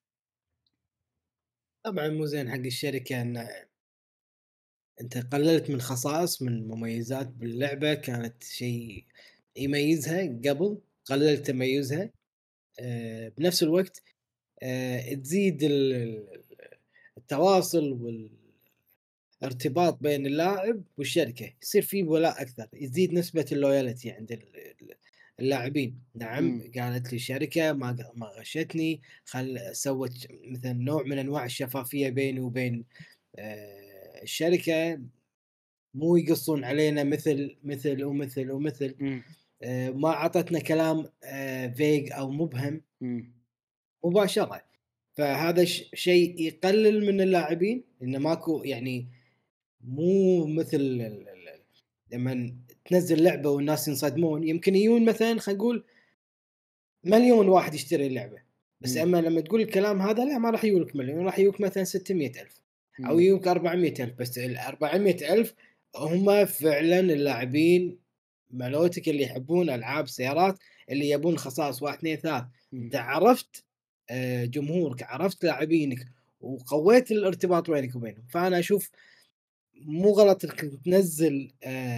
طبعا مو زين حق الشركه ان انت قللت من خصائص من مميزات باللعبه كانت شيء يميزها قبل، قللت تميزها. أه بنفس الوقت أه تزيد التواصل والارتباط بين اللاعب والشركه، يصير فيه ولاء اكثر، يزيد نسبه اللويالتي عند اللاعبين. نعم م. قالت لي الشركه ما ما غشتني، خل سوت مثلا نوع من انواع الشفافيه بيني وبين أه الشركه، مو يقصون علينا مثل مثل ومثل ومثل. آه ما عطتنا كلام آه فيج او مبهم م. مباشره. فهذا شيء يقلل من اللاعبين، انه ماكو يعني مو مثل لما تنزل لعبه والناس ينصدمون، يمكن يجون مثلا خلينا نقول مليون واحد يشتري اللعبه، بس م. اما لما تقول الكلام هذا لا ما راح يجولك مليون، راح يجوك مثلا ستمية ألف او يجوك أربعمية ألف. بس ال أربعمية ألف هم فعلا اللاعبين مالوتك اللي يحبون العاب سيارات، اللي يبون خصائص واحد اثنين ثلاث. انت عرفت جمهورك، عرفت لاعبينك، وقويت الارتباط بينك وبينهم. فانا اشوف مو غلط انك تنزل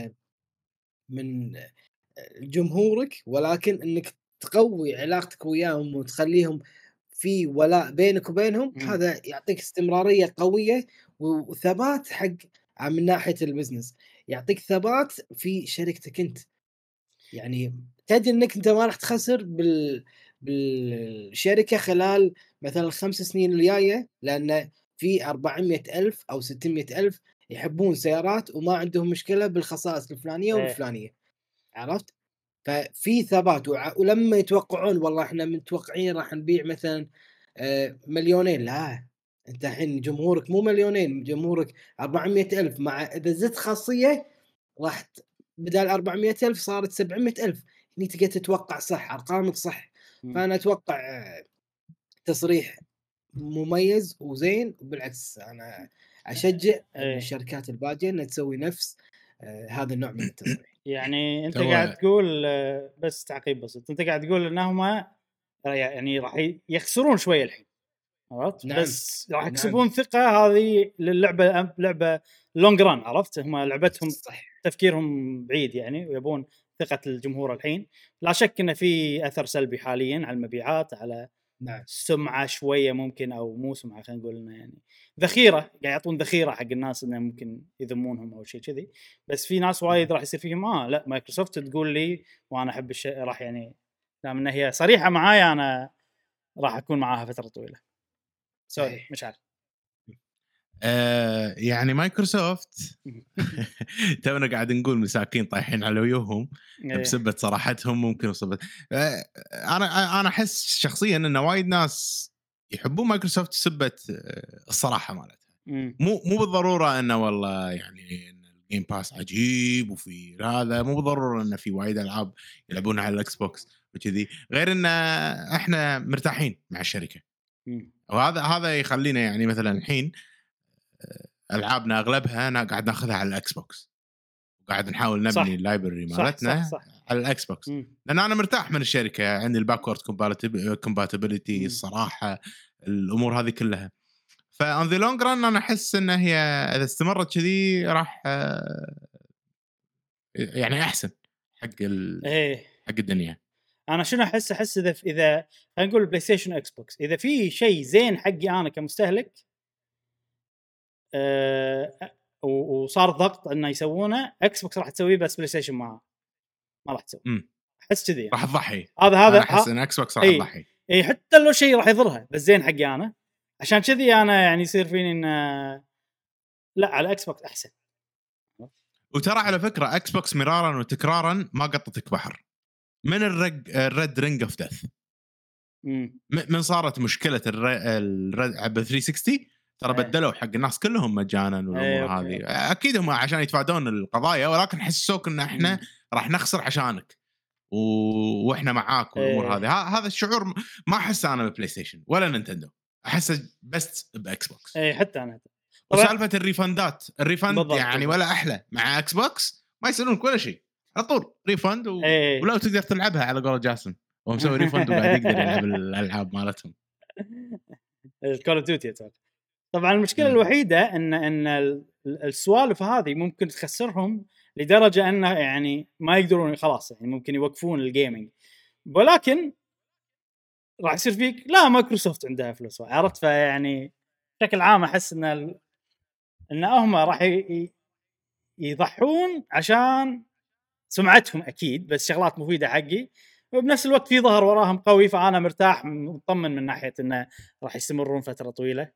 من جمهورك، ولكن انك تقوي علاقتك وياهم وتخليهم في ولاء بينك وبينهم. م. هذا يعطيك استمرارية قوية وثبات حق من ناحية البزنس، يعطيك ثبات في شركتك انت. يعني تدري انك انت ما راح تخسر بال بالشركة خلال مثلا الخمس سنين الجاية، لان في أربعمية ألف او ستمية ألف يحبون سيارات وما عندهم مشكلة بالخصائص الفلانية والفلانية. عرفت؟ ففي ثبات. ولما يتوقعون والله احنا متوقعين راح نبيع مثلا مليونين، لا انت الحين جمهورك مو مليونين، جمهورك أربعمية ألف، مع اذا زدت خاصية راح بدال أربعمية ألف صارت سبعمية ألف. هني تقدر تتوقع صح، ارقامك صح. فانا اتوقع تصريح مميز وزين، وبالعكس انا اشجع الشركات الباقيه انها تسوي نفس هذا النوع من التصريح. يعني انت قاعد تقول بس تعقيب بسيط، انت قاعد تقول انهم يعني راح يخسرون شويه الحين، عرفت؟ نعم. بس راح يكسبون نعم. ثقه هذه للعبه، لعبه لونج ران، عرفت؟ هم لعبتهم صح. تفكيرهم بعيد يعني ويبون ثقة الجمهور الحين. لا شك إن في أثر سلبي حاليا على المبيعات، على نعم سمعة شوية ممكن أو مو سمعة، خلينا نقول إنه يعني ذخيرة، قاعد يعطون ذخيرة حق الناس إنه ممكن يذمونهم أو شيء كذي. بس في ناس وايد راح يصير فيهم آه لا مايكروسوفت تقول لي وأنا أحب الشيء، راح يعني دام إن هي صريحة معايا أنا راح أكون معاها فترة طويلة. سوري مش عارف. آه يعني مايكروسوفت تونا قاعد نقول مساكين طايحين على ويوهم بسبة صراحتهم ممكن وصبت. آه انا انا احس شخصيا ان وايد ناس يحبون مايكروسوفت بسبة الصراحه مالتها. مو مو بالضروره انه والله يعني ان الجيم باس عجيب وفي هذا، مو بالضروره انه في وايد العاب يلعبونها على الاكس بوكس وكذي، غير ان احنا مرتاحين مع الشركه. وهذا هذا يخلينا يعني مثلا الحين العابنا اغلبها انا قاعد ناخذها على الاكس بوكس وقاعد نحاول نبني اللايبرري مالتنا على الاكس بوكس، لان انا مرتاح من الشركه، عندي الباكورد كومباتيبلتي الصراحه الامور هذه كلها. فان ذا لونج ران انا احس ان هي اذا استمرت كذي راح يعني احسن حق ال... ايه حق الدنيا. انا شنو احس احس اذا اذا خلينا نقول بلاي ستيشن اكس بوكس اذا في شيء زين حقي انا كمستهلك أه وصار ضغط انه يسوونه، اكس بوكس راح تسويه بس بلاي ستيشن ما ما راح تسوي. احس كذي راح تضحي. هذا هذا احس ان اكس بوكس راح تضحي. اي اي حتى لو شيء راح يضرها بس زين حقي انا، عشان كذي انا يعني يصير فيني ان لا على اكس بوكس احسن. وترى على فكره اكس بوكس مرارا وتكرارا ما قطتك بحر من الرج الريد رينج اوف ديث. من صارت مشكله الريد عب ثلاثمية وستين ترى بدلوا حق الناس كلهم مجانا والامور هذه. اكيد هم عشان يتفادون القضايا، ولكن حسوك ان احنا راح نخسر عشانك و... واحنا معاك والامور هذه. هذا الشعور ما احس انا ببلاي ستيشن ولا نينتندو، احسه بس باكس بوكس. اي حتى انا وسالفه الريفندات الريفند يعني بالضبط. ولا احلى مع اكس بوكس ما يسالونك ولا شيء، على طول ريفند و... ولو تقدر تلعبها على قول جاسم هو مسوي ريفند وقاعد يقدر يلعب الالعاب مالتهم الكول اوف ديوتي. طبعا المشكله م. الوحيده ان ان السوالف هذه ممكن تخسرهم لدرجه انه يعني ما يقدرون خلاص يعني ممكن يوقفون الجيمنج، ولكن راح يصير فيك لا مايكروسوفت عندها فلوس عرفت. فيعني بشكل عام احس ان ال... ان هم راح ي... يضحون عشان سمعتهم اكيد، بس شغلات مفيده حقي وبنفس الوقت في ظهر وراهم قوي، فانا مرتاح مطمن من ناحيه انه راح يستمرون فتره طويله.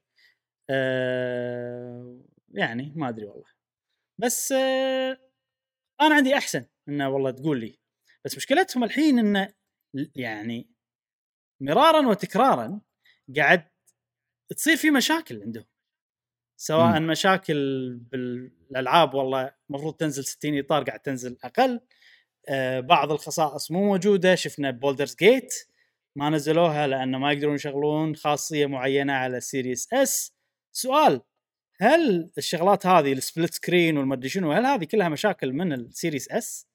أه يعني ما ادري والله، بس أه انا عندي احسن انه والله تقول لي. بس مشكلتهم الحين انه يعني مرارا وتكرارا قاعد تصير في مشاكل عندهم، سواء م. مشاكل بالالعاب والله مفروض تنزل ستين اطار قاعد تنزل اقل، أه بعض الخصائص مو موجوده. شفنا بولدرز جيت ما نزلوها لانه ما يقدرون يشغلون خاصيه معينه على سيريس اس. سؤال، هل الشغلات هذه السبليت سكرين والمدري شنو هل هذه كلها مشاكل من السيريس اس؟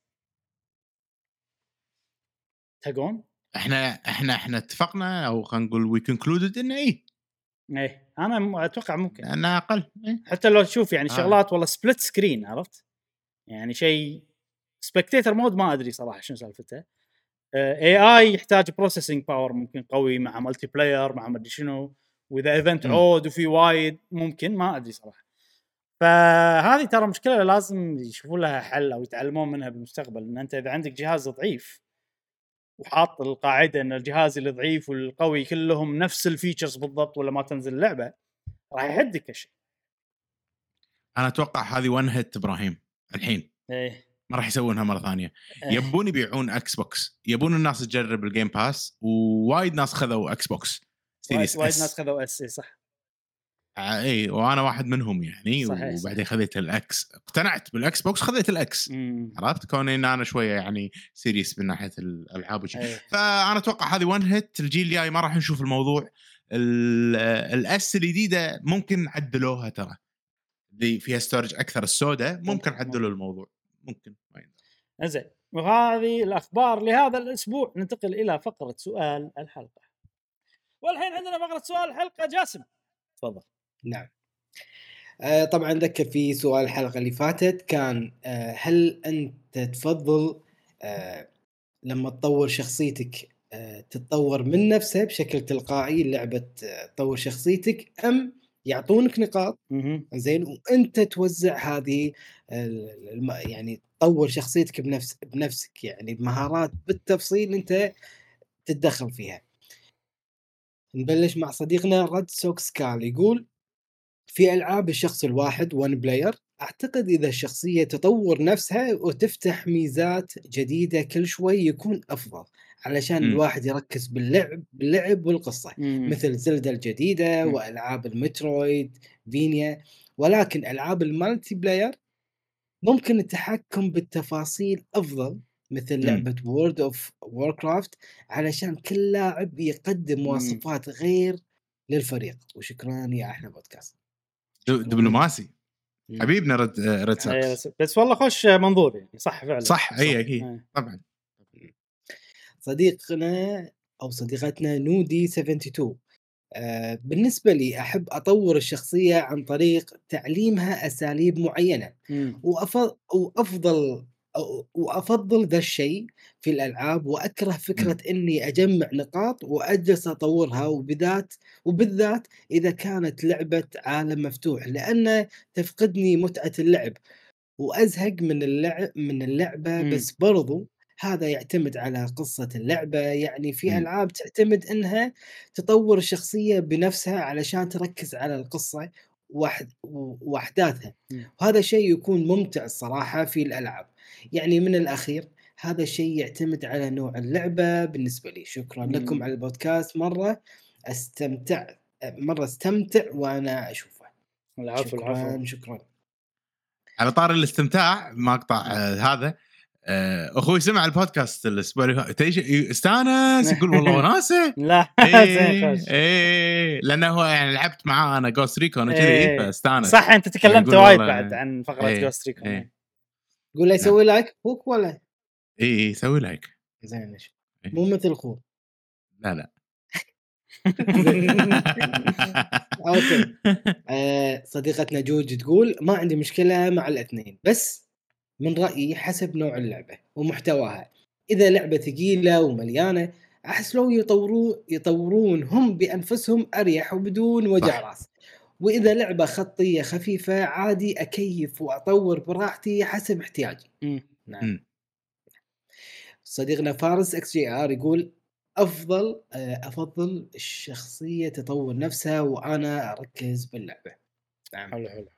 تقون احنا احنا احنا اتفقنا او خلينا نقول وي كونكلودد انه ايه ايه انا اتوقع ممكن انا اقل إيه؟ حتى لو تشوف يعني شغلات آه. والله سبليت سكرين عرفت يعني شيء سبكتيتر مود ما ادري صراحه شنو سالفته. اي اي يحتاج بروسيسنج باور ممكن قوي مع ملتي بلاير مع مدري شنو، واذا ايفنت عود وفي وايد ممكن ما ادري صراحه. فهذه ترى مشكله لازم يشوفوا لها حل او يتعلمون منها بالمستقبل. ان انت اذا عندك جهاز ضعيف وحاط القاعده ان الجهاز اللي ضعيف والقوي كلهم نفس الفيتشرز بالضبط ولا ما تنزل اللعبه راح يحدك الشيء. انا اتوقع هذه ون هيت ابراهيم الحين ايه ما راح يسوونها مره ثانيه. يبون يبيعون اكس بوكس، يبون الناس تجرب الجيم باس، ووايد ناس خذوا اكس بوكس سيريس وايد ناس خذوا اس. صح اي وانا واحد منهم يعني. صحيح وبعدين خذيت الاكس، اقتنعت بالاكس بوكس خذيت الاكس. مم. عرفت كوني ان انا شويه يعني سيريس من ناحيه الالعاب وشي. فانا اتوقع هذه ون هيت. الجيل الجاي ما راح نشوف الموضوع. الاس الجديده ممكن عدلوها ترى دي فيها ستورج اكثر السوداء ممكن عدلوا الموضوع ممكن ما يندر. زين وهذه الاخبار لهذا الاسبوع. ننتقل الى فقره سؤال الحلقه، والحين عندنا فقره سؤال الحلقه. جاسم تفضل. نعم آه طبعا ذكر في سؤال الحلقة اللي فاتت كان آه هل أنت تفضل آه لما تطور شخصيتك آه تتطور من نفسها بشكل تلقائي اللعبة آه تطور شخصيتك أم يعطونك نقاط زين وأنت توزع هذه الم... يعني تطور شخصيتك بنفس بنفسك يعني بمهارات بالتفصيل أنت تتدخل فيها. نبلش مع صديقنا رد سوكس كال يقول في ألعاب الشخص الواحد وان بلاير أعتقد إذا الشخصية تطور نفسها وتفتح ميزات جديدة كل شوي يكون أفضل علشان م. الواحد يركز باللعب باللعب والقصة مم. مثل زلدة الجديدة م. وألعاب المترويد فينيا. ولكن ألعاب المالتي بلاير ممكن التحكم بالتفاصيل أفضل مثل م. لعبة وورد أوف ووركرافت علشان كل لاعب يقدم مم. مواصفات غير للفريق. وشكرا يا أحلى بودكاست. دو- دبلوماسي مم. حبيبنا رد رد إيه، ساكس. بس, بس والله خوش منظور يعني صح فعلا صح اي اكيد إيه. طبعا. صديقنا أو صديقتنا نودي سبعة وسبعين آه بالنسبة لي أحب أطور الشخصية عن طريق تعليمها أساليب معينة مم. وأفضل وأفضل أو- وأفضل ذا الشيء في الألعاب وأكره فكرة إني أجمع نقاط وأجلس أطورها وبذات وبالذات إذا كانت لعبة عالم مفتوح لأن تفقدني متعة اللعب وأزهق من اللعب من اللعبة. مم. بس برضو هذا يعتمد على قصة اللعبة يعني في مم. ألعاب تعتمد إنها تطور الشخصية بنفسها علشان تركز على القصة وأحد وأحداثها مم. وهذا شيء يكون ممتع الصراحة في الألعاب. يعني من الأخير هذا الشيء يعتمد على نوع اللعبة بالنسبة لي. شكرا مم. لكم على البودكاست مرة استمتع مرة استمتع وأنا أشوفه. العفو العفو. شكرا شكرا. على طار الاستمتاع مقطع آه هذا آه اخوي سمع البودكاست الاسبوع اللي فات تيجي استانس يقول والله وناسه. لا زين ايه خوش ايه لانه هو يعني لعبت معاه انا جوست ريكون وكذي إيه. فاستانس. صح انت تكلمت يقول وايد والله- بعد عن فقره إيه. جوست ريكون إيه. قول له يسوي لايك اخوك ولا اي اي سوي لايك. زين ماشي إيه. مو مثل اخوه. لا لا اوكي آه صديقتنا جوج تقول ما عندي مشكله مع الاثنين بس من رايي حسب نوع اللعبه ومحتواها. اذا لعبه ثقيله ومليانه احس لو يطورون يطورون هم بانفسهم اريح وبدون وجع صح. راس. واذا لعبه خطيه خفيفه عادي اكيف واطور براحتي حسب احتياجي. مم. نعم. مم. صديقنا فارس اكس جي ار يقول افضل آه، افضل الشخصيه تطور نفسها وانا اركز باللعبه. نعم. حلو حلو.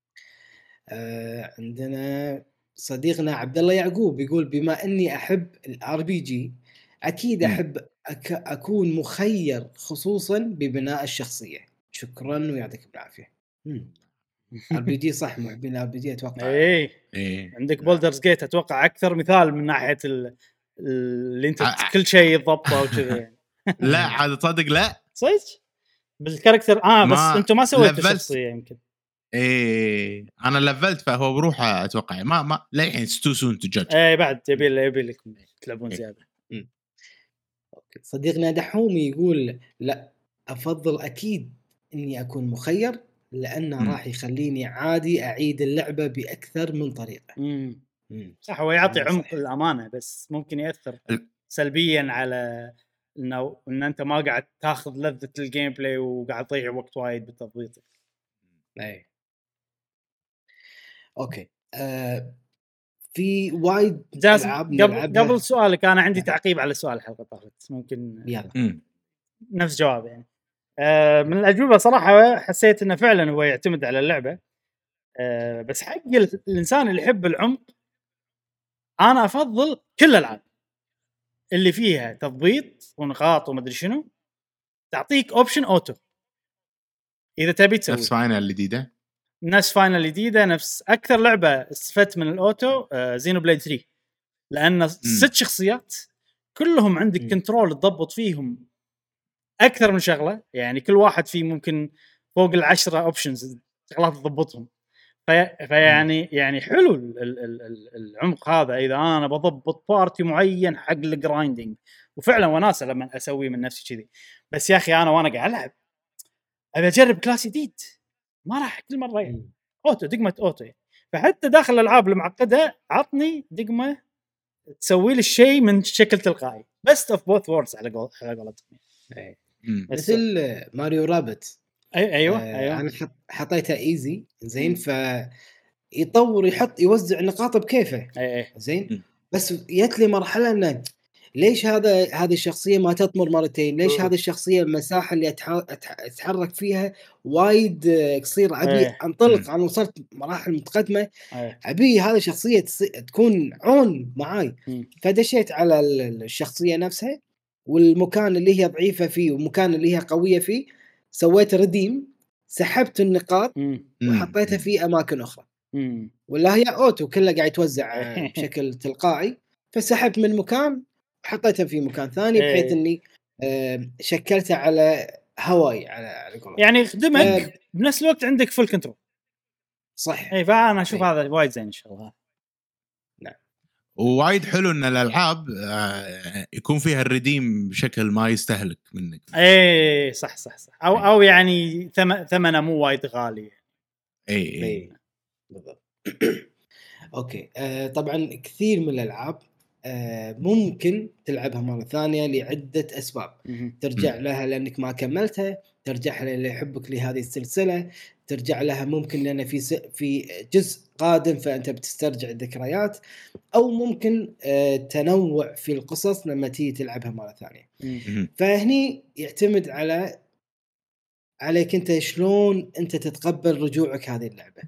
آه عندنا صديقنا عبد الله يعقوب يقول بما اني احب الار بي جي اكيد مم. احب أك اكون مخير خصوصا ببناء الشخصيه. شكرا ويعطيك العافيه. ار بي جي صح محبين الار بي جي اتوقع. ايه ايه عندك بولدرز جيت اتوقع اكثر مثال من ناحيه ال... اللي انت ع- كل شيء ضبطه وكذا يعني. لا عاد تصدق لا صدق بالكاركتر اه بس ما انتم ما سويتوا لفلت. الشخصيه يمكن. ايه انا لفلت فهو بروحه اتوقع ما ما للحين تو سون تو جادج. ايه بعد يبي يبي لكم تلعبون إيه. زياده. أوكي. صديقنا دحومي يقول لا افضل اكيد اني اكون مخير لانه مم. راح يخليني عادي اعيد اللعبه باكثر من طريقه. امم مم. صح هو يعطي صح. عمق الامانه بس ممكن ياثر ال- سلبيا على انه ان انت ما قاعد تاخذ لذه الجيم بلاي وقاعد تضيع وقت وايد بالتضبيط. اي اوكي آه في وايد جاسم العاب قبل نلعبها. قبل سؤالك انا عندي نعم. تعقيب على سؤال الحلقه طافت ممكن يلا مم. نفس جواب يعني. آه من الاجوبه صراحه حسيت انه فعلا هو يعتمد على اللعبه. آه بس حق الانسان اللي يحب العمق انا افضل كل الالعاب اللي فيها تضبيط ونقاط وما ادري شنو تعطيك اوبشن اوتو اذا تبي تسوي نفس فاينل الجديده نفس فاينل الجديده نفس اكثر لعبه استفدت من الاوتو آه زينو بليد ثري لان ست شخصيات كلهم عندك مم. كنترول تضبط فيهم اكثر من شغله يعني كل واحد فيه ممكن فوق العشرة اوبشنز شغلات تضبطهم. في... فيعني يعني حلو ال... ال... ال... العمق هذا اذا انا بضبط بارتي معين حق الجرايندنج وفعلا وناسه لما اسوي من نفسي كذي. بس يا اخي انا وانا قاعد العب ابي اجرب كلاس جديد ما راح كل مره يعني اوتو دقمه اوتو يعني. فحتى داخل الالعاب المعقده عطني دقمه تسوي لي الشيء من شكل تلقائي بست اوف بوث ووردز على قول على قولتهم. مثل ماريو رابت. أي ايوه آه ايوه انا حطيتها ايزي زين، ف يطور يحط يوزع نقاط بكيفه. اي اي زين، بس جت لي مرحله انه ليش هذا هذه الشخصيه ما تطمر مرتين؟ ليش هذه الشخصيه المساحه اللي اتحرك فيها وايد قصيره؟ ابي أيه. انطلق، انا وصلت مراحل متقدمه أيه. ابي هذه الشخصيه تكون عون معاي. فدشيت على الشخصيه نفسها والمكان اللي هي ضعيفه فيه والمكان اللي هي قويه فيه، سويت رديم، سحبت النقاط وحطيتها في اماكن اخرى. مم. ولا هي اوتو كله قاعد يتوزع بشكل تلقائي، فسحبت من مكان وحطيتها في مكان ثاني بحيث اني شكلتها على هواي على يعني خدمك آه بنفس الوقت عندك فول كنترول. صح. اي فانا اشوف هذا وايد زين ان شاء الله. نعم. ووايد حلو ان الالعاب يكون فيها الريديم بشكل ما يستهلك منك. اي صح صح صح او او يعني ثمنه مو وايد غالي. اي اي بالضبط. اوكي آه طبعا كثير من الالعاب آه ممكن تلعبها مره ثانيه لعده اسباب. ترجع لها لانك ما كملتها، ترجع لها لحبك لهذه السلسله، ترجع لها ممكن لان في س... في جزء قادم فانت بتسترجع الذكريات، او ممكن آه تنوع في القصص لما تيجي تلعبها مره ثانيه. فهني يعتمد على عليك انت شلون انت تتقبل رجوعك هذه اللعبه.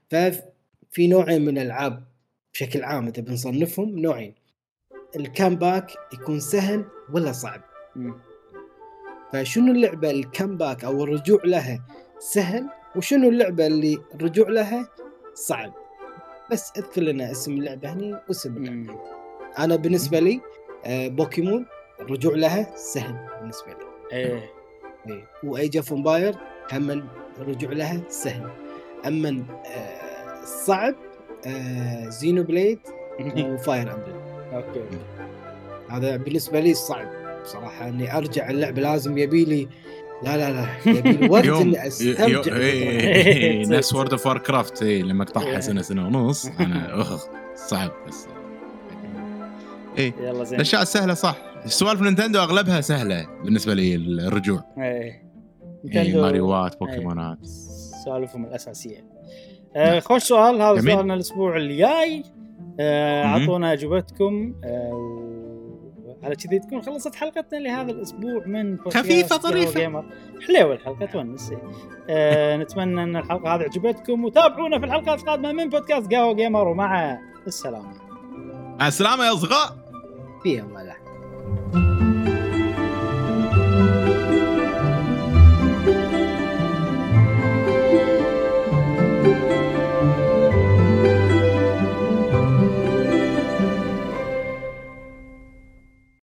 ففي نوعين من الالعاب بشكل عام اذا بنصنفهم نوعين، الكامباك يكون سهل ولا صعب. م. فشنو اللعبه الكامباك او الرجوع لها سهل، وشنو اللعبه اللي الرجوع لها صعب؟ بس اذكر لنا اسم اللعبه هني واسم اللعبه. انا بالنسبه لي آه بوكيمون الرجوع لها سهل بالنسبه لي. ايه ايه وايج اوف امباير هم الرجوع لها سهل. اما آه صعب آه زينو بليد وفاير امبلم. اوكي هذا بالنسبه لي صعب بصراحه اني ارجع اللعبه، لازم يبي لي لا لا لا يبي لي وقت اني استرجع. نفس وورد اوف وار كرافت لما قطعها سنه سنه ونص انا اخ صعب. بس ايه يلا زين الاشياء السهله صح. السوالف نينتندو اغلبها سهله بالنسبه لي الرجوع. ايه نينتندو ماريوات بوكيمونات سوالفهم الاساسيه. آه خوش سؤال هذا سؤالنا الاسبوع الجاي. آه اعطونا اجوبتكم آه على كذي تكون خلصت حلقتنا لهذا الاسبوع من خفيفه ظريفه حلوه الحلقه تونس. آه نتمنى ان الحلقه هذه عجبتكم وتابعونا في الحلقات القادمه من بودكاست قهوه جيمر، ومع السلامه. السلامه يا اصدقاء. في امان الله.